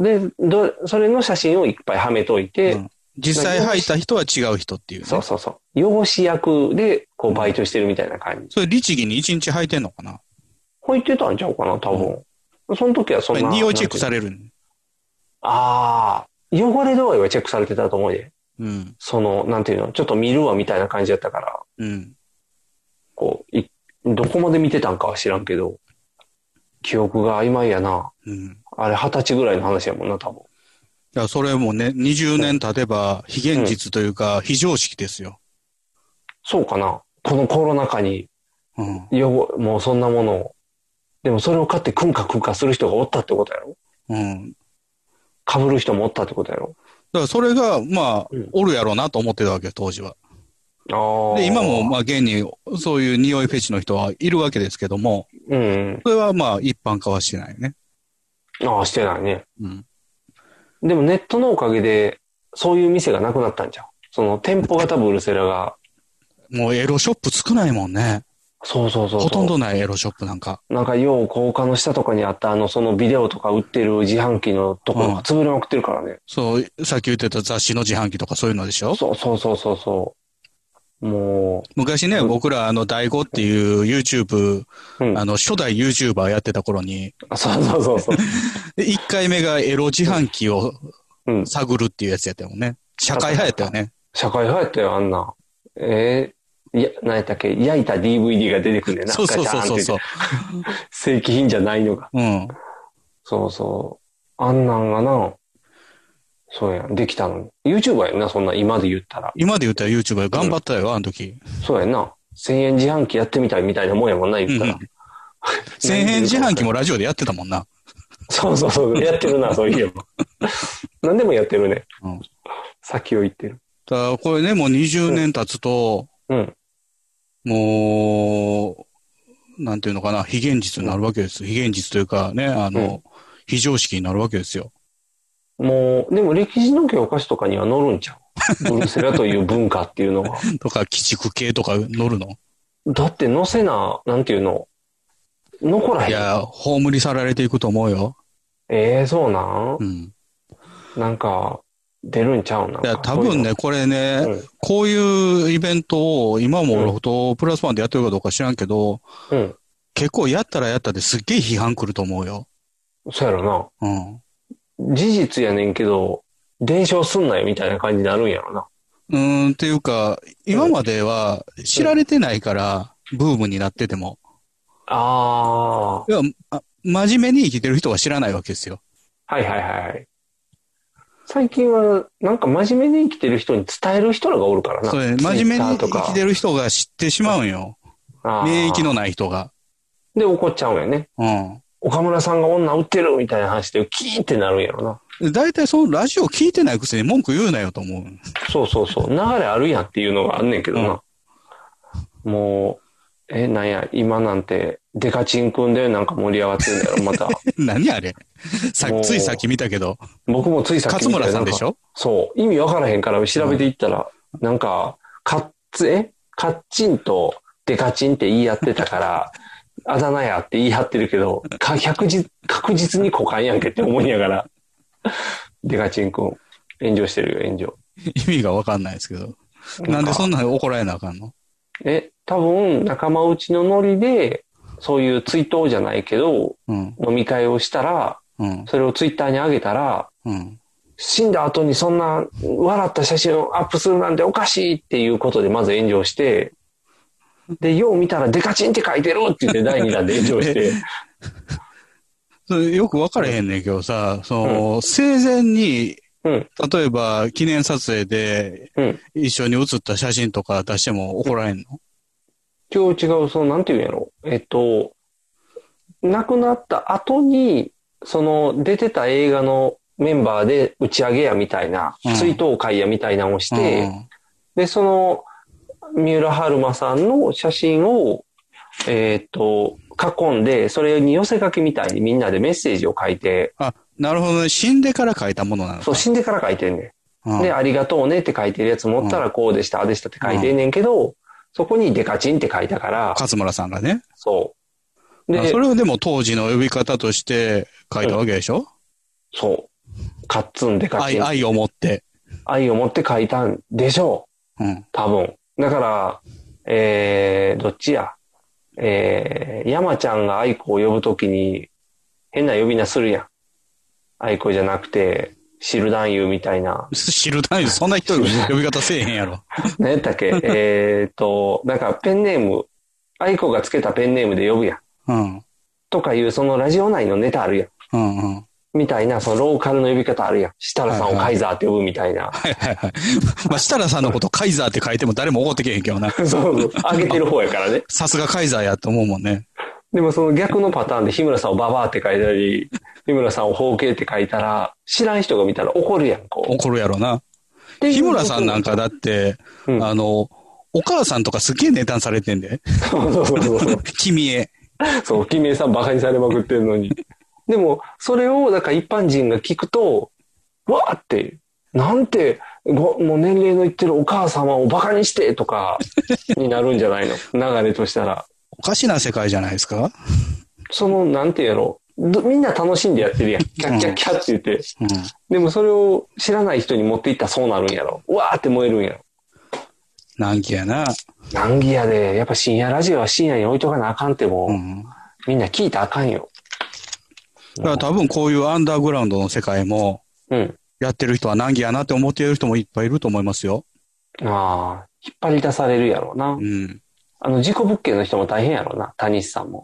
で、それの写真をいっぱいはめといて、実際履いた人は違う人っていうね。そう。汚し役で、こう、バイトしてるみたいな感じ。それ、律儀に1日履いてんのかな？履いてたんちゃうかな、多分。その時はそんな。匂いチェックされる。汚れ度合いはチェックされてたと思うで。なんていうの、ちょっと見るわみたいな感じだったから。こう、どこまで見てたんかは知らんけど、記憶が曖昧やな。あれ20歳ぐらいの話やもんな、多分。いや、それもね、20年経てば非現実というか、非常識ですよ。そうかな。このコロナ禍に、もうそんなものを。でもそれを買ってクンカする人がおったってことやろ？被る人もおったってことやろ？だからそれが、まあ、おるやろうなと思ってたわけ、当時は。で、今も、まあ、現に、そういう匂いフェチの人はいるわけですけども、それはまあ、一般化はしてないね。してないね。でもネットのおかげで、そういう店がなくなったんじゃん。 その店舗型ブルセラが。 もうエロショップ少ないもんね。 そうそうそう。 ほとんどないエロショップなんか。 なんか、要高架の下とかにあったそのビデオとか売ってる自販機のところが潰れまくってるからね。 そう、さっき言ってた雑誌の自販機とかそういうのでしょ？ そうそうそうそうそう。もう。 昔ね、僕ら第5っていう YouTube、初代 YouTuber やってた頃に。 そうそうそうそう。 1回目がエロ自販機を探るっていうやつやったもんね。社会派やったよね。 社会派やったよ、あんな。いや、何やったっけ、焼いた DVD が出てくるねんな。 そうそうそうそう。 正規品じゃないのが。 うん。 そうそう。あんなんがな、そうやん、できたのに。YouTuber やんな、そんな、今で言ったら。 今で言ったら YouTuber 頑張ったよ、あの時。 そうやんな。1000円自販機やってみたいみたいなもんやもんな、言ったら。 1000円自販機もラジオでやってたもんな。 そうそうそう、やってるな、そういえば。何でもやってるね。うん。先を言ってる。 だこれね、もう20年経つと、もう、なんていうのかな、非現実になるわけです。非現実というかね、非常識になるわけですよ。 もう、でも歴史の教科書とかには載るんちゃう？ブルセラという文化っていうのが。 とか、鬼畜系とか載るの？ だって載せな、なんていうの、残らへん。 いや、葬り去られていくと思うよ。 そうなん？うん。なんか、出るんちゃうな。 いや、多分ね、これね、こういうイベントを今もロフトプラスワンでやってるかどうか知らんけど、結構やったらやったですっげえ批判来ると思うよ。 そうやろな。事実やねんけど、伝承すんなよみたいな感じになるんやろな。 っていうか、今までは知られてないから、ブームになってても。いや、真面目に生きてる人は知らないわけですよ。 はいはいはい。最近は、なんか真面目に生きてる人に伝える人らがおるからな。 そうね、真面目に生きてる人が知ってしまうんよ。免疫のない人が。 で、怒っちゃうんやね。岡村さんが女売ってるみたいな話でキーってなるんやろな。 大体そのラジオ聞いてないくせに文句言うなよと思う。 そうそうそう。流れあるやんっていうのがあんねんけどな。もう、なんや、今なんて、デカチンくんでなんか盛り上がってるんだよ、また。 何あれついさっき見たけど。 僕もついさっき見た。 勝村さんでしょ？ そう。意味わからへんから調べていったら、なんか、カッチンとデカチンって言い合ってたから、あだ名やって言い張ってるけど、確実に股間やんけって思いながら、デカチンくん、炎上してるよ、炎上。 意味がわかんないですけど。なんでそんなに怒られなあかんの？ 多分、仲間内のノリで、そういう追悼じゃないけど、飲み会をしたら、それをツイッターに上げたら、死んだ後にそんな笑った写真をアップするなんておかしいっていうことでまず炎上して、で、よう見たらデカチンって書いてるって言って第2弾で炎上して。 それよく分からへんねんけどさ、生前に、例えば記念撮影で一緒に写った写真とか出しても怒られんの？ 違う、なんていうんやろ。亡くなった後に、出てた映画のメンバーで打ち上げやみたいな、追悼会やみたいなのをして、で、三浦春馬さんの写真を、囲んで、それに寄せ書きみたいにみんなでメッセージを書いて。 なるほどね。死んでから書いたものなのか。 そう、死んでから書いてんねん。で、ありがとうねって書いてるやつ持ったらこうでした、あでしたって書いてんねんけど、そこにデカチンって書いたから。 勝村さんがね。 そう。 で、それをでも当時の呼び方として書いたわけでしょ？ そう。カッツンデカチン。 愛を持って。 愛を持って書いたんでしょう。多分。だから、どっちや。山ちゃんが愛子を呼ぶときに変な呼び名するやん。愛子じゃなくて、シル男優みたいな。 シル男優、そんな人呼び方せえへんやろ。 何やったっけなんかペンネーム、愛子がつけたペンネームで呼ぶやん。とかいうそのラジオ内のネタあるやん。みたいな、そのローカルの呼び方あるやん。設楽さんをカイザーって呼ぶみたいな。 まあ、設楽さんのことカイザーって書いても誰も怒ってけへんけどな。 そう。あげてる方やからね。 さすがカイザーやと思うもんね。 でもその逆のパターンで日村さんをババーって書いたり、日村さんを包茎って書いたら、知らん人が見たら怒るやん、こう。 怒るやろな。日村さんなんかだって、お母さんとかすげえネタされてんで。 そう。 君へ。 そう、君へさんバカにされまくってんのに。でも、それを、だから一般人が聞くと、わーって、なんてもう年齢のいってるお母様をバカにしてとかになるんじゃないの流れとしたら。 おかしな世界じゃないですか。 なんてやろう。みんな楽しんでやってるやん。キャッキャッキャッって言って。うん、でもそれを知らない人に持っていったらそうなるんやろ。うわーって燃えるんやろ。 難儀やな。 難儀やで。やっぱ深夜ラジオは深夜に置いとかなあかんってもう、みんな聞いたらあかんよ。 だから多分こういうアンダーグラウンドの世界も、やってる人は難儀やなって思っている人もいっぱいいると思いますよ。 ああ、引っ張り出されるやろうな。事故物件の人も大変やろうな、谷西さんも。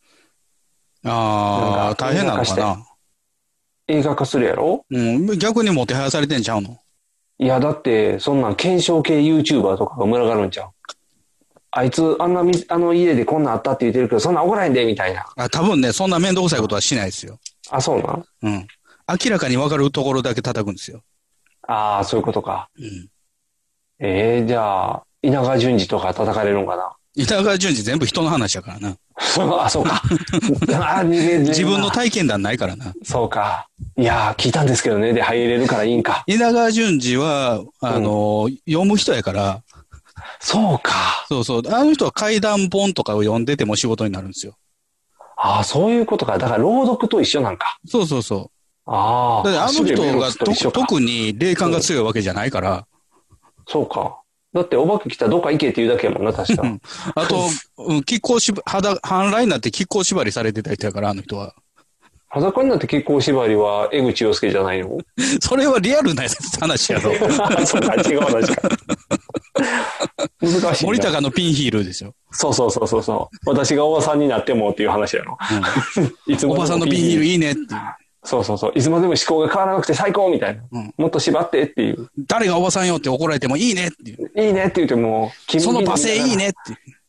ああ、大変なのかな。 映画化するやろ？ 逆にもてはやされてんちゃうの？ いや、だって、そんなん検証系 YouTuber とかが群がるんちゃう？あいつ、あの家でこんなんあったって言ってるけど、そんなん怒らへんで、みたいな。 多分ね、そんな面倒くさいことはしないですよ。 あ、そうなん？ 明らかに分かるところだけ叩くんですよ。 ああ、そういうことか。じゃあ、稲川淳二とか叩かれるのかな？ 稲川淳二全部人の話やからな。 あ、そうか。 自分の体験談ないからな。 そうか。いやー、聞いたんですけどね。で、入れるからいいんか。 稲川淳二は、読む人やから。 そうか。 そうそう。あの人は怪談本とかを読んでても仕事になるんですよ。 ああ、そういうことか。だから朗読と一緒なんか。 そうそうそう。 ああ。 だってあの人が特に霊感が強いわけじゃないから。 そうか。だってお化け来たらどっか行けって言うだけやもんな、確か。 あと、半裸になって亀甲縛りされてた人やから、あの人は。 裸になって亀甲縛りは江口洋介じゃないの？ それはリアルな話やろ。 そうか、違う話か。難しい。 森高のピンヒールですよ。 そう。私がおばさんになってもっていう話やろ。 いつもおばさんのピンヒールいいねっていう。 そう。いつまでも思考が変わらなくて最高みたいな。もっと縛ってっていう。 誰がおばさんよって怒られてもいいねっていう。 いいねって言っても、 その罵声いいねって。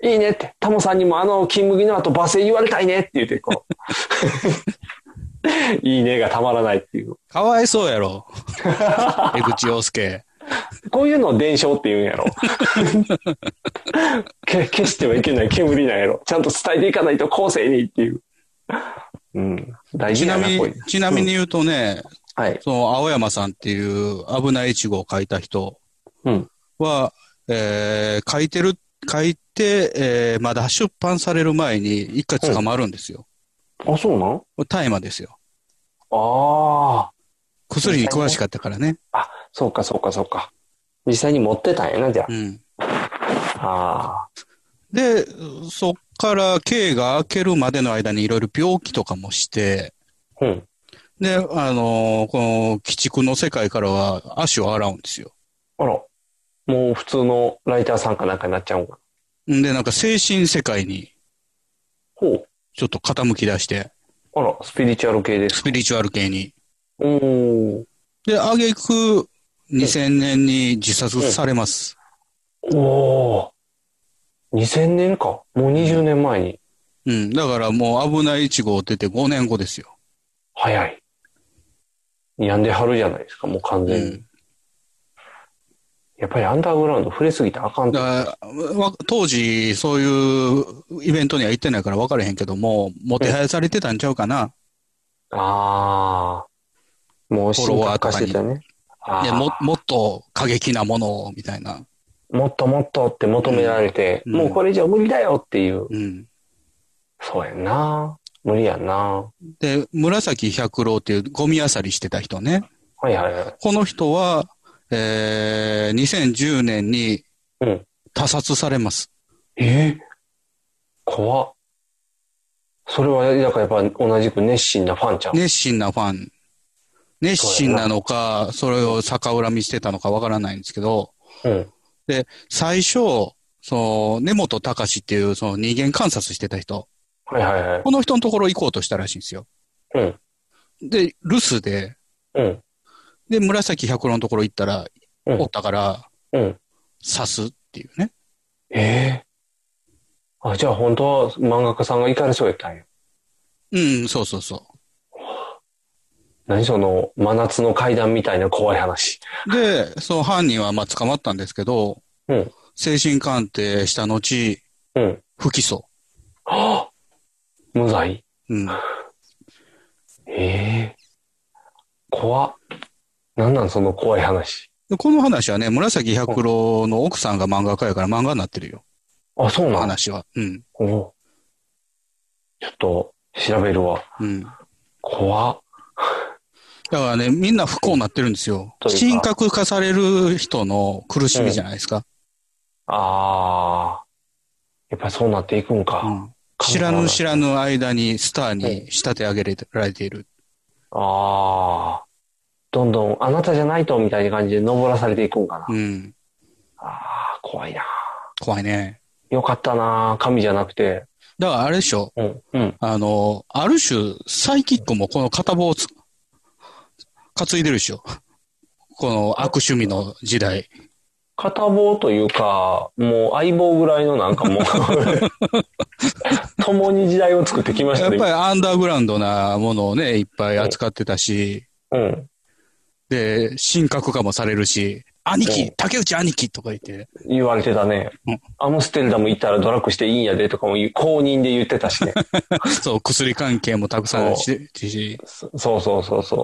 いいねって。タモさんにも金麦の後罵声言われたいねって言って、こう。いいねがたまらないっていう。 かわいそうやろ。江口洋介。 こういうのを伝承って言うんやろ。消してはいけない煙なんやろ。ちゃんと伝えていかないと後世にっていう。大事なちなみに言うとね、その青山さんっていう危ないイチゴを書いた人は、書いて、まだ出版される前に一回捕まるんですよ。 あ、そうなん？ 大麻ですよ。 ああ。 薬に詳しかったからね。 あ、そうか。実際に持ってたんやな、じゃあ。 で、そっから刑が明けるまでの間にいろいろ病気とかもして、で、この鬼畜の世界からは足を洗うんですよ。 あら。もう普通のライターさんかなんかになっちゃうんか。 で、なんか精神世界に、ちょっと傾き出して。 あら、スピリチュアル系ですか？ スピリチュアル系に。で、挙句、2000年に自殺されます。 おー。2000年か。もう20年前に。 だからもう危ないイチゴを出て5年後ですよ。 早い。病んではるじゃないですか、もう完全に。やっぱりアンダーグラウンド触れすぎてあかんと。 当時、そういうイベントには行ってないから分からへんけども、もてはやされてたんちゃうかな。 ああ。もう進化してたね。 もっと過激なものを、みたいな。 もっともっとって求められて、もうこれ以上無理だよっていう。そうやんな。無理やんな。 で、紫百郎っていうゴミ漁りしてた人ね。 この人は、2010年に他殺されます。 怖っ。それは、だからやっぱ同じく熱心なファンちゃん。 熱心なファン。熱心なのか、それを逆恨みしてたのかわからないんですけど、で、最初、根本隆っていう、人間観察してた人。この人のところ行こうとしたらしいんですよ。で、留守で、で、紫百郎のところ行ったら、おったから、刺すっていうね。 あ、じゃあ本当は漫画家さんが行かれそうやったんや。 そう。 何その、真夏の階段みたいな怖い話。 で、犯人は捕まったんですけど、精神鑑定した後、不起訴。 無罪？怖っ。なんその怖い話。 でこの話はね、紫百郎の奥さんが漫画家やから漫画になってるよ。 あ、そうなの？ 話は。うん。 お、ちょっと、調べるわ。 うん。 怖っ。 だからね、みんな不幸になってるんですよ。神格化される人の苦しみじゃないですか。 ああ。やっぱりそうなっていくんか。 うん、知らぬ間にスターに仕立て上げられている。 ああ。どんどん、あなたじゃないとみたいな感じで登らされていくんかな。 うん。 ああ、怖いな。 怖いね。 よかったな、神じゃなくて。 だからあれでしょ。 うん。うん。 ある種、サイキックもこの片棒を担いでるでしょ。この悪趣味の時代。 片棒というか、もう相棒ぐらいのなんかもう、共に時代を作ってきましたね。 やっぱりアンダーグラウンドなものをね、いっぱい扱ってたし。 うん。 で、神格化もされるし、兄貴、竹内兄貴とか言って。 言われてたね。うん、アムステルダム行ったらドラッグしていいんやでとかも公認で言ってたしね。 そう、薬関係もたくさんしてし。 そう。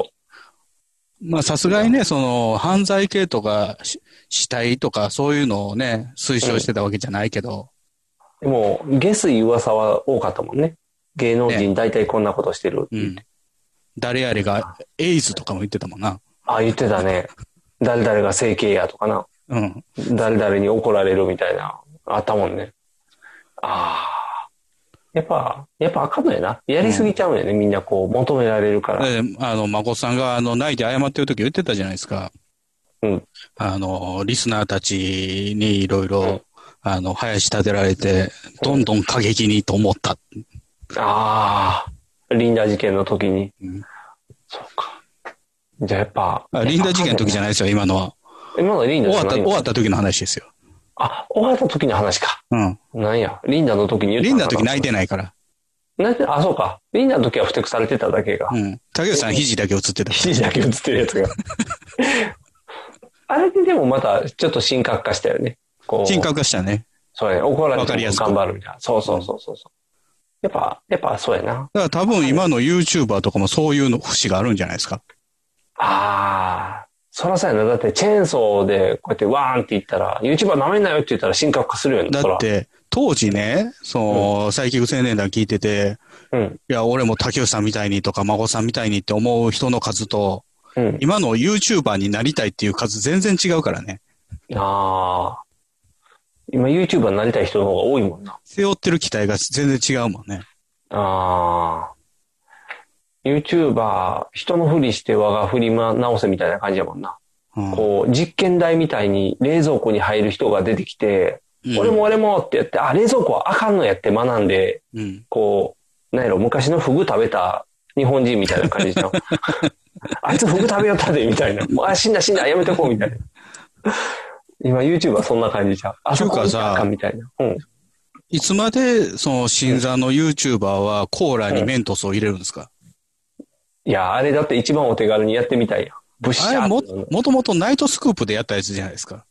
まあさすがにね、その、犯罪系とか、死体とかそういうのをね、推奨してたわけじゃないけど。 でも、下水噂は多かったもんね。芸能人大体こんなことしてるって言って。 うん。誰あれが、エイズとかも言ってたもんな。 あ、言ってたね。誰々が整形やとかな。 うん。 誰々に怒られるみたいな、あったもんね。ああ。やっぱあかんのやな。やりすぎちゃうんやね、みんなこう、求められるから。 孫さんが泣いて謝ってる時言ってたじゃないですか。 うん。 リスナーたちにいろいろ、林立てられて、どんどん過激にと思った。 ああ。リンダ事件の時に。うん。そうか。じゃあやっぱ。 リンダ事件の時じゃないですよ、今のは。 今のはリンダじゃない。 終わった時の話ですよ。 あ、終わった時の話か。 うん。 なんや、リンダの時に言った。 リンダの時泣いてないから。 あ、そうか。リンダの時はふてくされてただけが。 うん。竹内さん肘だけ映ってた。 肘だけ映ってるやつが。あれででもまたちょっと神格化したよね。 こう。神格化したね。 そうね。怒られても頑張るみたいな。そう。やっぱそうやな。だから多分今の YouTuber とかもそういうの節があるんじゃないですか。 ああ。そらそうやな。だってチェーンソーでこうやってワーンって言ったら、YouTuber 舐めんなよって言ったら神格化するよね。 だって、当時ね、サイキック青年団聞いてて、うん、いや、俺も竹内さんみたいにとか孫さんみたいにって思う人の数と、うん、今の YouTuber になりたいっていう数全然違うからね。 ああ。今 YouTuber になりたい人の方が多いもんな。 背負ってる期待が全然違うもんね。 ああ。YouTuber、人のふりして我が振り直せみたいな感じやもんな。うん、こう、実験台みたいに冷蔵庫に入る人が出てきて、うん、俺もってやって、あ、冷蔵庫はあかんのやって学んで、うん、こう、なんやろ、昔のフグ食べた日本人みたいな感じじゃん。あいつフグ食べよったで、みたいな。もう、死んだ、やめとこう、みたいな。今 YouTuber はそんな感じじゃん。あそこはあかんみたいな。うん。 いつまで、その、新参の YouTuber はコーラにメントスを入れるんですか？ いや、あれだって一番お手軽にやってみたいやん。ブッシャー。 もともとナイトスクープでやったやつじゃないですか。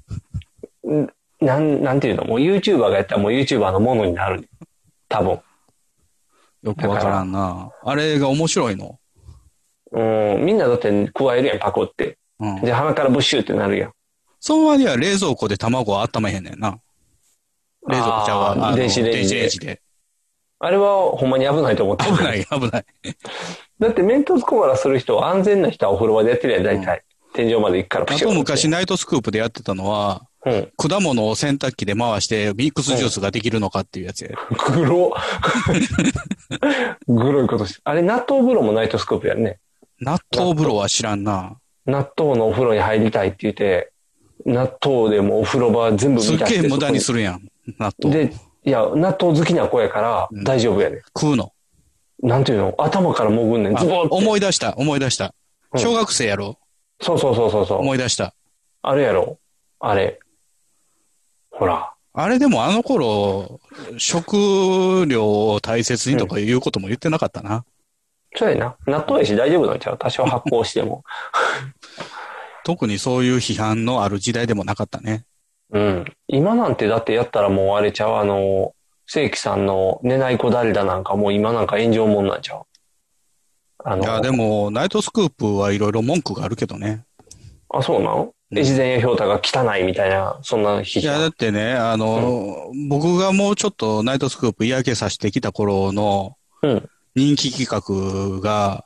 なんていうの？もう YouTuber がやったらもう YouTuber のものになる。多分。 よくわからんな。あれが面白いの？ みんなだって加えるやん、パコって。うん、じゃあ鼻からブッシュってなるやん。 その割には冷蔵庫で卵を温めへんねんな。冷蔵庫ちゃうわ。電子レンジで。 あれはほんまに危ないと思ってる。 危ない。 だってメントスコーラする人、安全な人はお風呂場でやってるやん、大体。天井まで行くからプシュッ。あと昔ナイトスクープでやってたのは、果物を洗濯機で回してミックスジュースができるのかっていうやつや。 グロいことして。あれ、納豆風呂もナイトスクープやんね。 納豆風呂は知らんな。 納豆のお風呂に入りたいって言って、納豆でもお風呂場全部見たして。すっげえ無駄にするやん、納豆。 で、いや、納豆好きな子やから大丈夫やね、 食うの？ なんていうの？頭から潜んねん。ズボーって。 思い出した。小学生やろ？ そう。 思い出した。 あれやろ？あれ。ほら。 あれでもあの頃、食料を大切にとかいうことも言ってなかったな。 そうやな。納豆やし大丈夫なんちゃう？多少発酵しても。 特にそういう批判のある時代でもなかったね。 うん。今なんてだってやったらもうあれちゃう、正規さんの寝ない子誰だなんかもう今なんか炎上もんなんちゃう。 いや、でも、ナイトスクープはいろいろ文句があるけどね。 あ、そうなの？ 越前屋ひょうたが汚いみたいな、そんな日いや、だってね、僕がもうちょっとナイトスクープ嫌気さしてきた頃の人気企画が、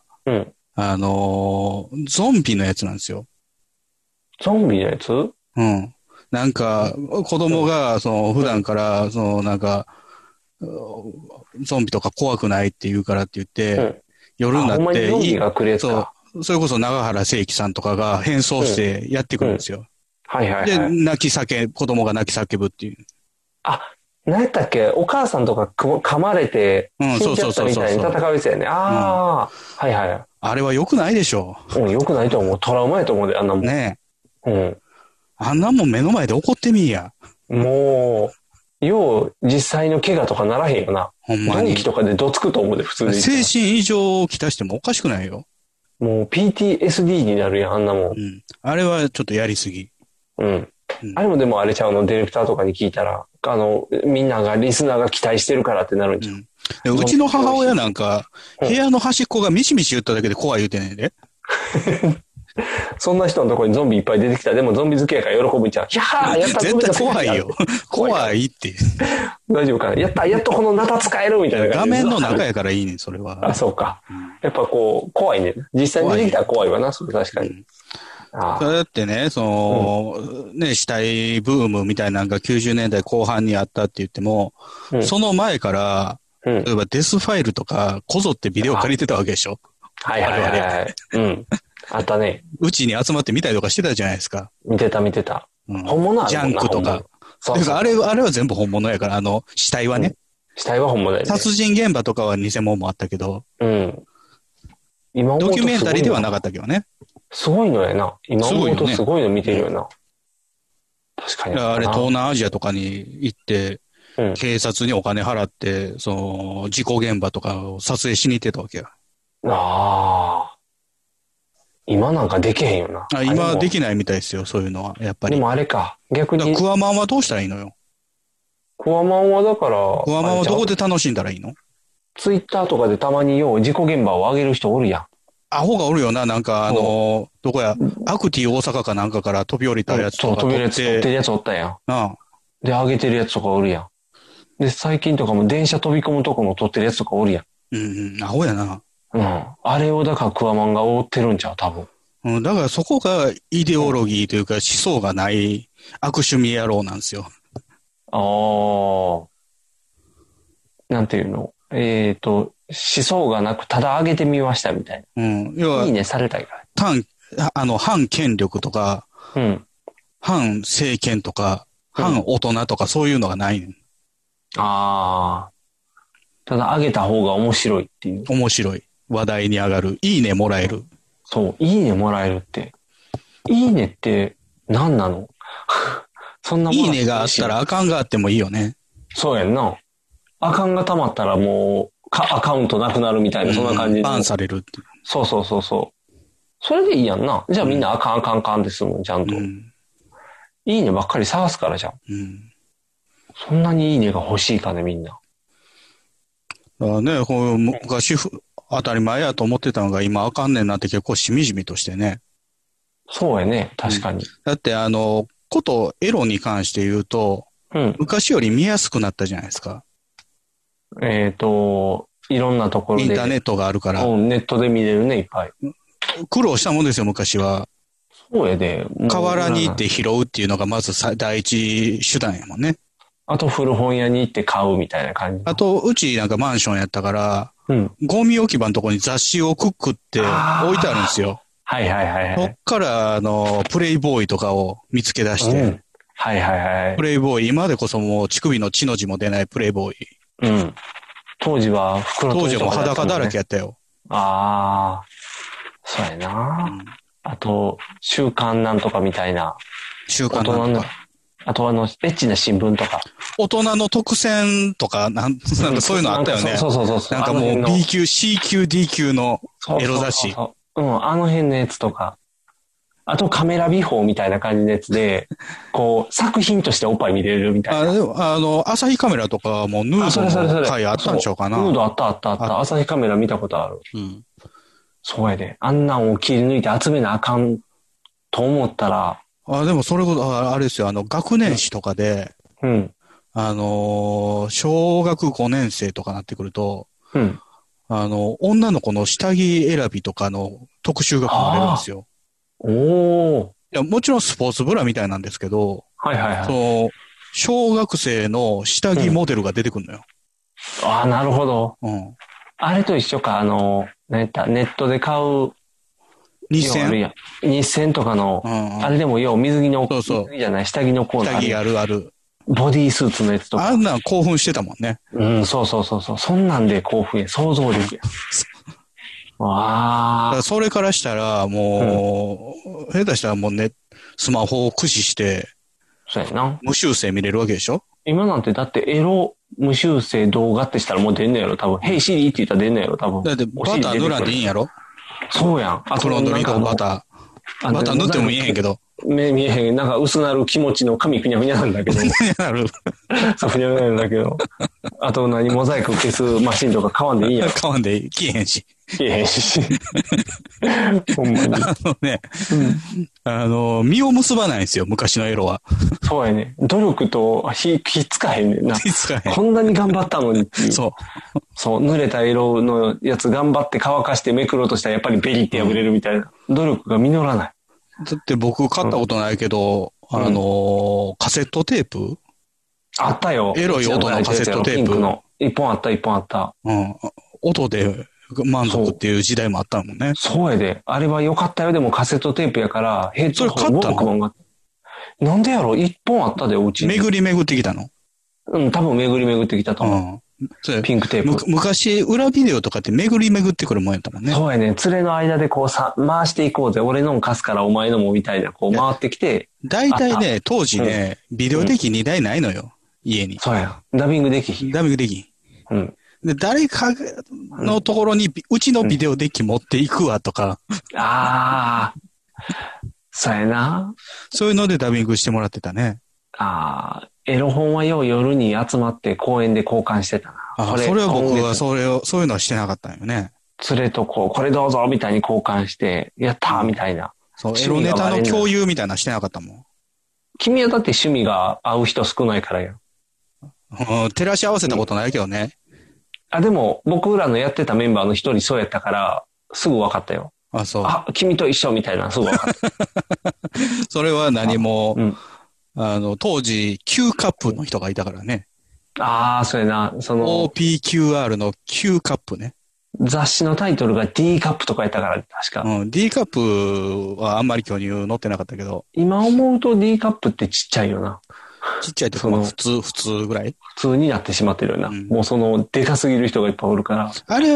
ゾンビのやつなんですよ。 ゾンビのやつ？ うん。なんか、子供が、普段から、なんか、ゾンビとか怖くないって言うからって言って、夜になって、それこそ長原聖輝さんとかが変装してやってくるんですよ。 はいはいはい。 で、子供が泣き叫ぶっていう。 あ、何やったっけ？お母さんとか噛まれて、死んじゃったみたいに戦うやつやね。ああ、はいはい。 あれは良くないでしょ。 良くないと思う。トラウマやと思うで、あんなもん。 ねえ。あんなもん目の前で怒ってみいや。 もう、よう実際の怪我とかならへんよな。 ほんまに。 ドンキとかでどつくと思うで、普通に。 精神異常をきたしてもおかしくないよ。 もう PTSD になるやん、あんなもん。 あれはちょっとやりすぎ。 あれもでもあれちゃうの、ディレクターとかに聞いたら、みんなが、リスナーが期待してるからってなるんちゃう。 うちの母親なんか、部屋の端っこがミシミシ言っただけで怖い言うてねんで。 そんな人のところにゾンビいっぱい出てきたら、でもゾンビ好きやから喜ぶんちゃう。ひゃーやった絶対怖いよ。怖いって。 大丈夫かな。やっとこのナタ使えるみたいな感じ。 画面の中やからいいねん、それは。 あ、そうか。やっぱ怖いね。実際に出てきたら怖いわな、それ確かに。 それだってね、死体ブームみたいなのが90年代後半にあったって言っても、その前から、例えばデスファイルとか、こぞってビデオ借りてたわけでしょ。 はいはいはい。あったね。 うちに集まって見たりとかしてたじゃないですか。 見てた。本物あるジャンクとか。あれは全部本物やから、死体はね。 死体は本物やね。 殺人現場とかは偽物もあったけど。 今ドキュメンタリーではなかったけどね。 すごいのやな。今思うとすごいの見てるよな。確かに。 あれ、東南アジアとかに行って、警察にお金払って、事故現場とかを撮影しに行ってたわけや。 ああ。今なんかできへんよな。 今できないみたいですよ、そういうのは。やっぱり。 でもあれか。逆に。 クワマンはどうしたらいいのよ。 クワマンはだから。 クワマンはどこで楽しんだらいいの？ ツイッターとかでたまに事故現場を上げる人おるやん。 アホがおるよな、なんかどこや、アクティ大阪かなんかから飛び降りたやつとか飛び降りやつ撮ってるやつおったやん。で、上げてるやつとかおるやん。で、最近とかも電車飛び込むとこも撮ってるやつとかおるやん。 アホやな。 あれをだからクワマンが覆ってるんちゃう、多分。 だからそこがイデオロギーというか思想がない悪趣味野郎なんですよ。 なんていうの？思想がなく、ただ上げてみましたみたいな。要は、いいね、されたいから。 反権力とか、反政権とか、反大人とかそういうのがないねん。 ただ上げた方が面白いっていう。 面白い。話題に上がる。いいねもらえる。 そう、いいねもらえるって。いいねって何なの？そんなもん。 いいねがあったらあかんがあってもいいよね。 そうやんな。あかんが溜まったらもう、アカウントなくなるみたいな、そんな感じで。 バンされるっていう。 そう。それでいいやんな。じゃあみんなあかんですもん、ちゃんと。いいねばっかり探すからじゃん。そんなにいいねが欲しいかね、みんな。 だからね、昔当たり前やと思ってたのが今あかんねんなって結構しみじみとしてね。 そうやね、確かに。 だってことエロに関して言うと、昔より見やすくなったじゃないですか。 いろんなところで。 インターネットがあるから。 ネットで見れるね、いっぱい。 苦労したもんですよ、昔は。 そうやで。 河原に行って拾うっていうのがまず第一手段やもんね。 あと古本屋に行って買うみたいな感じ。 あと、うちなんかマンションやったから、ゴミ置き場のとこに雑誌をくくって置いてあるんですよ。 はい。 そっからプレイボーイとかを見つけ出して。プレイボーイ、今でこそもう乳首の血の字も出ないプレイボーイ。 当時は当時はもう裸だらけやったよ。 そうやな。あと、週刊なんとかみたいな。 週刊なんとか。 あとエッチな新聞とか。 大人の特選とか、なんかそういうのあったよね。 そう。 なんかもう B 級、C 級、D 級のエロ雑誌。 あの辺のやつとか。あとカメラ美法みたいな感じのやつで、作品としておっぱい見れるみたいな。 朝日カメラとかもヌードの回あったんちゃうかな。 ヌードあった。朝日カメラ見たことある。そうやで。あんなんを切り抜いて集めなあかんと思ったら、 でもそれこそ、あれですよ、学年誌とかで、 うん。 小学5年生とかなってくると、 うん。 女の子の下着選びとかの特集が組まれるんですよ。 おー。 いや、もちろんスポーツブラみたいなんですけど、 はいはいはい。 その、小学生の下着モデルが出てくるのよ。 ああ、なるほど。 うん。 あれと一緒か、ネットで買う、 日銭日銭とかの、あれでも水着の、 そうそう水着じゃない、下着のコーナー。 下着あるある。 ボディースーツのやつとか。 あんなん興奮してたもんね。 うん、そう。そんなんで興奮や。想像力や。わあ。 それからしたら、もう、下手したらもうね、スマホを駆使して、 そうやな。 無修正見れるわけでしょ？ 今なんてだってエロ無修正動画ってしたらもう出んのやろ、多分。ヘイシリって言ったら出んのやろ、多分。 だってバター塗らんでいいんやろ？ そうやん。 フロントにバター。バター塗っても見えへんけど。 見えへん。なんか薄なる気持ちの髪ふにゃふにゃなんだけど。 ふにゃなる。 そう、ふにゃふにゃなんだけど。あとモザイク消すマシンとか買わんでいいんやろ。 買わんでいい。消えへんし。 消えへんし。ほんまに。 実を結ばないんですよ、昔のエロは。 そうやね。努力とひっつかへんねんな。 ひっつかへん。 こんなに頑張ったのにっていう。 そう。 そう、濡れた色のやつ頑張って乾かしてめくろうとしたらやっぱりベリって破れるみたいな。努力が実らない。 だって僕買ったことないけど、カセットテープあったよ。 エロい音のカセットテープ。 ピンクの。一本あった。 うん。音で満足っていう時代もあったもんね。 そうやで。あれは良かったよ。でもカセットテープやから、 ヘッドホン。それ買ったの？ なんでやろ？一本あったで、うちに。 巡りってきたの？ うん、多分巡りってきたと思う。ピンクテープ。 昔、裏ビデオとかって巡りってくるもんやったもんね。 そうやね。連れの間でこう回していこうぜ。俺のも貸すからお前のもみたいな、こう回ってきて。 大体ね、当時ね、ビデオデッキ2台ないのよ。家に。 そうや。ダビングできひん。うん。 で、誰かのところに、うちのビデオデッキ持っていくわとか。 ああ。そうやな。 そういうのでダビングしてもらってたね。 ああ。エロ本はよう夜に集まって公園で交換してたな。 それは僕はそういうのはしてなかったんよね。 連れとこれどうぞみたいに交換して、やったーみたいな。 そう、エロネタの共有みたいなしてなかったもん。 君はだって趣味が合う人少ないからよ。 照らし合わせたことないけどね。 でも、僕らのやってたメンバーの一人そうやったから、すぐ分かったよ。 そう。 君と一緒みたいな、すぐ分かった。 それは何も、当時、Q カップの人がいたからね。 そうやな。 OPQR の Q カップね。 雑誌のタイトルが D カップとかやったから、確か。 D カップはあんまり巨乳載ってなかったけど。 今思うと D カップってちっちゃいよな。 ちっちゃいとか、普通ぐらい普通になってしまってるよな。もうでかすぎる人がいっぱいおるから。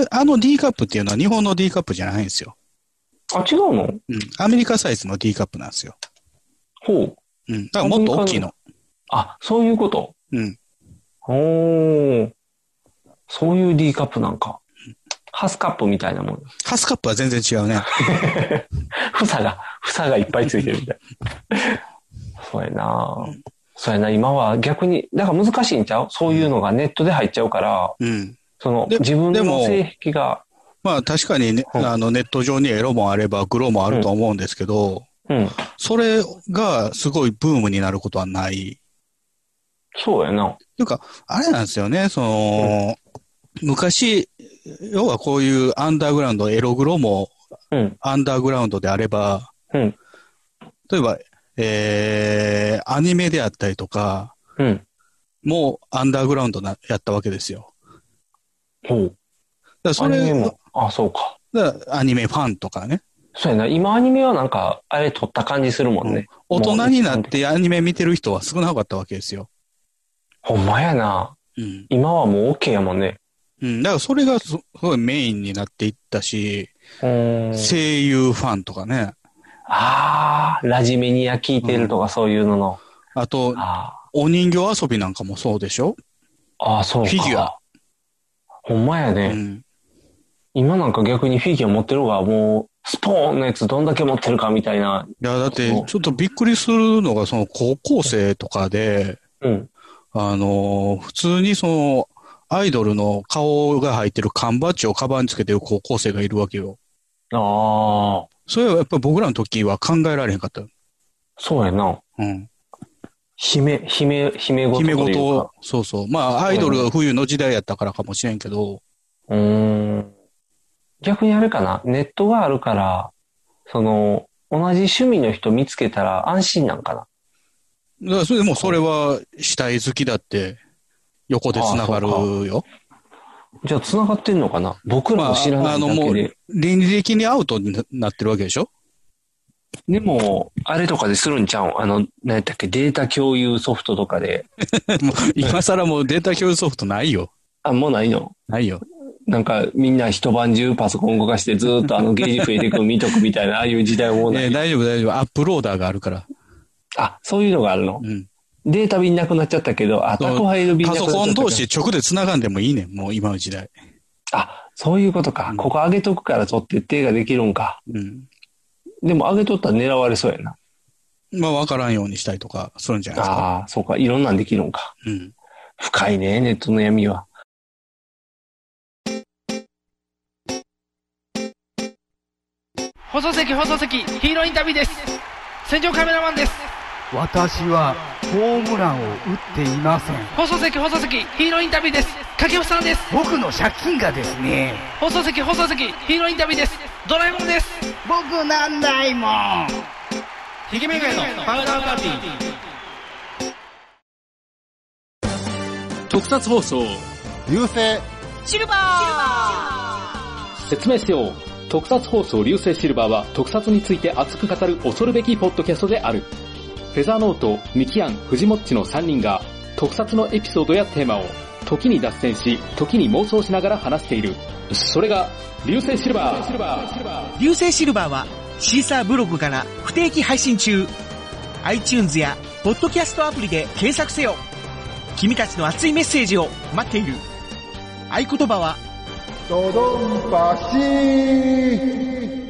D カップっていうのは日本の D カップじゃないんですよ。 違うの？ アメリカサイズの D カップなんですよ。 ほう。 だからもっと大きいの。 そういうこと？そういう D カップなんか。ハスカップみたいなもん。 ハスカップは全然違うね。 房がいっぱいついてるみたい。そうやな。今は逆に、だから難しいんちゃう？そういうのがネットで入っちゃうから、自分の性癖が。 まあ確かにね、ネット上にエロもあればグロもあると思うんですけど、それがすごいブームになることはない。 そうやな。 というか、あれなんですよね、昔、要はこういうアンダーグラウンド、エログロもアンダーグラウンドであれば、例えば、アニメであったりとか、もうアンダーグラウンドやったわけですよ。それも、 そうか。 アニメファンとかね。 そうやな。今アニメはなんか、あれ撮った感じするもんね。 大人になってアニメ見てる人は少なかったわけですよ。 ほんまやな。今はもう OK やもんね。 だからそれがすごいメインになっていったし、声優ファンとかね。 ラジメニア聞いてるとかそういうのの。 あと、お人形遊びなんかもそうでしょ？ そうか。 フィギュア。 ほんまやね。今なんか逆にフィギュア持ってる方がもう、スポーンのやつどんだけ持ってるかみたいな。 いや、だって、ちょっとびっくりするのが、高校生とかで、普通にアイドルの顔が入ってる缶バッジをカバンにつけてる高校生がいるわけよ。それはやっぱり僕らの時は考えられへんかった。 そうやな。 うん。 姫事というか。 そうそう。まあ、アイドルが冬の時代やったからかもしれんけど。 逆にあれかな。ネットがあるから、同じ趣味の人見つけたら安心なんかな。 だからそれでもそれは死体好きだって横で繋がるよ。 じゃあ繋がってんのかな。僕らも知らないだけで。 もう倫理的にアウトになってるわけでしょ。 でも、あれとかでするんちゃう？何やったっけ、データ共有ソフトとかで。 もう今更もうデータ共有ソフトないよ。 あ、もうないの？ ないよ。 なんかみんな一晩中パソコン動かしてずーっとゲージ増えてくの見とくみたいな、ああいう時代もない。 大丈夫大丈夫。アップローダーがあるから。 あ、そういうのがあるの？うん。データ便なくなっちゃったけど、宅配の便なくなっちゃった。パソコン同士直で繋がんでもいいねん、もう今の時代。 あ、そういうことか。ここ上げとくから取って手ができるんか。うん。でも上げとったら狙われそうやな。 まあ分からんようにしたりとかするんじゃないですか。 ああ、そうか。いろんなんできるんか。うん。深いね、ネットの闇は。 放送席ヒーローインタビューです。戦場カメラマンです。 私はホームランを打っていません。 放送席ヒーローインタビューです。掛布さんです。 僕の借金がですね。 放送席ヒーローインタビューです。ドラえもんです。 僕なんだいもん。 ひげめがえのパウダーパーティー。特撮放送流星シルバー。説明しよう。特撮放送流星シルバーは特撮について熱く語る恐るべきポッドキャストである。フェザーノート、ミキアン、フジモッチの3人が特撮のエピソードやテーマを時に脱線し、時に妄想しながら話している。それが流星シルバー。 流星シルバーはシーサーブログから不定期配信中。iTunes やポッドキャストアプリで検索せよ。君たちの熱いメッセージを待っている。合言葉はドドンパシー。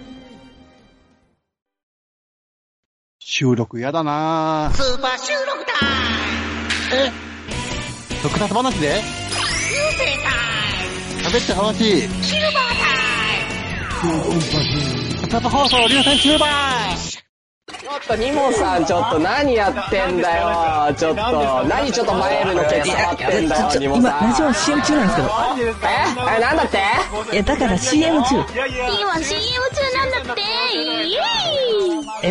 収録やだな。 スーパー収録タイム。 特撮話で流星タイム。 喋って話。 シルバータイム。 ドドンパシー。特撮放送流星シルバー。 ちょっとニモさん、ちょっと何やってんだよ。ちょっと何ちょっと前のケツ触ってんだよ、ニモさん。 今ラジオ CM 中なんですけど。 なんだって？ だから CM 中。 今 CM 中なんだって。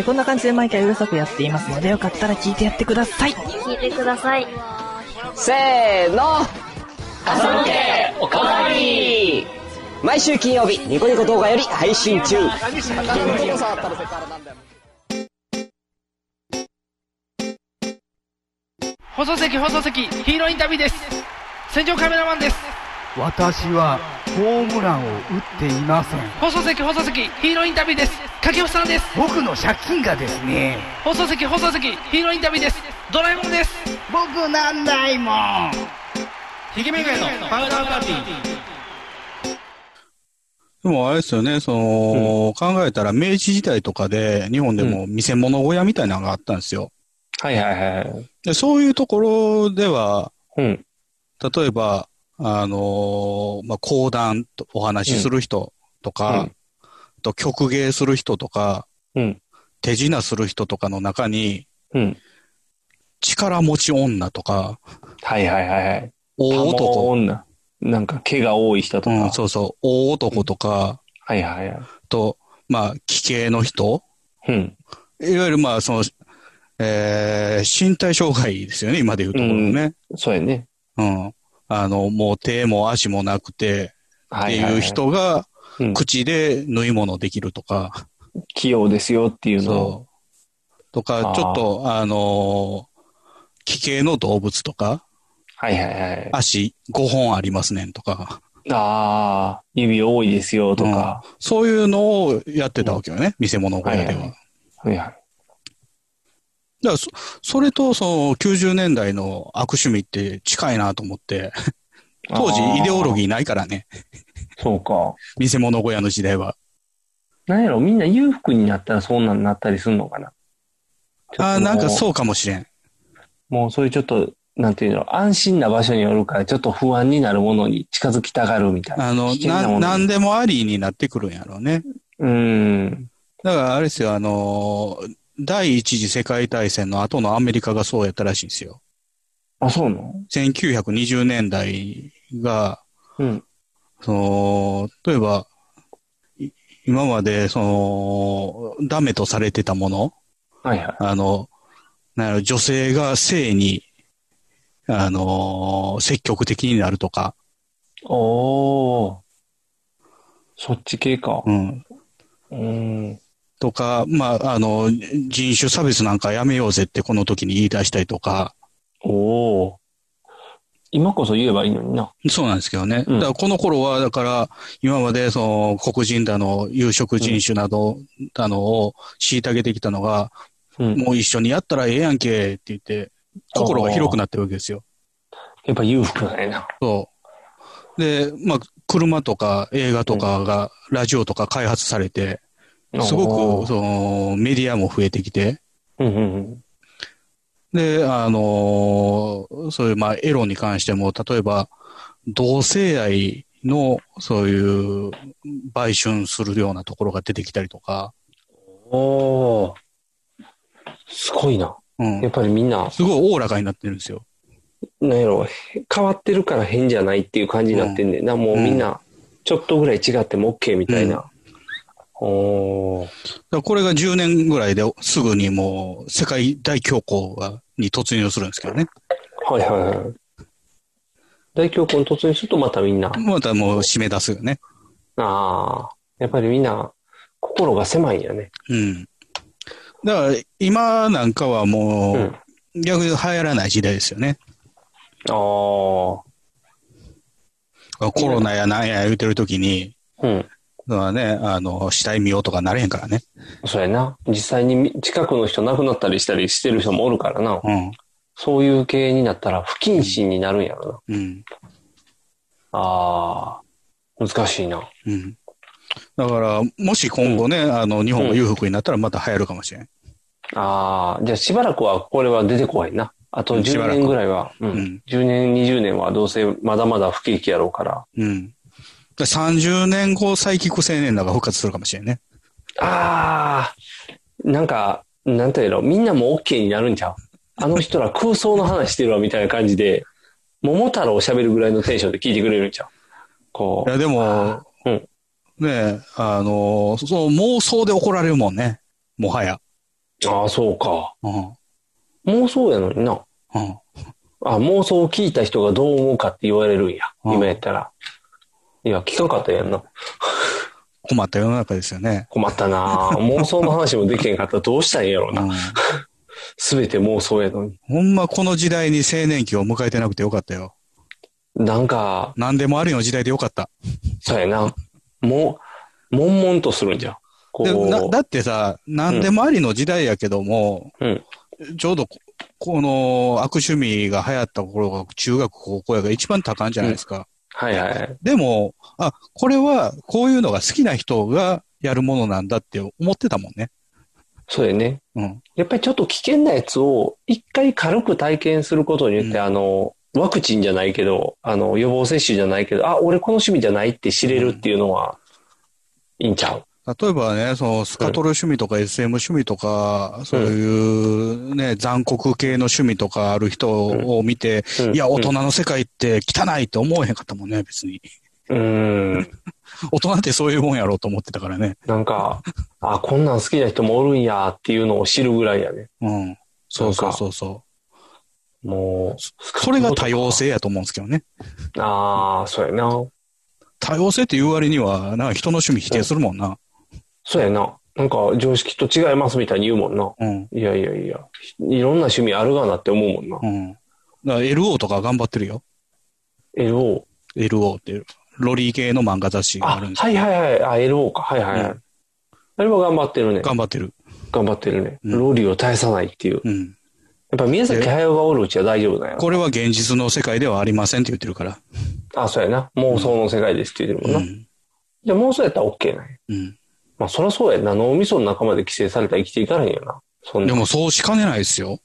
こんな感じで毎回うるさくやっていますので、よかったら聞いてやってください。 聞いてください。 せーの。朝向けおかわり。毎週金曜日ニコニコ動画より配信中。 放送席ヒーローインタビューです。戦場カメラマンです。 私はホームランを打っていません。 放送席ヒーローインタビューです。掛布さんです。 僕の借金がですね。 放送席ヒーローインタビューです。ドラえもんです。 僕なんだいもん。 ひげめがえのパウダーパーティー。 でもあれですよね、考えたら明治時代とかで日本でも見せ物小屋みたいなのがあったんですよ。 はいはいはい。 でそういうところでは、例えば、講談とお話しする人とか、と曲芸する人とか、手品する人とかの中に、力持ち女とか、 はいはいはい。 大男。 女。なんか毛が多い人とか。 そうそう。大男とか、 はいはいはい。 と、奇形の人。いわゆる身体障害ですよね、今で言うところのね。 そうやね。 もう手も足もなくて、っていう人が、口で縫い物できるとか。 器用ですよっていうのを。 とか、ちょっと、奇形の動物とか。 はいはいはい。 足5本ありますねんとか。 指多いですよとか。 そういうのをやってたわけよね、見せ物小屋では。 はいはい。 だからそれと90年代の悪趣味って近いなと思って、当時イデオロギーないからね。 そうか。 見せ物小屋の時代は。 なんやろ、みんな裕福になったらそんなになったりするのかな。 なんかそうかもしれん。 もうそういうちょっと、なんていうの、安心な場所によるからちょっと不安になるものに近づきたがるみたいな。 なんでもありになってくるんやろうね。 だからあれですよ、 第一次世界大戦の後のアメリカがそうやったらしいんですよ。 あ、そうなの？ 1920 年代が、 うん。 例えば、今まで、ダメとされてたもの、 はいはい。 女性が性に、積極的になるとか。 おー。そっち系か。 うん。とか、まあ、人種差別なんかやめようぜってこの時に言い出したりとか。 おー。今こそ言えばいいのにな。 そうなんですけどね。だからこの頃は、だから、今まで黒人だの、有色人種など、を虐げてきたのが、もう一緒にやったらええやんけって言って、心が広くなってるわけですよ。 やっぱ裕福だよな。 そう。で、まあ、車とか映画とかが、ラジオとか開発されて、すごく、メディアも増えてきて、で、そういう、まあ、エロに関しても、例えば、同性愛の、そういう、売春するようなところが出てきたりとか。 おー。すごいな。うん。やっぱりみんな。 すごいおおらかになってるんですよ。 なんやろ、変わってるから変じゃないっていう感じになってんねんな。もうみんな、ちょっとぐらい違っても OK みたいな。おー。 これが10年ぐらいですぐにもう世界大恐慌に突入するんですけどね。 はいはいはい。大恐慌に突入するとまたみんな。 またもう締め出すよね。 ああ。やっぱりみんな心が狭いんやね。 うん。だから今なんかはもう、逆に流行らない時代ですよね。 ああ。 コロナやなんや言うてるときに、ね、死体見ようとかなれへんからね。 そうやな。実際に近くの人亡くなったりしたりしてる人もおるからな。そういう系になったら不謹慎になるんやろな。ああ、難しいな。 だから、もし今後ね、日本が裕福になったらまた流行るかもしれん。 ああ、じゃあしばらくはこれは出てこないな。あと10年ぐらいは、10年、20年はどうせまだまだ不景気やろうから。 30年後、サイキック青年団が復活するかもしれんね。 ああ、なんか、なんていうの、みんなも OK になるんちゃう？あの人ら空想の話してるわみたいな感じで、桃太郎を喋るぐらいのテンションで聞いてくれるんちゃう？こう。 いや、でも、ねそう妄想で怒られるもんね。もはや。 ああ、そうか。妄想やのにな。妄想を聞いた人がどう思うかって言われるんや。今やったら。いや、聞かんかったやんな。 困った世の中ですよね。 困ったな妄想の話もできへんかったらどうしたらいいんやろうな。すべて妄想やのに。 ほんまこの時代に青年期を迎えてなくてよかったよ。 なんか。 何でもありの時代でよかった。 そうやな。悶々とするんじゃん。 だってさ、何でもありの時代やけども、ちょうどこの悪趣味が流行った頃が中学高校やから一番多感じゃないですか。 はいはい。 でも、これはこういうのが好きな人がやるものなんだって思ってたもんね。 そうやね。やっぱりちょっと危険なやつを一回軽く体験することによって、ワクチンじゃないけど、予防接種じゃないけど、俺この趣味じゃないって知れるっていうのは、いいんちゃう？ 例えばね、スカトル趣味とか SM 趣味とか、そういうね、残酷系の趣味とかある人を見て、いや、大人の世界って汚いって思えへんかったもんね、別に。大人ってそういうもんやろうと思ってたからね。 なんか、こんなん好きな人もおるんやっていうのを知るぐらいやね。 そうそう。 もう、 それが多様性やと思うんですけどね。 そうやな。 多様性って言う割には、なんか人の趣味否定するもんな。 そうやな。なんか常識と違いますみたいに言うもんな。いやいやいや。いろんな趣味あるがなって思うもんな。 だから LO とか頑張ってるよ。 LO っていう、ロリー系の漫画雑誌があるんですはいはいはい。LO か。はいはいはい。あれは頑張ってるね。 頑張ってるね。 ロリーを絶やさないっていう。やっぱ宮崎駿がおるうちは大丈夫だよ。 これは現実の世界ではありませんって言ってるから。 そうやな。妄想の世界ですって言ってるもんな。じゃあ妄想やったら OK なんや。まあそりゃそうやな。脳みその中まで規制されたら生きていかれへんよな。 でもそうしかねないですよ。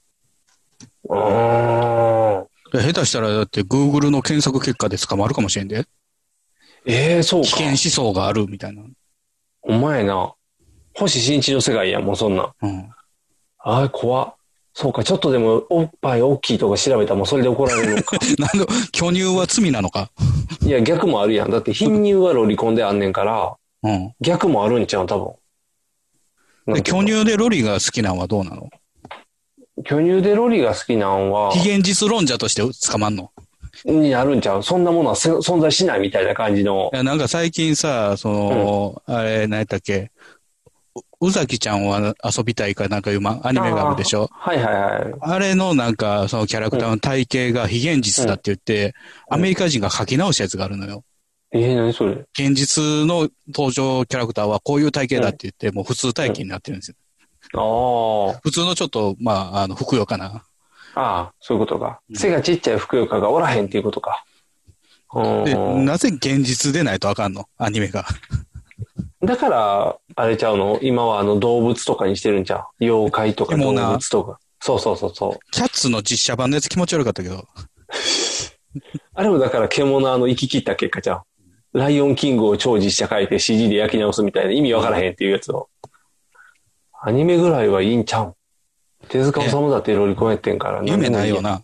下手したらだって Google の検索結果で捕まるかもしれんで。 そうか。 危険思想があるみたいな。 お前な。星新一の世界や、もうそんな。 ああ、怖っ。そうか、ちょっとでもおっぱい大きいとか調べたらもうそれで怒られるのか。 なんで、巨乳は罪なのか。 いや、逆もあるやん。だって貧乳はロリコンであんねんから、 うん。 逆もあるんちゃう多分。 で巨乳でロリが好きなんはどうなの？ 巨乳でロリが好きなんは、 非現実論者として捕まんの？ になるんちゃう？そんなものは存在しないみたいな感じの。 いや、なんか最近さ、あれ、何やったっけ、宇崎ちゃんは遊びたいかなんかいうアニメがあるでしょ？ はいはいはい。 あれのなんか、そのキャラクターの体型が非現実だって言って、アメリカ人が書き直したやつがあるのよ。 何それ？ 現実の登場キャラクターはこういう体型だって言って、もう普通体型になってるんですよ。普通のちょっと、ふくよかな。 ああ、そういうことか。背がちっちゃいふくよかがおらへんっていうことか。 で、なぜ現実でないとあかんの？アニメが。 だから、あれちゃうの？今は動物とかにしてるんちゃう？妖怪とか動物とか。そう。キャッツの実写版のやつ気持ち悪かったけど。 あれもだから獣行き切った結果ちゃう。ライオンキングを超実写変えて CG で焼き直すみたいな意味わからへんっていうやつを。アニメぐらいはいいんちゃう？手塚治虫だってロリコンやってんからね。 夢ないよな。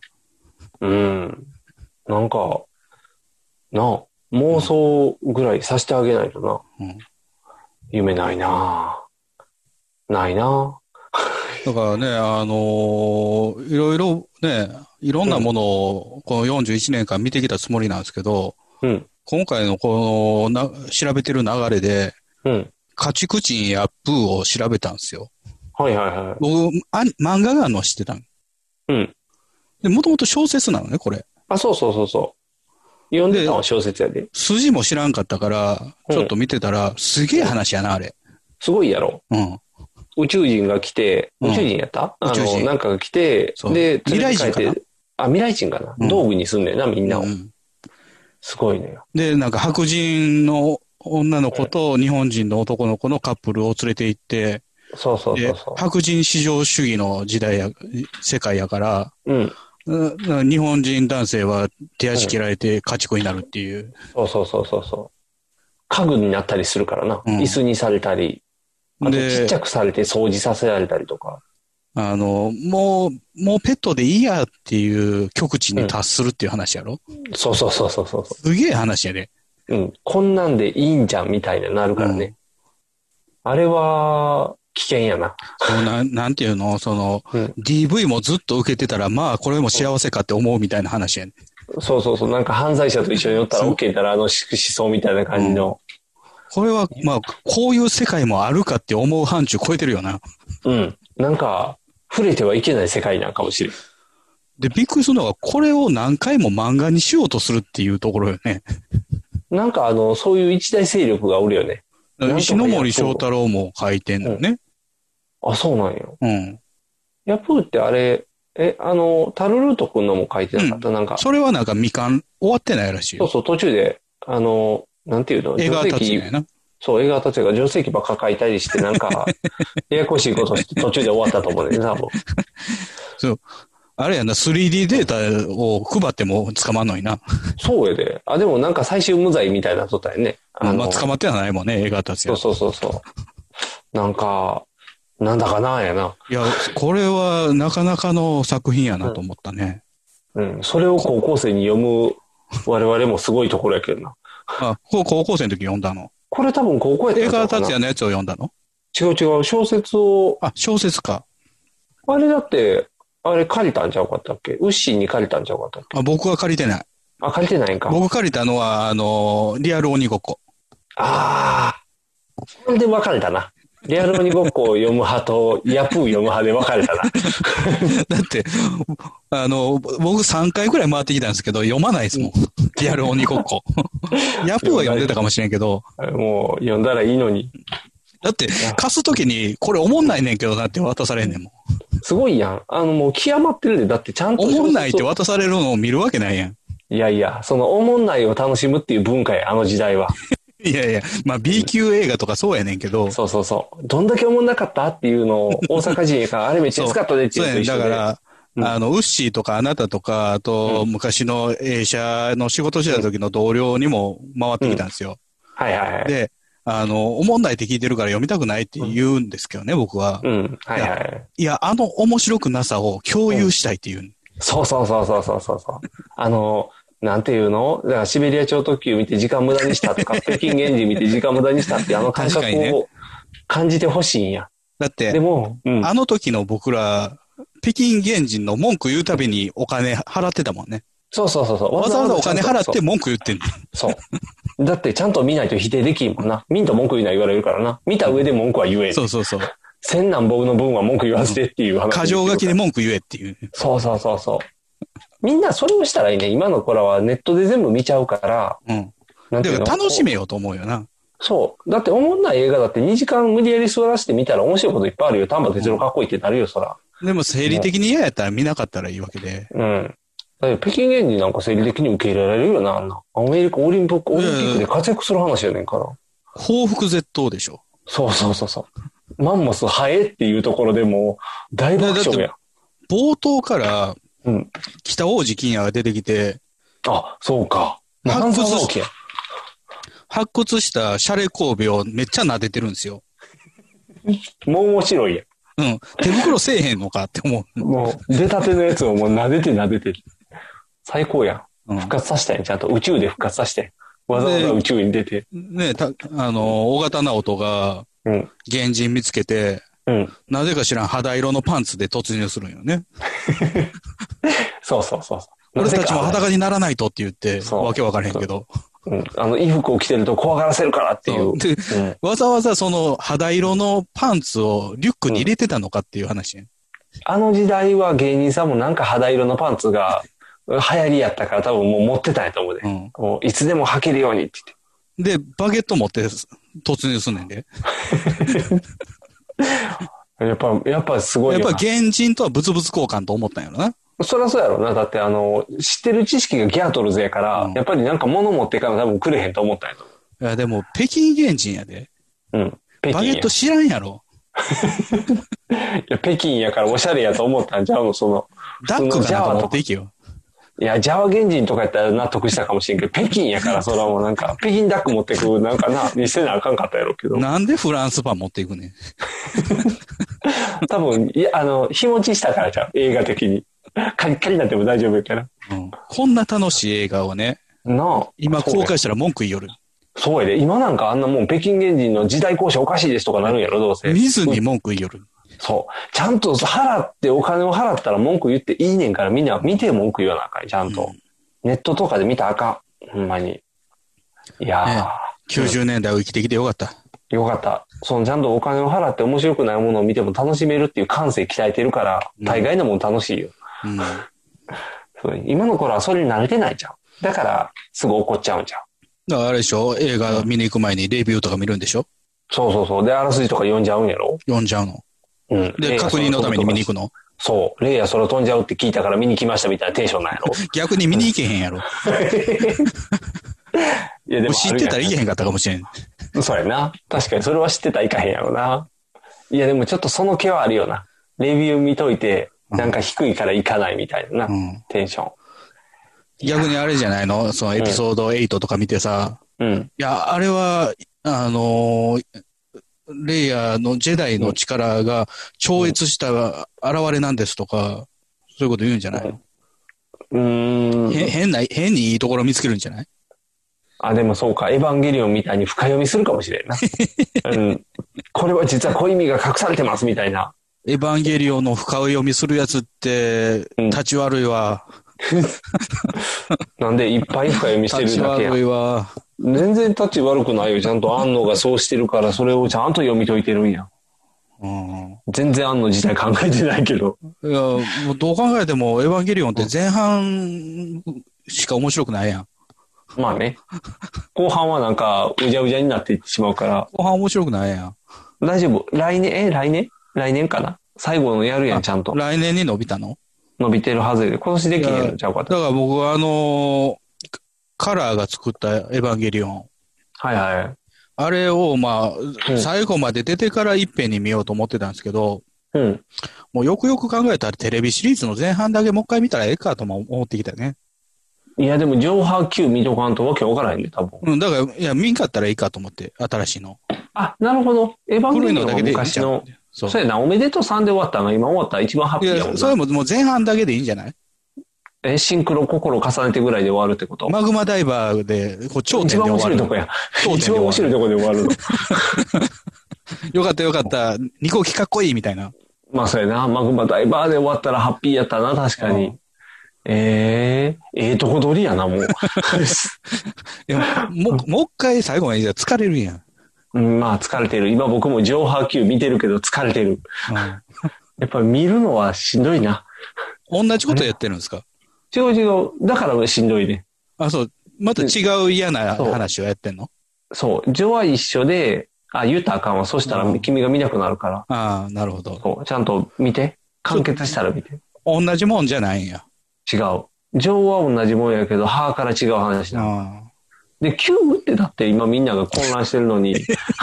なんか、妄想ぐらいさせてあげないとな。夢ないな。ないな。 だからね、いろいろね、いろんなものをこの41年間見てきたつもりなんですけど、今回のこの調べてる流れで、家畜人やプーを調べたんですよ。はいはいはい。僕、漫画があるの知ってたの。で、もともと小説なのね、これ。 あ、そう。読んでたのは小説やで。 筋も知らんかったから、ちょっと見てたら、すげえ話やな、あれ。 すごいやろ。宇宙人が来て、宇宙人やった？宇宙人。なんかが来て、で、 未来人かな？ 未来人かな？道具に住んでんな、みんなを。すごいね。 で、なんか白人の女の子と日本人の男の子のカップルを連れて行って、 そう。 白人至上主義の時代世界やから、日本人男性は手足切られて家畜になるっていう。 そう。家具になったりするからな。椅子にされたり、あとちっちゃくされて掃除させられたりとか。 もうペットでいいやっていう極地に達するっていう話やろ？ そう。 すげえ話やで。 こんなんでいいんじゃんみたいになるからね。あれは、危険やな。 なんていうのDV もずっと受けてたら、まあ、これも幸せかって思うみたいな話やね。 そう。なんか犯罪者と一緒におったら OK だら思想みたいな感じの。 これは、まあ、こういう世界もあるかって思う範疇超えてるよな。 なんか、触れてはいけない世界なんかもしれん。 で、びっくりするのが、これを何回も漫画にしようとするっていうところよね。 なんかそういう一大勢力がおるよね。 石ノ森章太郎も書いてんのね。 あ、そうなんよ。ヤプーってあれ、タルルートくんのも書いてなかった？なんか。 それはなんか未完、終わってないらしいよ。 そう、途中で、なんていうの？ 江川達也やな。 そう、江川達也が定石ばっか書いたりして、なんか、ややこしいことして途中で終わったと思うね、多分。 そう。あれやな、3D データを配っても捕まんのにな。 そうやで。でもなんか最終無罪みたいなとったよね。 捕まってはないもんね、江川達也。 そう。なんか、なんだかなやな。 いや、これはなかなかの作品やなと思ったね。 それを高校生に読む我々もすごいところやけどな。 高校生の時読んだの？ これ多分高校やったんちゃうかな。 江川達也のやつを読んだの？ 違う、小説を。 小説か。 あれだって、あれ借りたんちゃうかったっけ？ウッシーに借りたんちゃうかったっけ？ 僕は借りてない。 借りてないんか。 僕借りたのは、リアル鬼ごっこ。 それで分かれたな。リアル鬼ごっこを読む派と、ヤプー読む派で分かれたな。 だって、僕3回くらい回ってきたんですけど、読まないですもん。リアル鬼ごっこ。ヤプーは読んでたかもしれんけど。 もう、読んだらいいのに。 だって、貸すときに、これ思んないねんけどなって渡されんねんもん。 すごいやん。もう極まってるで。だってちゃんと。 思んないって渡されるのを見るわけないやん。 いや、その思んないを楽しむっていう文化や、あの時代は。 いや、まあ B 級映画とかそうやねんけど。 そう。どんだけ思んなかったっていうのを、大阪人があれめっちゃ安かったでっていうそうやねん。だから、ウッシーとかあなたとか、あと、昔の映写の仕事してた時の同僚にも回ってきたんですよ。 はい。 で、 おもんないって聞いてるから読みたくないって言うんですけどね、僕は。 はいはい。 いや、面白くなさを共有したいっていう。 そう。なんていうの？だからシベリア超特急見て時間無駄にしたとか、北京原人見て時間無駄にしたって感覚を感じてほしいんや。 だって、 でも、 あの時の僕ら、北京原人の文句言うたびにお金払ってたもんね。 そう。 わざわざお金払って文句言ってんの。 そう。だってちゃんと見ないと否定できんもんな。見んと文句言うな言われるからな。見た上で文句は言え。 そう。 千何本の分は文句言わせてっていう話。 過剰書きで文句言えっていう。 そう。みんなそれをしたらいいね。今の子らはネットで全部見ちゃうから。 なんていうの？楽しめようと思うよな。 そう。だって思んない映画だって2時間無理やり座らせて見たら面白いこといっぱいあるよ。丹波哲郎かっこいいってなるよ、そら。 でも生理的に嫌やったら見なかったらいいわけで。 だって北京原人なんか生理的に受け入れられるよな、あんな。アメリカオリンピックで活躍する話やねんから。 報復絶倒でしょ。 そう。マンモスハエっていうところでも大爆笑や。 冒頭から、北大路欣也が出てきて、 あ、そうか。 発掘したシャレ神戸をめっちゃ撫でてるんですよ。 もう面白いやん。 手袋せえへんのかって思う。 もう、出たてのやつをもう撫でて。最高やん。復活させたやん。ちゃんと宇宙で復活させて。わざわざ宇宙に出て。 ね大型直人が、原人見つけて、なぜか知らん肌色のパンツで突入するんよね。 そう。 俺たちも裸にならないとって言って、わけわからへんけど。 衣服を着てると怖がらせるからっていう。 で、わざわざその肌色のパンツをリュックに入れてたのかっていう話やん。 あの時代は芸人さんもなんか肌色のパンツが流行りやったから多分もう持ってたんやと思うで。もういつでも履けるようにって言って。で、バゲット持って突入すんねんで。 やっぱすごいよな。 やっぱ原人とは物々交換と思ったんやろな。 そりゃそうやろな。だって知ってる知識がギャートルズやから、やっぱりなんか物持っていかな多分くれへんと思ったんやと。 いや、でも、北京原人やで。バゲット知らんやろ。 いや、北京やからおしゃれやと思ったんちゃうの、 ダックかなんか持っていけよ。 いや、ジャワ原人とかやったら納得したかもしれんけど、北京やからそれはもうなんか、北京ダック持ってくなんかにせなあかんかったやろうけど。 なんでフランスパン持っていくねん。 多分、いや、日持ちしたからじゃん、映画的に。カリカリになっても大丈夫やから。 こんな楽しい映画をね。今公開したら文句言いよる。 そうやで。今なんかあんなもん北京原人の時代交渉おかしいですとかなるんやろ、どうせ。 見ずに文句言いよる。 そう。ちゃんとお金を払ったら文句言っていいねんからみんな見て文句言わなあかん、ちゃんと。ネットとかで見たらあかん。ほんまに。いやー。90年代を生きてきてよかった。 よかった。ちゃんとお金を払って面白くないものを見ても楽しめるっていう感性鍛えてるから、大概のもの楽しいよ。今の頃はそれに慣れてないじゃん。だから、すぐ怒っちゃうんじゃん。 だからあれでしょ？映画見に行く前にレビューとか見るんでしょ？ そう。で、あらすじとか読んじゃうんやろ？ 読んじゃうの。で、確認のために見に行くの？ そう。レイヤ空飛んじゃうって聞いたから見に来ましたみたいなテンションなんやろ？ 逆に見に行けへんやろ？いや、でも知ってたら行けへんかったかもしれん。 そうやな。確かにそれは知ってたら行かへんやろな。いや、でもちょっとその気はあるよな。レビュー見といて、なんか低いから行かないみたいな、テンション。 逆にあれじゃないの？そのエピソード8とか見てさ。いや、あれは、レイヤーのジェダイの力が超越した現れなんですとか、そういうこと言うんじゃないの？変にいいところ見つけるんじゃない？ あ、でもそうか。エヴァンゲリオンみたいに深読みするかもしれんな。これは実はこういう意味が隠されてますみたいな。 エヴァンゲリオンの深読みするやつって、立ち悪いわ。 なんでいっぱい深読みしてるだけや。 立ち悪いわ。 全然立ち悪くないよ。ちゃんと安野がそうしてるから、それをちゃんと読み解いてるんや。全然安野自体考えてないけど。 いや、もうどう考えてもエヴァンゲリオンって前半しか面白くないやん。 まあね。後半はなんか、うじゃうじゃになっていってしまうから。 後半面白くないやん。 大丈夫。来年かな？最後のやるやん、ちゃんと。 来年に伸びたの？ 伸びてるはずで。今年できへんのちゃうかった。 だから僕はカラーが作ったエヴァンゲリオン。 はいはい。 あれを最後まで出てから一遍に見ようと思ってたんですけど、もうよくよく考えたらテレビシリーズの前半だけもう一回見たらええかとも思ってきたね。 いや、でも上波級見とかんとわけわからへんね、多分。 うん、だから、いや、見んかったらいいかと思って、新しいの。 あ、なるほど。エヴァンゲリオンは昔の。そうやな、おめでとう3で終わったのが今終わったら一番ハッピーやもんな。 それももう前半だけでいいんじゃない？ シンクロ心を重ねてぐらいで終わるってこと？ マグマダイバーで、頂点で終わる。一番面白いとこや。一番面白いとこで終わるの。 よかったよかった。2号機かっこいいみたいな。 まあそうやな。マグマダイバーで終わったらハッピーやったな、確かに。とこ取りやな、もう。 でもう一回最後まで疲れるやん。 うん、まあ疲れてる。今僕も上波級見てるけど疲れてる。やっぱり見るのはしんどいな。 同じことやってるんですか？ 違う。だからしんどいね。 あ、そう。また違う嫌な話をやってんの？ そう。序は一緒で、言ったらあかんわ。そしたら君が見なくなるから。 ああ、なるほど。 そう。ちゃんと見て。完結したら見て。 同じもんじゃないんや。 違う。序は同じもんやけど、歯から違う話だ。で、キューってだって今みんなが混乱してるのに、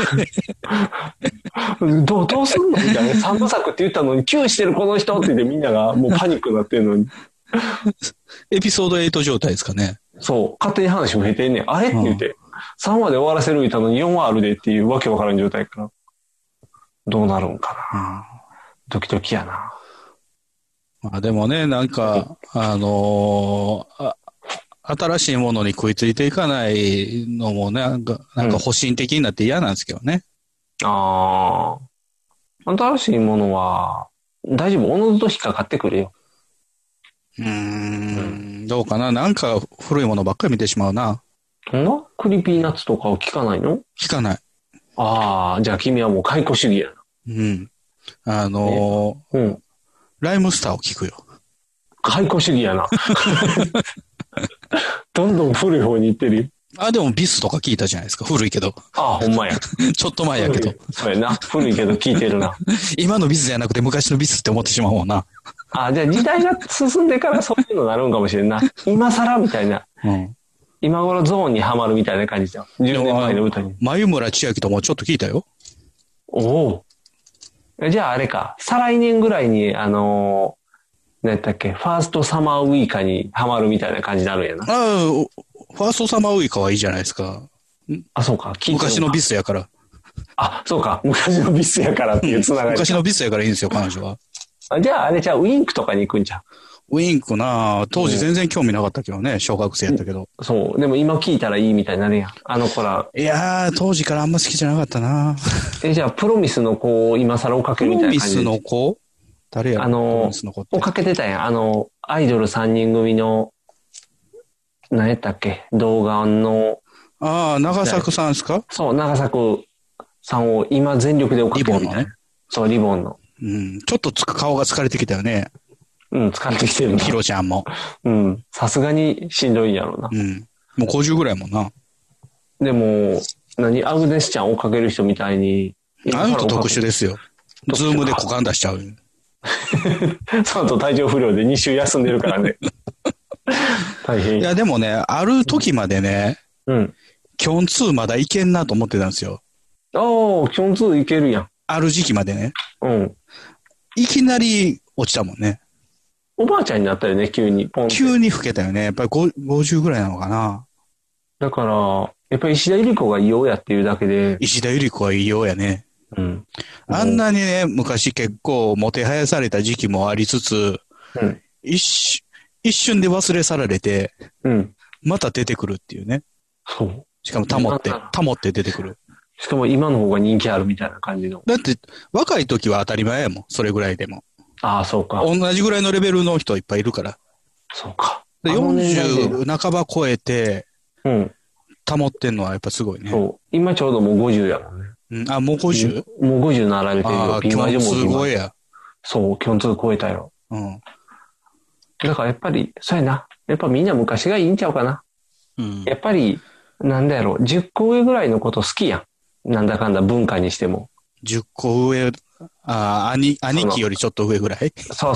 どうすんのみたいな。三部作って言ったのに、キューしてるこの人って言ってみんながもうパニックになってるのに。 エピソード8状態ですかね。 そう。勝手に話増えてんねん。あれって言って、3話で終わらせる言ったのに4話あるでっていうわけわからん状態から。どうなるんかな。ドキドキやな。 まあでもね、なんか、新しいものに食いついていかないのもね、なんか保身的になって嫌なんですけどね。 ああ。新しいものは、大丈夫。おのずと引っかかってくるよ。 どうかな。なんか古いものばっかり見てしまうな。 クリピーナッツとかを聞かないの？ 聞かない。 ああ、じゃあ君はもう解雇主義やな。 ライムスターを聞くよ。 解雇主義やな。どんどん古い方に行ってるよ。 あ、でもビスとか聞いたじゃないですか。古いけど。 ああ、ほんまや。 ちょっと前やけど。 そうやな。古いけど聞いてるな。 今のビスじゃなくて昔のビスって思ってしまうもんな。 あ、じゃあ時代が進んでからそういうのになるんかもしれんな。今更みたいな。今頃ゾーンにはまるみたいな感じじゃん。10年前の歌に。 眉村千秋ともちょっと聞いたよ。 おお。じゃああれか。再来年ぐらいに、何やったっけ、ファーストサマーウイカにハマるみたいな感じになるんやな。 ファーストサマーウイカはいいじゃないですか。 あ、そうか。 昔のビスやから。 あ、そうか。昔のビスやからっていうつながり。 昔のビスやからいいんですよ、彼女は。 じゃああれじゃあウインクとかに行くんじゃん。 ウインクな当時全然興味なかったけどね、小学生やったけど。 そう。でも今聞いたらいいみたいになるやん。あの子ら。 いやー、当時からあんま好きじゃなかったなじゃあプロミスの子を今更追っかけるみたいな感じで。 プロミスの子誰やろプロミスの子って。 追っかけてたやん。アイドル3人組の、何やったっけ動画の。 ああ、長作さんですか？ そう、長作さんを今全力で追っかけるみたいな。 リボンのね。 そう、リボンの。 ちょっと顔が疲れてきたよね。 疲れてきてるな。 ヒロちゃんも。 さすがにしんどいんやろうな。 もう50ぐらいもんな。 でも、アグネスちゃん追っかける人みたいに。 あの人特殊ですよ。ズームで股間出しちゃう。 その後体調不良で2週休んでるからね。大変。 いや、でもね、ある時までね、キョン2まだいけんなと思ってたんですよ。 ああ、キョン2いけるやん。 ある時期までね。いきなり落ちたもんね。 おばあちゃんになったよね、急に。 急に老けたよね。やっぱり50ぐらいなのかな。 だから、やっぱり石田ゆり子が異様やっていうだけで。 石田ゆり子は異様やね。あんなにね、昔結構もてはやされた時期もありつつ、一瞬で忘れ去られて、また出てくるっていうね。 そう。 しかも保って出てくる。 しかも今の方が人気あるみたいな感じの。 だって、若い時は当たり前やもん。それぐらいでも。 ああ、そうか。 同じぐらいのレベルの人いっぱいいるから。 そうか。 40半ば超えて、保ってんのはやっぱすごいね。 そう。今ちょうどもう50やもんね。 あ、もう 50？ もう50なられてるよ。 キョン2超えや。 そう、キョン2超えたよ。だからやっぱり、そうやな。やっぱみんな昔がいいんちゃうかな。やっぱり、なんだろう、10個上ぐらいのこと好きやん。なんだかんだ文化にしても。 10個上、兄貴よりちょっと上ぐらい？ そう。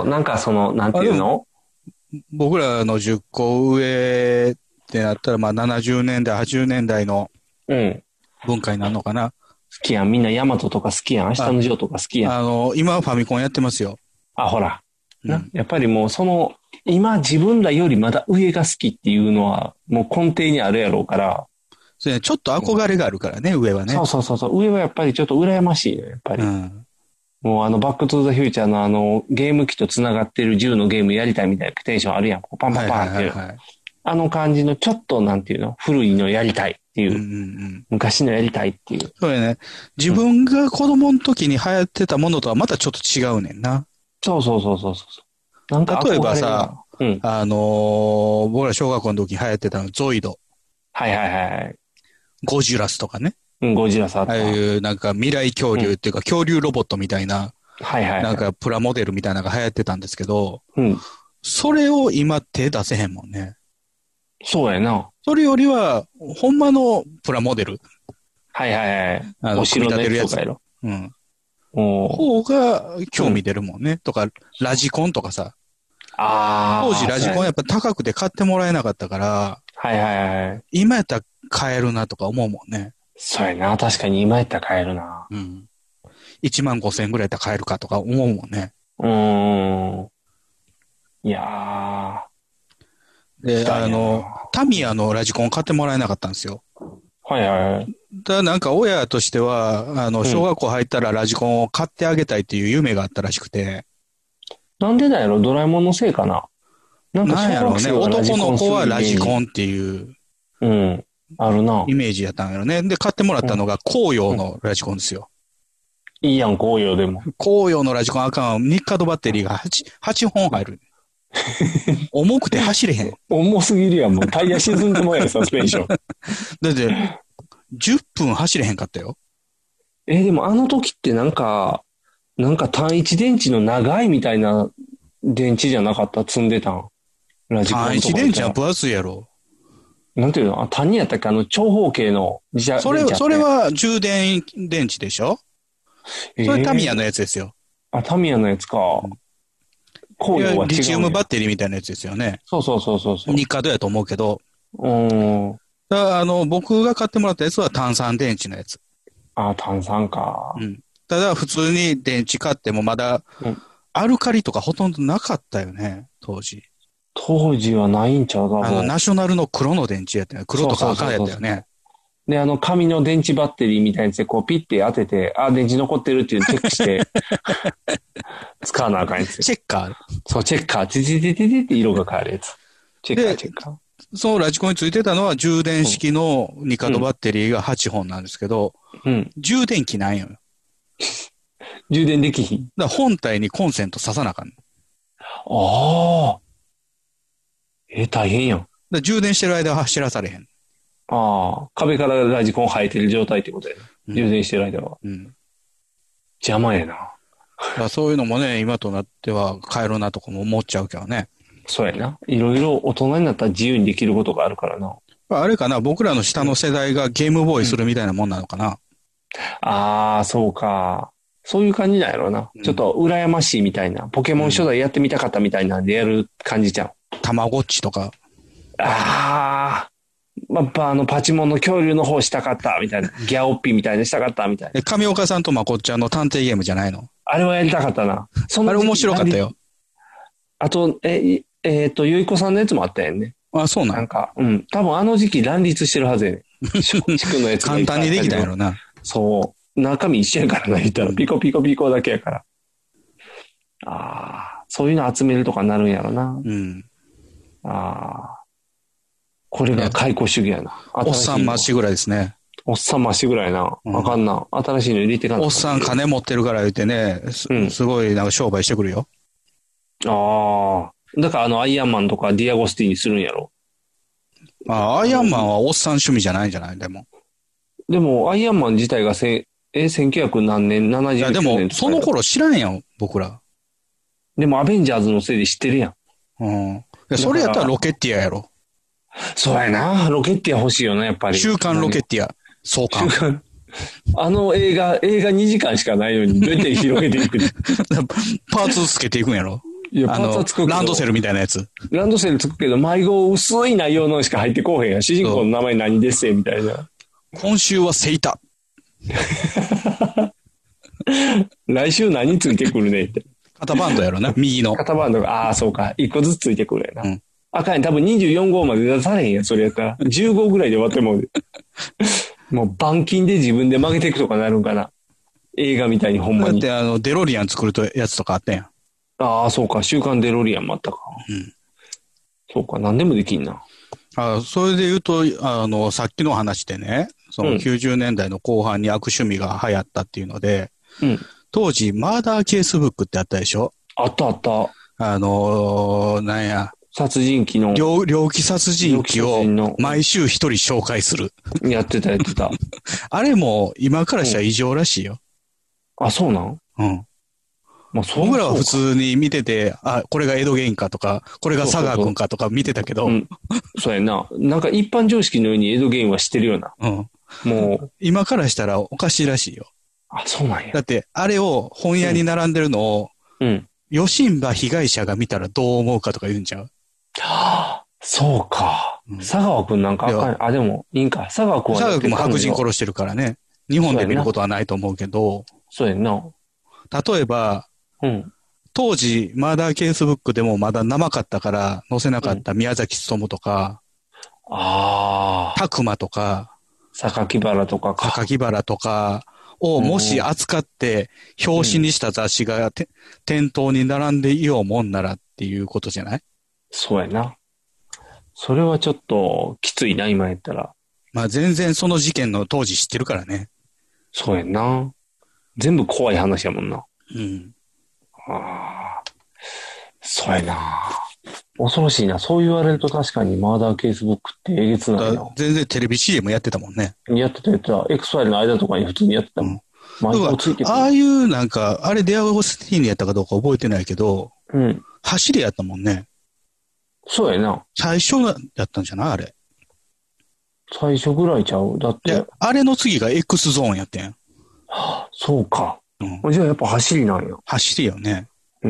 なんかなんていうの？ 僕らの10個上ってなったら、まあ70年代、80年代の文化になるのかな。 好きやん。みんなヤマトとか好きやん。明日のジョーとか好きやん。 今はファミコンやってますよ。 あ、ほら。 やっぱりもう今自分らよりまだ上が好きっていうのはもう根底にあるやろうから。 そうね、ちょっと憧れがあるからね、上はね。 そう。上はやっぱりちょっと羨ましいよ、やっぱり。もうバックトゥーザフューチャーのゲーム機と繋がってる銃のゲームやりたいみたいなテンションあるやん。パンパンパンっていう。感じのちょっとなんていうの古いのやりたいっていう。昔のやりたいっていう。 そうやね。自分が子供の時に流行ってたものとはまたちょっと違うねんな。 そう。 なんか例えばさ、僕ら小学校の時に流行ってたのゾイド。 はい。 ゴジュラスとかね。 ゴジュラスあった。 ああいうなんか未来恐竜っていうか、恐竜ロボットみたいな、なんかプラモデルみたいなのが流行ってたんですけど、それを今手出せへんもんね。 そうやな。 それよりは、ほんまのプラモデル。 はい。 お城のやつ。方が興味出るもんね。とか、ラジコンとかさ。当時ラジコンやっぱ高くて買ってもらえなかったから、今やったら買えるなとか思うもんね。 そうやな。確かに今やったら買えるな。 15,000円ぐらいやったら買えるかとか思うもんね。 いやで、タミヤのラジコン買ってもらえなかったんですよ。だなんか親としては、小学校入ったらラジコンを買ってあげたいっていう夢があったらしくて。 なんでだやろ？ドラえもんのせいかな？ なんやろうね。男の子はラジコンっていう。 あるな。 イメージやったんやろね。で、買ってもらったのが紅葉のラジコンですよ。 いいやん、紅葉でも。 紅葉のラジコンあかん。ニッカドバッテリーが8本入る。重くて走れへん。 重すぎるやん、もうタイヤ沈んでもやん、サスペンション。 だって、10分走れへんかったよ。 でもあの時ってなんか単一電池の長いみたいな電池じゃなかった積んでたん。ラジコンとか。 単一電池は分厚いやろ。 なんていうの？谷やったっけ？長方形のそれは充電電池でしょ？それタミヤのやつですよ。 タミヤのやつか。 リチウムバッテリーみたいなやつですよね。 そう。 ニッカドやと思うけど。僕が買ってもらったやつは炭酸電池のやつ。 炭酸か。 ただ普通に電池買ってもまだ、アルカリとかほとんどなかったよね、当時。 当時はないんちゃうか。 ナショナルの黒の電池やったよ。黒とか赤やったよね。 で、紙の電池バッテリーみたいにして、こうピッて当てて、電池残ってるっていうのチェックして、使わなあかんやつ。 チェッカー？ そう、チェッカー。チチチチチって色が変わるやつ。チェッカー。 そう、ラジコンについてたのは充電式のニカドバッテリーが8本なんですけど、充電器ないよ。 充電できひん。 だから本体にコンセント挿さなあかん。 大変やん。 だ充電してる間は走らされへん。 壁からラジコン生えてる状態ってことやな。充電してる間は。邪魔やな。 そういうのもね、今となっては買えるなとかも思っちゃうけどね。 そうやな。いろいろ大人になったら自由にできることがあるからな。 あれかな、僕らの下の世代がゲームボーイするみたいなもんなのかな。 そうか。そういう感じなんやろうな。ちょっと羨ましいみたいな。ポケモン初代やってみたかったみたいなんでやる感じじゃん。 たまごっちとか。 やっぱパチモンの恐竜の方したかったみたいな。ギャオッピみたいなしたかったみたいな。 上岡さんとまこっちゃんの探偵ゲームじゃないの？ あれはやりたかったな。 あれ面白かったよ。 あと、ゆいこさんのやつもあったやんね。 そうなん？ なんか、多分あの時期乱立してるはずやね。地区のやつが簡単にできたやろな。 そう。中身一緒やからな、言ったら。ピコピコピコだけやから。そういうの集めるとかなるんやろな。これが解雇主義やな。 おっさん増しぐらいですね。 おっさん増しぐらいな。あかんな。新しいの入れてかんおっさん金持ってるから言ってね、すごいなんか商売してくるよ。 だからアイアンマンとかディアゴスティにするんやろ。 アイアンマンはおっさん趣味じゃないんじゃない？でも、アイアンマン自体が1900何年、79年。 でも、その頃知らんやん、僕ら。 でも、アベンジャーズのせいで知ってるやん。 それやったらロケッティアやろ。 そうやな。ロケッティア欲しいよな、やっぱり。 週刊ロケッティア。そうか。 映画2時間しかないのに、どうやって広げていくの？ パーツつけていくんやろ。 いや、パーツはつくけど。 ランドセルみたいなやつ。 ランドセルつくけど、迷子薄い内容のしか入ってこうへんやん。主人公の名前何ですせみたいな。 今週はセイタ。 来週何ついてくるねって。 肩バンドやろな、右の。 肩バンドが、そうか。1個ずつついてくるやな。あかん、多分24号まで出されへんやん、それやったら。15号ぐらいで終わってももう板金で自分で曲げていくとかなるんかな。映画みたいにほんまに。 だってデロリアン作るやつとかあったやん。 そうか。週刊デロリアンもあったか。そうか。何でもできんな。 それで言うと、さっきの話でね、その90年代の後半に悪趣味が流行ったっていうので、当時、マーダーケースブックってあったでしょ？ あった。 なんや。 殺人鬼の。 猟奇殺人鬼を毎週一人紹介する。 やってた。 あれも今からしたら異常らしいよ。 そうなん？ 僕らは普通に見てて、これが江戸ゲインかとか、これが佐川くんかとか見てたけど。 そうやな。なんか一般常識のように江戸ゲインは知ってるような。もう。 今からしたらおかしいらしいよ。 そうなんや。 だって、あれを本屋に並んでるのを、吉羽被害者が見たらどう思うかとか言うんちゃう？ そうか。佐川くんなんかあかん。でも、いいんか。佐川くんは。 佐川くんも白人殺してるからね。日本で見ることはないと思うけど。 そうやんな。 例えば、当時、マーダーケースブックでもまだ生かったから載せなかった宮崎勉とか、拓磨とか、 榊原とかをもし扱って表紙にした雑誌が店頭に並んでいようもんならっていうことじゃない？ そうやな。それはちょっときついな、今やったら。 全然その事件の当時知ってるからね。 そうやんな。全部怖い話やもんな。そうやな。恐ろしいな。そう言われると確かにマーダーケースブックってえげつないな。 全然テレビ CM やってたもんね。 やってた。X ファイルの間とかに普通にやってたもん。 ああいうなんか、あれデアゴスティーニやったかどうか覚えてないけど、走りやったもんね。 そうやな。 最初やったんじゃないあれ。 最初ぐらいちゃう。だって。 あれの次が X ゾーンやってん。 そうか。じゃあやっぱ走りなんや。 走りよね。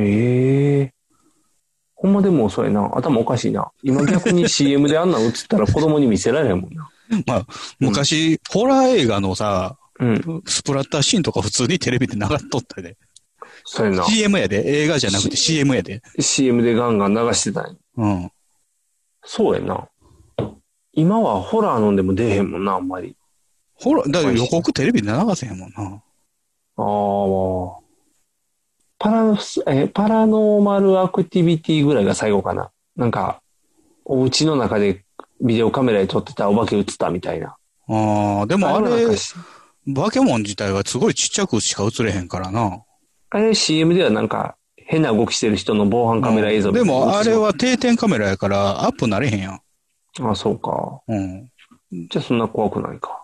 ほんまでもそうやな。頭おかしいな。今逆に CM であんなん映ったら子供に見せられへんもんな。 昔、ホラー映画のさ、スプラッターシーンとか普通にテレビで流っとったで。 そうやな。 CM やで。映画じゃなくて CM やで。 CM でガンガン流してたんや。そうやな。今はホラーのんでも出えへんもんな、あんまり。 だから予告テレビで流せへんもんな。 パラノーマルアクティビティぐらいが最後かな。なんか、お家の中でビデオカメラで撮ってたお化け映ったみたいな。 でもあれ、バケモン自体はすごいちっちゃくしか映れへんからな。 あれ CM ではなんか変な動きしてる人の防犯カメラ映像みたいな。 でもあれは定点カメラやからアップなれへんやん。 そうか。じゃあそんな怖くないか。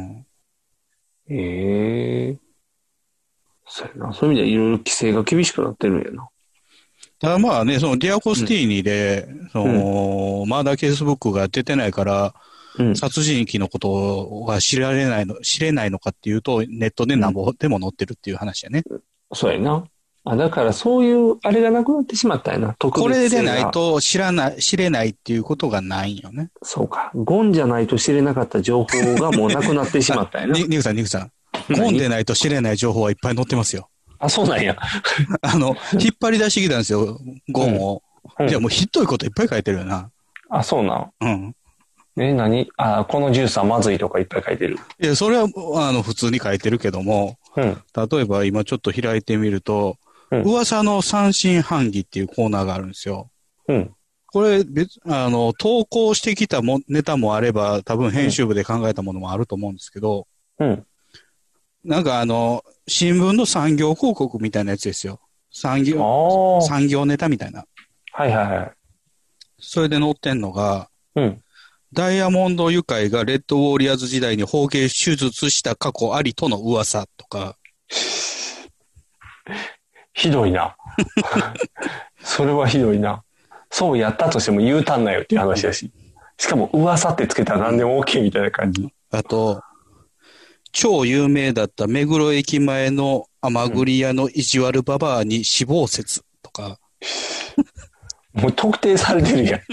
そうやな。そういう意味ではいろいろ規制が厳しくなってるんやな。 ただまあね、そのディアコスティーニで、マーダーケースブックが出てないから、殺人鬼のことが知れないのかっていうと、ネットでなんぼでも載ってるっていう話やね。 そうやな。だからそういう、あれがなくなってしまったんやな。 これでないと知れないっていうことがないんよね。 そうか。ゴンじゃないと知れなかった情報がもうなくなってしまったんやな。 ニグさん。ゴンでないと知れない情報はいっぱい載ってますよ。 そうなんや。 引っ張り出してきたんですよ、ゴンを。じゃあもうひどいこといっぱい書いてるよな。 そうなん。何このジュースはまずいとかいっぱい書いてる。 いや、それは、普通に書いてるけども、例えば今ちょっと開いてみると、噂の三振半疑っていうコーナーがあるんですよ。これ、投稿してきたネタもあれば、多分編集部で考えたものもあると思うんですけど、なんか新聞の産業広告みたいなやつですよ。産業ネタみたいな。それで載ってんのが、ダイヤモンドユカイがレッドウォーリアーズ時代に包茎手術した過去ありとの噂とか。 ひどいな。それはひどいな。そうやったとしても言うたんなよっていう話だし。しかも噂ってつけたら何でも OK みたいな感じ。 あと、超有名だった目黒駅前の甘栗屋の意地悪ババアに死亡説とか。 もう特定されてるやん。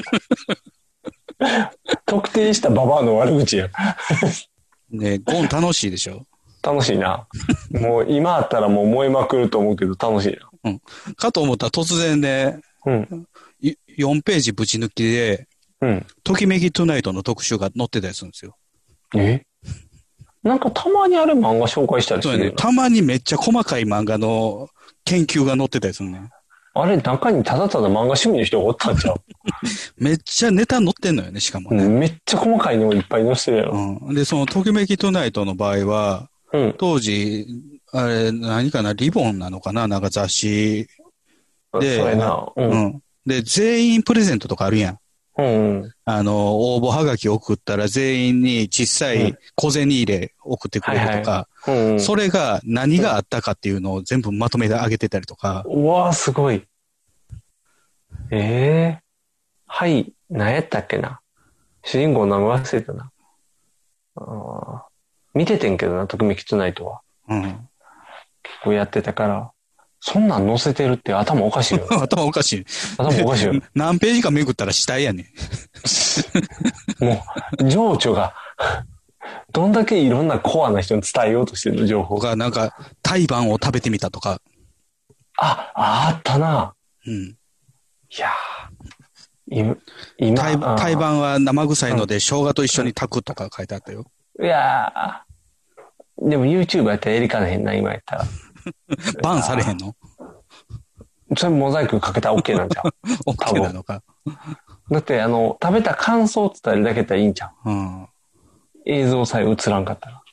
特定したババアの悪口やん。 ね、ゴン楽しいでしょ？ 楽しいな。もう今あったらもう燃えまくると思うけど楽しいな。 うん。かと思ったら突然ね、うん。4ページぶち抜きで、うん。ときめきトゥナイトの特集が載ってたりするんですよ。 なんかたまにあれ漫画紹介したりするそうね。たまにめっちゃ細かい漫画の研究が載ってたりするね。 あれ、中にただただ漫画趣味の人がおったんちゃうめっちゃネタ載ってんのよね、しかもね。 めっちゃ細かいのをいっぱい載せてるやろ。 うん。で、そのときめきトゥナイトの場合は、うん、当時、あれ、何かな、リボンなのかな、なんか雑誌で、 そうやな。 うん。で、全員プレゼントとかあるやん。うん。応募はがき送ったら全員に小さい小銭入れ送ってくれるとか、それが何があったかっていうのを全部まとめてあげてたりとか。 うわー、すごい。はい、何やったっけな。主人公名前忘れたな。見ててんけどな、ときめきトゥナイトは。うん。結構やってたから。そんなん載せてるって頭おかしいよ。 頭おかしい。 頭おかしいよ。 何ページかめくったら死体やねん。もう、情緒が、どんだけいろんなコアな人に伝えようとしてるの、情報が。なんか、胎盤を食べてみたとか。 あったな。うん。いや今、胎盤は生臭いので、生姜と一緒に炊くとか書いてあったよ。 いやでも YouTube やったらやりかねへんな、今やったら。 バンされへんの？ それモザイクかけたら OK なんちゃう ？OK なのか。 だって食べた感想って言ったらだけやったらいいんちゃう？うん。映像さえ映らんかったら。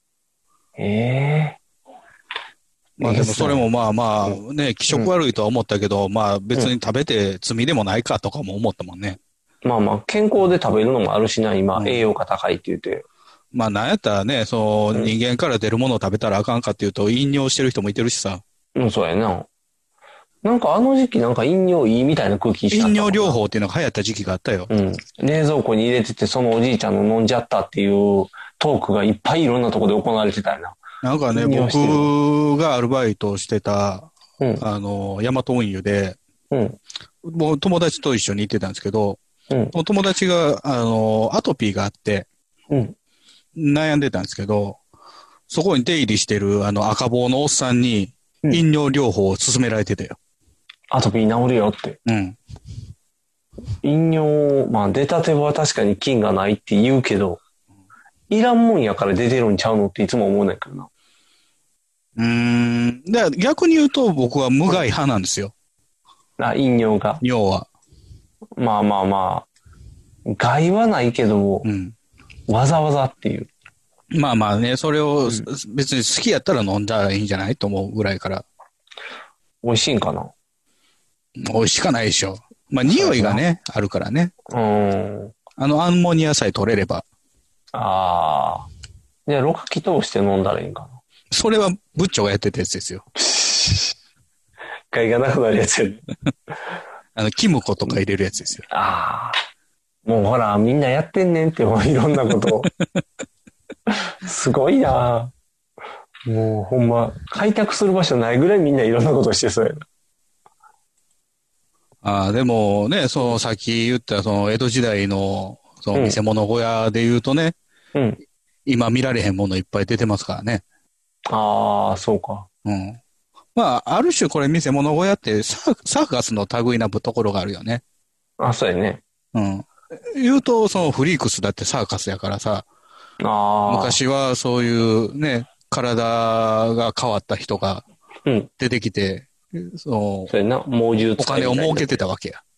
まあでもそれもまあまあね、気色悪いとは思ったけど、まあ別に食べて罪でもないかとかも思ったもんね。 まあまあ健康で食べるのもあるしな、今、栄養価高いって言って。 まあなんやったらね、人間から出るものを食べたらあかんかっていうと、飲尿してる人もいてるしさ。 うん、そうやな。なんかあの時期なんか飲料いいみたいな空気した。 飲料療法っていうのが流行った時期があったよ。 うん。冷蔵庫に入れてて、そのおじいちゃんの飲んじゃったっていうトークがいっぱいいろんなところで行われてたよな。 なんかね、僕がアルバイトしてた、ヤマト運輸で、もう友達と一緒に行ってたんですけど、お友達が、アトピーがあって、悩んでたんですけど、そこに出入りしてる赤棒のおっさんに飲料療法を勧められてたよ。 アトピー治るよって。うん。飲料、まあ出たては確かに菌がないって言うけど、いらんもんやから出てるんちゃうのっていつも思うねんけどな。 だから逆に言うと僕は無害派なんですよ。 飲料が。 尿は。 まあまあまあ、害はないけど、わざわざっていう。 まあまあね、それを別に好きやったら飲んだらいいんじゃないと思うぐらいから。 美味しいんかな？ 美味しかないでしょ。まあ匂いがね、あるからね。アンモニアさえ取れれば。 ああ。じゃあ、ろ過器通して飲んだらいいんかな。 それは、ブッチョがやってたやつですよ。 害がなくなるやつや。 キムコとか入れるやつですよ。 ああ。もうほら、みんなやってんねんって、もういろんなことを。すごいな。もうほんま、開拓する場所ないぐらいみんないろんなことしてそうやな。でもね、さっき言った江戸時代の見せ物小屋で言うとね、今見られへんものいっぱい出てますからね。 ああ、そうか。 まあ、ある種これ見せ物小屋ってサーカスの類なところがあるよね。 そうやね。 言うと、フリークスだってサーカスやからさ、昔はそういうね、体が変わった人が出てきて、 そうやな、猛獣お金を儲けてたわけや。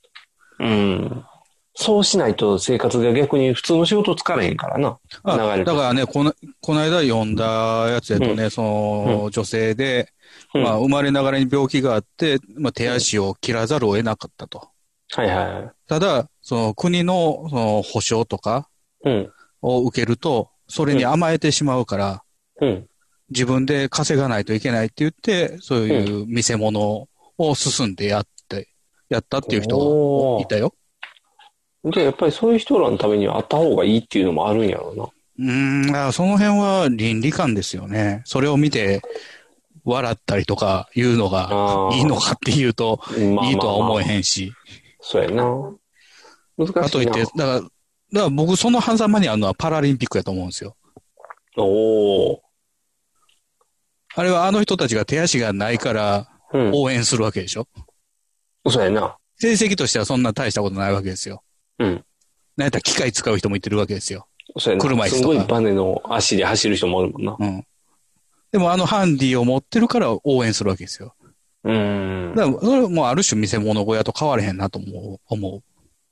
そうしないと生活が逆に普通の仕事疲れへんからな。 だからね、この間読んだやつやとね、女性で、まあ、生まれながらに病気があって、まあ、手足を切らざるを得なかったと。ただ、国の、保障とかを受けると、それに甘えてしまうから、自分で稼がないといけないって言って、そういう見せ物を進んでやったっていう人がいたよ。 じゃあやっぱりそういう人らのためにはあった方がいいっていうのもあるんやろうな。その辺は倫理観ですよね。それを見て笑ったりとか言うのがいいのかっていうと、いいとは思えへんし。 そうやな。難しいな。 かといって、だから僕その狭間にあるのはパラリンピックやと思うんですよ。あれはあの人たちが手足がないから、 応援するわけでしょ。 そうやな。 成績としてはそんな大したことないわけですよ。 うん。 なんやったら機械使う人もいてるわけですよ。 そうやな。 車椅子とか。 すごいバネの足で走る人もおるもんな。 うん。でもハンディを持ってるから応援するわけですよ。だからそれもある種見せ物小屋と変われへんなと思う。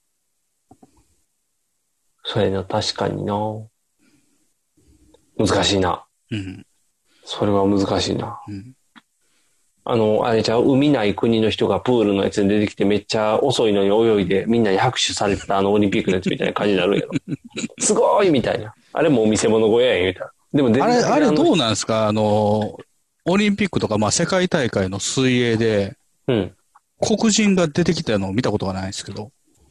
そうやな、確かにな。難しいな。 うん。 それは難しいな。うん。あれじゃ海ない国の人がプールのやつに出てきてめっちゃ遅いのに泳いでみんなに拍手されてたオリンピックのやつみたいな感じになるやろ。すごいみたいな。あれもお見せ物小屋やんみたいな。でもあれどうなんですかオリンピックとか、世界大会の水泳で、黒人が出てきたのを見たことがないですけど。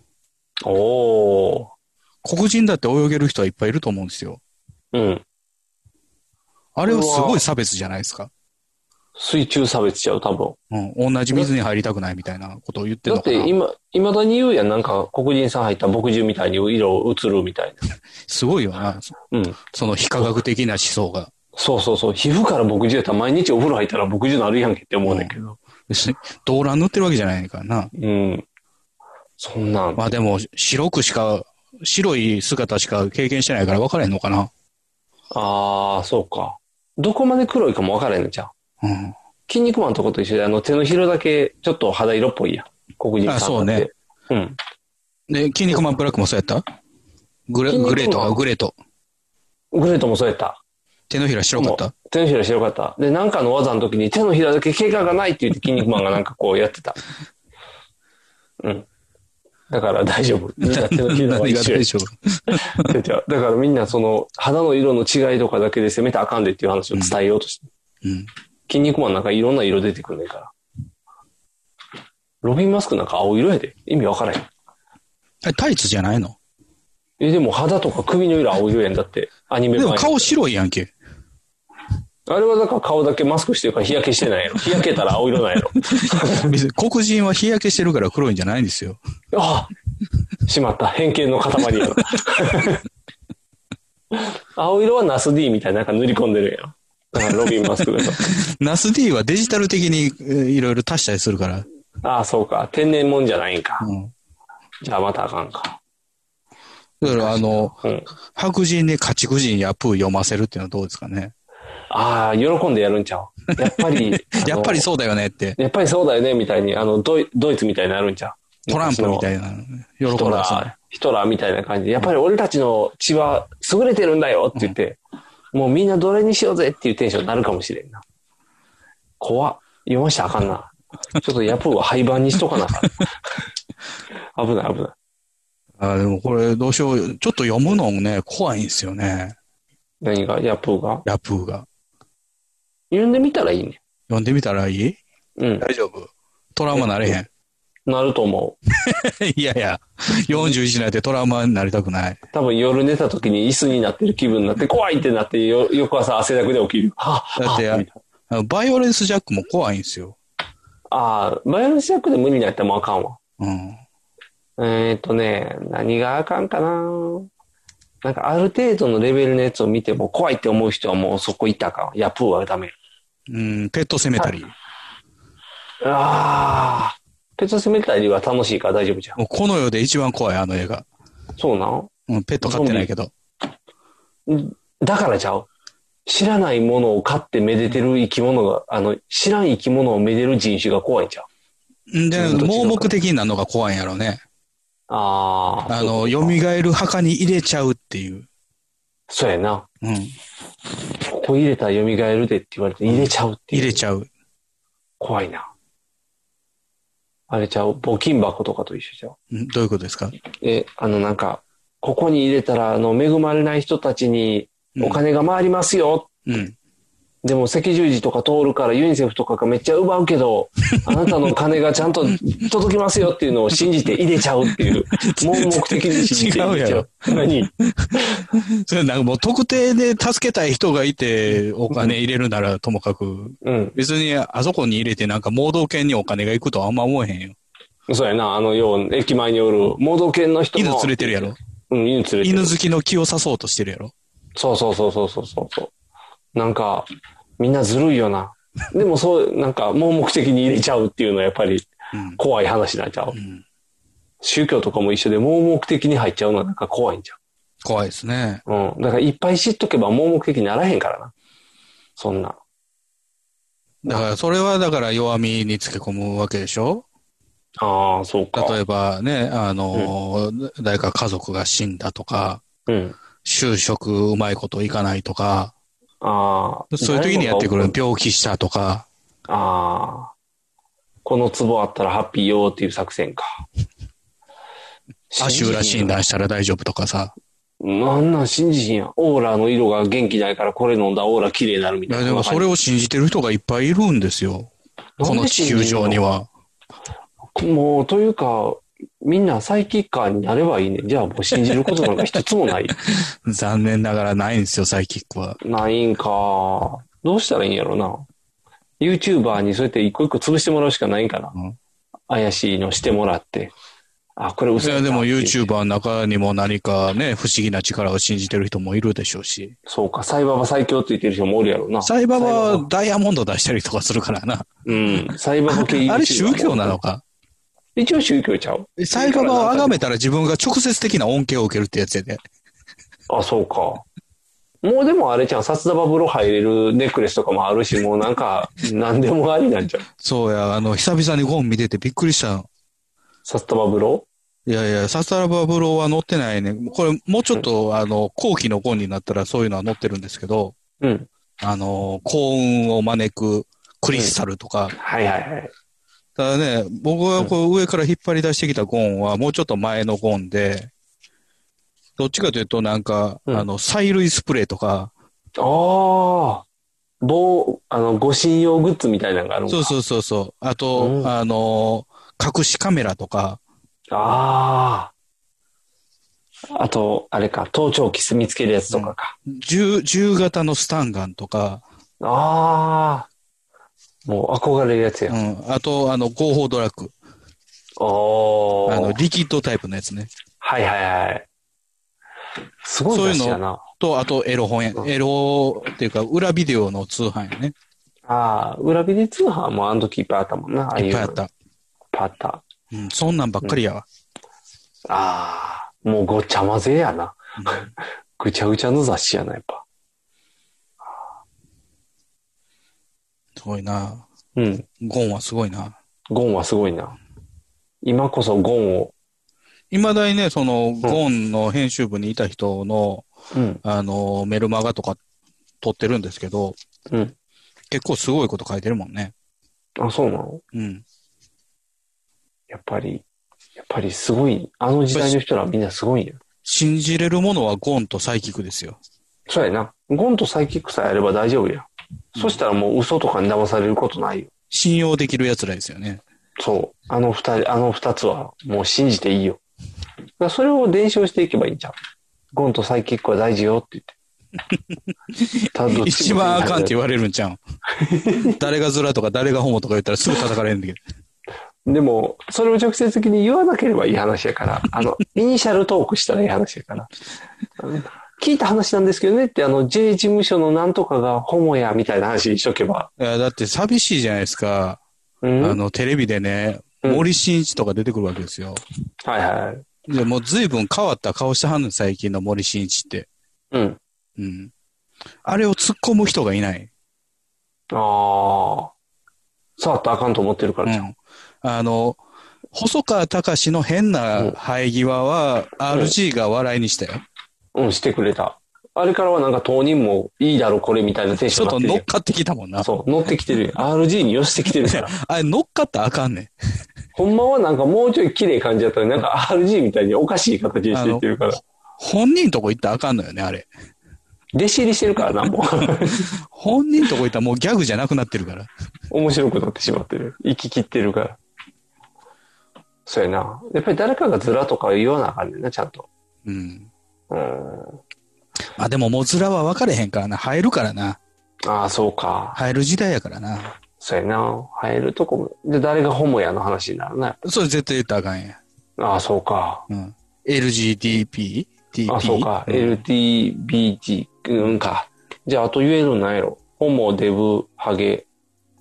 黒人だって泳げる人はいっぱいいると思うんですよ。 うん。あれはすごい差別じゃないですか。 水中差別ちゃう、多分。 うん。同じ水に入りたくないみたいなことを言ってるのかな。 だって未だに言うやん、なんか黒人さん入った墨汁みたいに色映るみたいな。 すごいよな。うん。その非科学的な思想が。 そうそうそう。皮膚から墨汁やったら毎日お風呂入ったら墨汁なるやんけって思うねんけど。 別に、動乱塗ってるわけじゃないからな。 うん。そんなん。 でも、白い姿しか経験してないから分からへんのかな。 ああ、そうか。どこまで黒いかも分からへんのじゃん。うん。筋肉マンとこと一緒で、手のひらだけちょっと肌色っぽいやん。黒人さんって。 そうね。うん。で、筋肉マンブラックもそうやった？グレートもそうやった。 手のひら白かった？ 手のひら白かった。で、なんかの技の時に手のひらだけ怪我がないって言って筋肉マンがなんかこうやってた。うん。だから大丈夫。みんな手のひらは一緒。大丈夫。だからみんなその肌の色の違いとかだけで攻めたらあかんでっていう話を伝えようとして。うん。筋肉マンなんかいろんな色出てくるねんから。ロビンマスクなんか青色やで。意味わからへん。 タイツじゃないの？ でも肌とか首の色青色やんだって。アニメ版。 でも顔白いやんけ。 あれはだから顔だけマスクしてるから日焼けしてないやろ。日焼けたら青色なんやろ。 黒人は日焼けしてるから黒いんじゃないんですよ。 ああしまった。偏見の塊やろ。青色はナス D みたいななんか塗り込んでるやろ。だからロビンマスクだと。 ナス D はデジタル的にいろいろ足したりするから。 ああ、そうか。天然もんじゃないんか。うん、じゃあまたあかんか。 だから白人に家畜人やプー読ませるっていうのはどうですかね。 ああ、喜んでやるんちゃう。やっぱり。 やっぱりそうだよねって。 やっぱりそうだよねみたいに、ドイツみたいになるんちゃう。 トランプみたいな。 喜んだ。ヒトラーみたいな感じで、やっぱり俺たちの血は優れてるんだよって言って、もうみんなどれにしようぜっていうテンションになるかもしれんな。怖っ。読ましたらあかんな。ちょっとヤプーは廃盤にしとかなあかん。危ない危ない。 でもこれどうしよう。ちょっと読むのもね、怖いんですよね。 何が？ヤプーが？ ヤプーが。 読んでみたらいいね。 読んでみたらいい？ うん。 大丈夫。トラウマなれへん。 なると思う。いやいや、41になってトラウマになりたくない。 多分夜寝た時に椅子になってる気分になって怖いってなって翌朝汗だくで起きる。 だってバイオレンスジャックも怖いんですよ。 ああ、バイオレンスジャックで無理になったらもうあかんわ。 うん。 何があかんかな。なんかある程度のレベルのやつを見ても怖いって思う人はもうそこ行ったらあかん。ヤプーはダメ。 ペットセメタリー。 ああ、ペットセメタリーは楽しいから大丈夫じゃん。 もうこの世で一番怖い、あの映画。 そうなの？ ペット飼ってないけど。 だからちゃう。知らないものを飼ってめでてる生き物が、知らん生き物をめでる人種が怖いんちゃう。 で、盲目的になるのが怖いんやろね。 ああ。 蘇る墓に入れちゃうっていう。 そうやな。 うん。 ここ入れたら蘇るでって言われて入れちゃうっていう。 入れちゃう。 怖いな。あれちゃう。募金箱とかと一緒ちゃう。 どういうことですか？ なんか、ここに入れたら、恵まれない人たちにお金が回りますよ。 うん。 でも赤十字とか通るからユニセフとかがめっちゃ奪うけど、あなたの金がちゃんと届きますよっていうのを信じて入れちゃうっていう。盲目的に信じて入れちゃう。何？ それなんかもう特定で助けたい人がいてお金入れるならともかく、別にあそこに入れてなんか盲導犬にお金が行くとはあんま思えへんよ。 そうやな、駅前におる盲導犬の人も。 犬連れてるやろ。 うん、犬連れてる。 犬好きの気を刺そうとしてるやろ。 そう。なんか、みんなずるいよな。 でもなんか盲目的に入れちゃうっていうのはやっぱり怖い話になっちゃう。宗教とかも一緒で盲目的に入っちゃうのはなんか怖いんちゃう。 怖いですね。 だからいっぱい知っとけば盲目的にならへんからな。そんな。 だからそれはだから弱みにつけ込むわけでしょ？ ああ、そうか。 例えばね、誰か家族が死んだとか、就職うまいこといかないとか、そういう時にやってくる病気したとか。 この壺あったらハッピーよーっていう作戦か。 足裏診断したら大丈夫とかさ。 なん信じひんやん。オーラの色が元気ないからこれ飲んだオーラ綺麗になるみたいな。 いやでもそれを信じてる人がいっぱいいるんですよ。この地球上には。 もう、というか、みんなサイキッカーになればいいね。じゃあもう信じることなんか一つもない。 残念ながらないんですよ、サイキックは。 ないんか。どうしたらいいんやろな。YouTuber にそうやって一個一個潰してもらうしかないんかな。怪しいのしてもらって。これ嘘だ。 いや、でも YouTuber の中にも何かね、不思議な力を信じてる人もいるでしょうし。 そうか、サイババ最強って言ってる人もおるやろうな。 サイババはダイヤモンド出したりとかするからな。 サイババ系あれ宗教なのか？ 一応宗教ちゃう。 サイババを崇めたら自分が直接的な恩恵を受けるってやつやで。 そうか。もうでもあれじゃん、札束風呂入れるネックレスとかもあるし、もうなんか、何でもありなんじゃん。 そうや、久々にゴン見ててびっくりしたの。 札束風呂？ いやいや、札束風呂は載ってないね。これ、もうちょっと、後期のゴンになったらそういうのは載ってるんですけど、幸運を招くクリスタルとか。 はいはいはい。 ただね、僕がこう上から引っ張り出してきたゴンはもうちょっと前のゴンで、どっちかというとなんか、催涙スプレーとか。 護身用グッズみたいなのがあるんか。 そう。あと、隠しカメラとか。 あと、あれか、盗聴器見つけるやつとかか。 銃型のスタンガンとか。 もう憧れるやつや。 あと、合法ドラッグ。リキッドタイプのやつね。 はいはいはい。すごい雑誌やな。 そういうのと、あとエロ本や。エロっていうか、裏ビデオの通販やね。 裏ビデオ通販もあの時いっぱいあったもんな。 いっぱいあった。そんなんばっかりやわ。 もうごちゃ混ぜやな。ぐちゃぐちゃの雑誌やな、やっぱ。 すごいな。ゴンはすごいな。 今こそゴンを。 未だにね、その、ゴンの編集部にいた人の、メルマガとか撮ってるんですけど、結構すごいこと書いてるもんね。 そうなの？やっぱりすごい、あの時代の人らはみんなすごいんや。 信じれるものはゴンとサイキックですよ。 そうやな。ゴンとサイキックさえあれば大丈夫や。そしたらもう嘘とかに騙されることないよ。 信用できる奴らですよね。 そう。あの二つはもう信じていいよ。それを伝承していけばいいんちゃう？ゴンとサイキックは大事よって言って。 一番あかんって言われるんちゃう？誰がズラとか誰がホモとか言ったらすぐ叩かれるんだけど。 でも、それを直接的に言わなければいい話やから、イニシャルトークしたらいい話やから。聞いた話なんですけどねって、J 事務所のなんとかがホモやみたいな話にしとけば。 いや、だって寂しいじゃないですか。テレビでね、森進一とか出てくるわけですよ。 はいはい。 で、もう随分変わった顔してはんの、最近の森進一って。あれを突っ込む人がいない。 触ったらあかんと思ってるからじゃん。 細川たかしの変な生え際は、RG が笑いにしたよ。 してくれた。あれからはなんか当人もいいだろこれみたいなテンションになってる。 ちょっと乗っかってきたもんな。 そう、乗ってきてる。RG に寄せてきてるから。 あれ乗っかったらあかんねん。 ほんまはなんかもうちょい綺麗感じだったらなんか RG みたいにおかしい形にしていってるから。 本人とこ行ったらあかんのよね、あれ。 弟子入りしてるからな、もう。 本人とこ行ったらもうギャグじゃなくなってるから。 面白くなってしまってる。生き切ってるから。そうやな。やっぱり誰かがズラとか言わなあかんねんな、ちゃんと。 まあでももうズラは分かれへんからな。生えるからな。 そうか。 生える時代やからな。 そうやな。生えるとこも。で、誰がホモやの話になるな。 それ絶対言ったらあかんや。 そうか。 LGTP？ そうか。LGBT か。じゃあ、あと言えるのなんやろ。ホモ、デブ、ハゲ、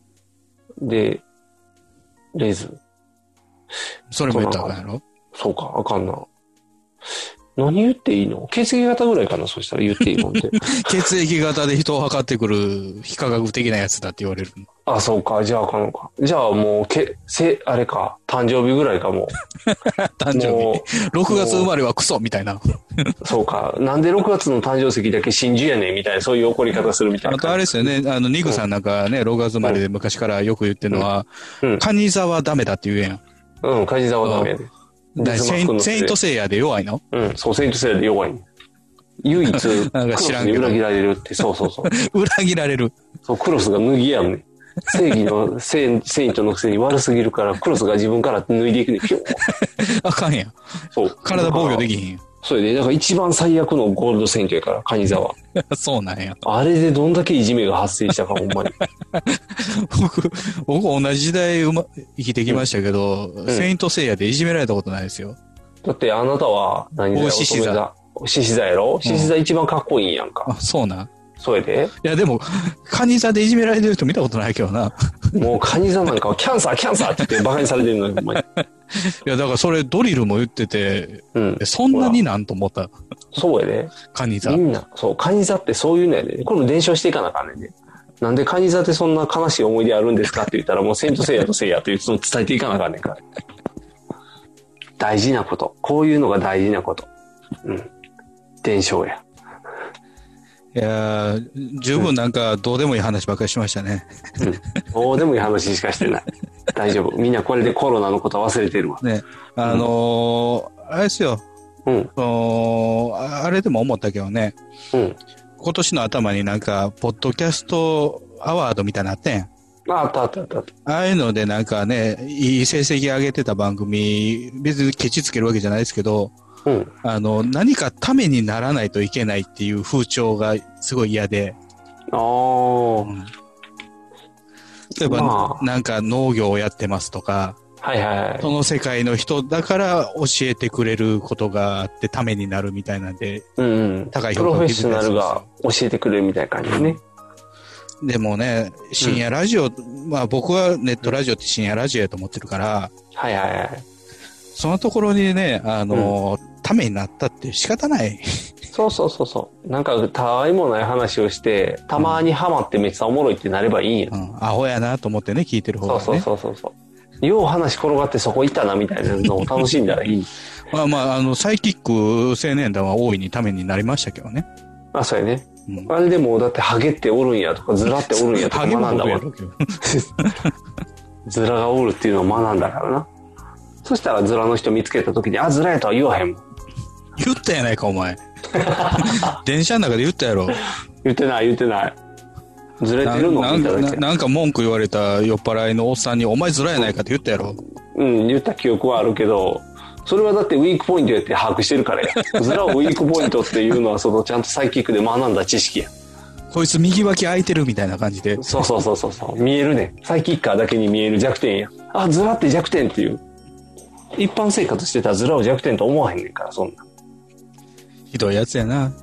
で、レズ。 それも言ったらあかんやろ？ そうか、あかんな。何言っていいの？血液型ぐらいかな、そしたら言っていいもんで。 血液型で人を測ってくる非科学的なやつだって言われるの。 あ、そうか、じゃああかんのか。じゃあもう、あれか、誕生日ぐらいかも。 誕生日。6月生まれはクソみたいな。 そうか。なんで6月の誕生石だけ真珠やねんみたいな、そういう怒り方するみたいな。 あとあれですよね、ニグさんなんかね、6月生まれで昔からよく言ってるのは、蟹座はダメだって言うやん。 うん、蟹座はダメやで。 セイントセイヤで弱いの？ うん、そう、セイントセイヤで弱い。唯一、クロスに裏切られるって、そうそうそう。 裏切られる。 そう、クロスが脱ぎやんね。正義のセイントのくせに悪すぎるから、クロスが自分から脱いでいくね。ピューあかんやん。 そう。 体防御できひん。 それで、だから一番最悪のゴールドセイントやから、蟹座は。 そうなんや。 あれでどんだけいじめが発生したか、ほんまに。 僕同じ時代生きてきましたけど、セイントセイヤでいじめられたことないですよ。 だってあなたは何座？ 獅子座。 獅子座やろ？獅子座一番かっこいいんやんか。 あ、そうなん。 それで？ いやでも、蟹座でいじめられてる人見たことないけどな。 もう蟹座なんかはキャンサーって言ってバカにされてるのよ、ほんまに。 いやだからそれドリルも言ってて、そんなになんと思った。 そうやで。 蟹座。 みんな、そう、蟹座ってそういうのやで。これも伝承していかなあかんねんね。なんで蟹座ってそんな悲しい思い出あるんですかって言ったら、もうセイントセイヤとセイヤというのを伝えていかなあかんねんから。大事なこと。こういうのが大事なこと。うん。伝承や。 いや十分なんかどうでもいい話ばっかりしましたね。 うん。どうでもいい話しかしてない。大丈夫。みんなこれでコロナのこと忘れてるわ。 ね。あれですよ。 うん。 あれでも思ったけどね。 うん。 今年の頭になんか、ポッドキャストアワードみたいなのあったやん。 あった。 ああいうのでなんかね、いい成績上げてた番組、別にケチつけるわけじゃないですけど、 うん、 何かためにならないといけないっていう風潮がすごい嫌で。 ああ、 例えば、なんか農業をやってますとか、 はいはい。 その世界の人だから教えてくれることがあってためになるみたいなんで、高い評価を受けてたりするんですよ。 プロフェッショナルが教えてくれるみたいな感じですね。 でもね、深夜ラジオ、まあ僕はネットラジオって深夜ラジオやと思ってるから、 はいはいはい。 そのところにね、ためになったって仕方ない。 そう。なんか、たわいもない話をして、たまにハマってめっちゃおもろいってなればいいんや。 アホやなと思ってね、聞いてる方がね。 そう。よう話転がってそこ行ったなみたいなのを楽しんだらいい。 サイキック青年団は大いにためになりましたけどね。 あ、そうやね。あれでも、だってハゲっておるんやとか、ズラっておるんやとか学んだわ。ズラがおるっていうのを学んだからな。そしたらズラの人見つけた時に、あ、ズラやとは言わへんもん。 言ったやないか、お前。電車の中で言ったやろ。 言ってない。ずれてるのを見ただけ。 なんか文句言われた酔っ払いのおっさんに、お前ズラやないかって言ったやろ。 言った記憶はあるけど、それはだってウィークポイントやって把握してるからや。ズラをウィークポイントっていうのは、ちゃんとサイキックで学んだ知識や。 こいつ右脇空いてるみたいな感じで。 そう。見えるね。サイキッカーだけに見える弱点や。あ、ズラって弱点っていう。一般生活してたらズラを弱点と思わへんねんから、そんな。 ひどいやつやな。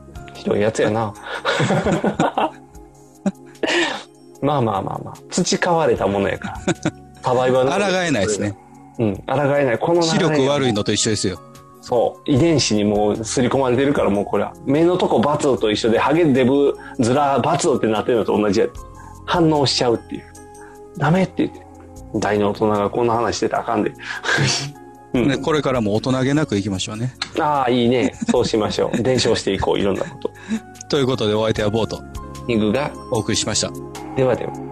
まあ。培われたものやから。サバイバル。 抗えないですね。 抗えない。この視力悪いのと一緒ですよ。 そう。遺伝子にもう刷り込まれてるから、もうこれは。目のとこバツオと一緒で、ハゲデブ、ズラ、バツオってなってるのと同じや。反応しちゃうっていう。ダメって言って。大の大人がこんな話してたらあかんで。 これからも大人げなくいきましょうね。 ああ、いいね。そうしましょう。伝承していこう、いろんなこと。 ということでお相手はボート。 ニグがお送りしました。 ではでは。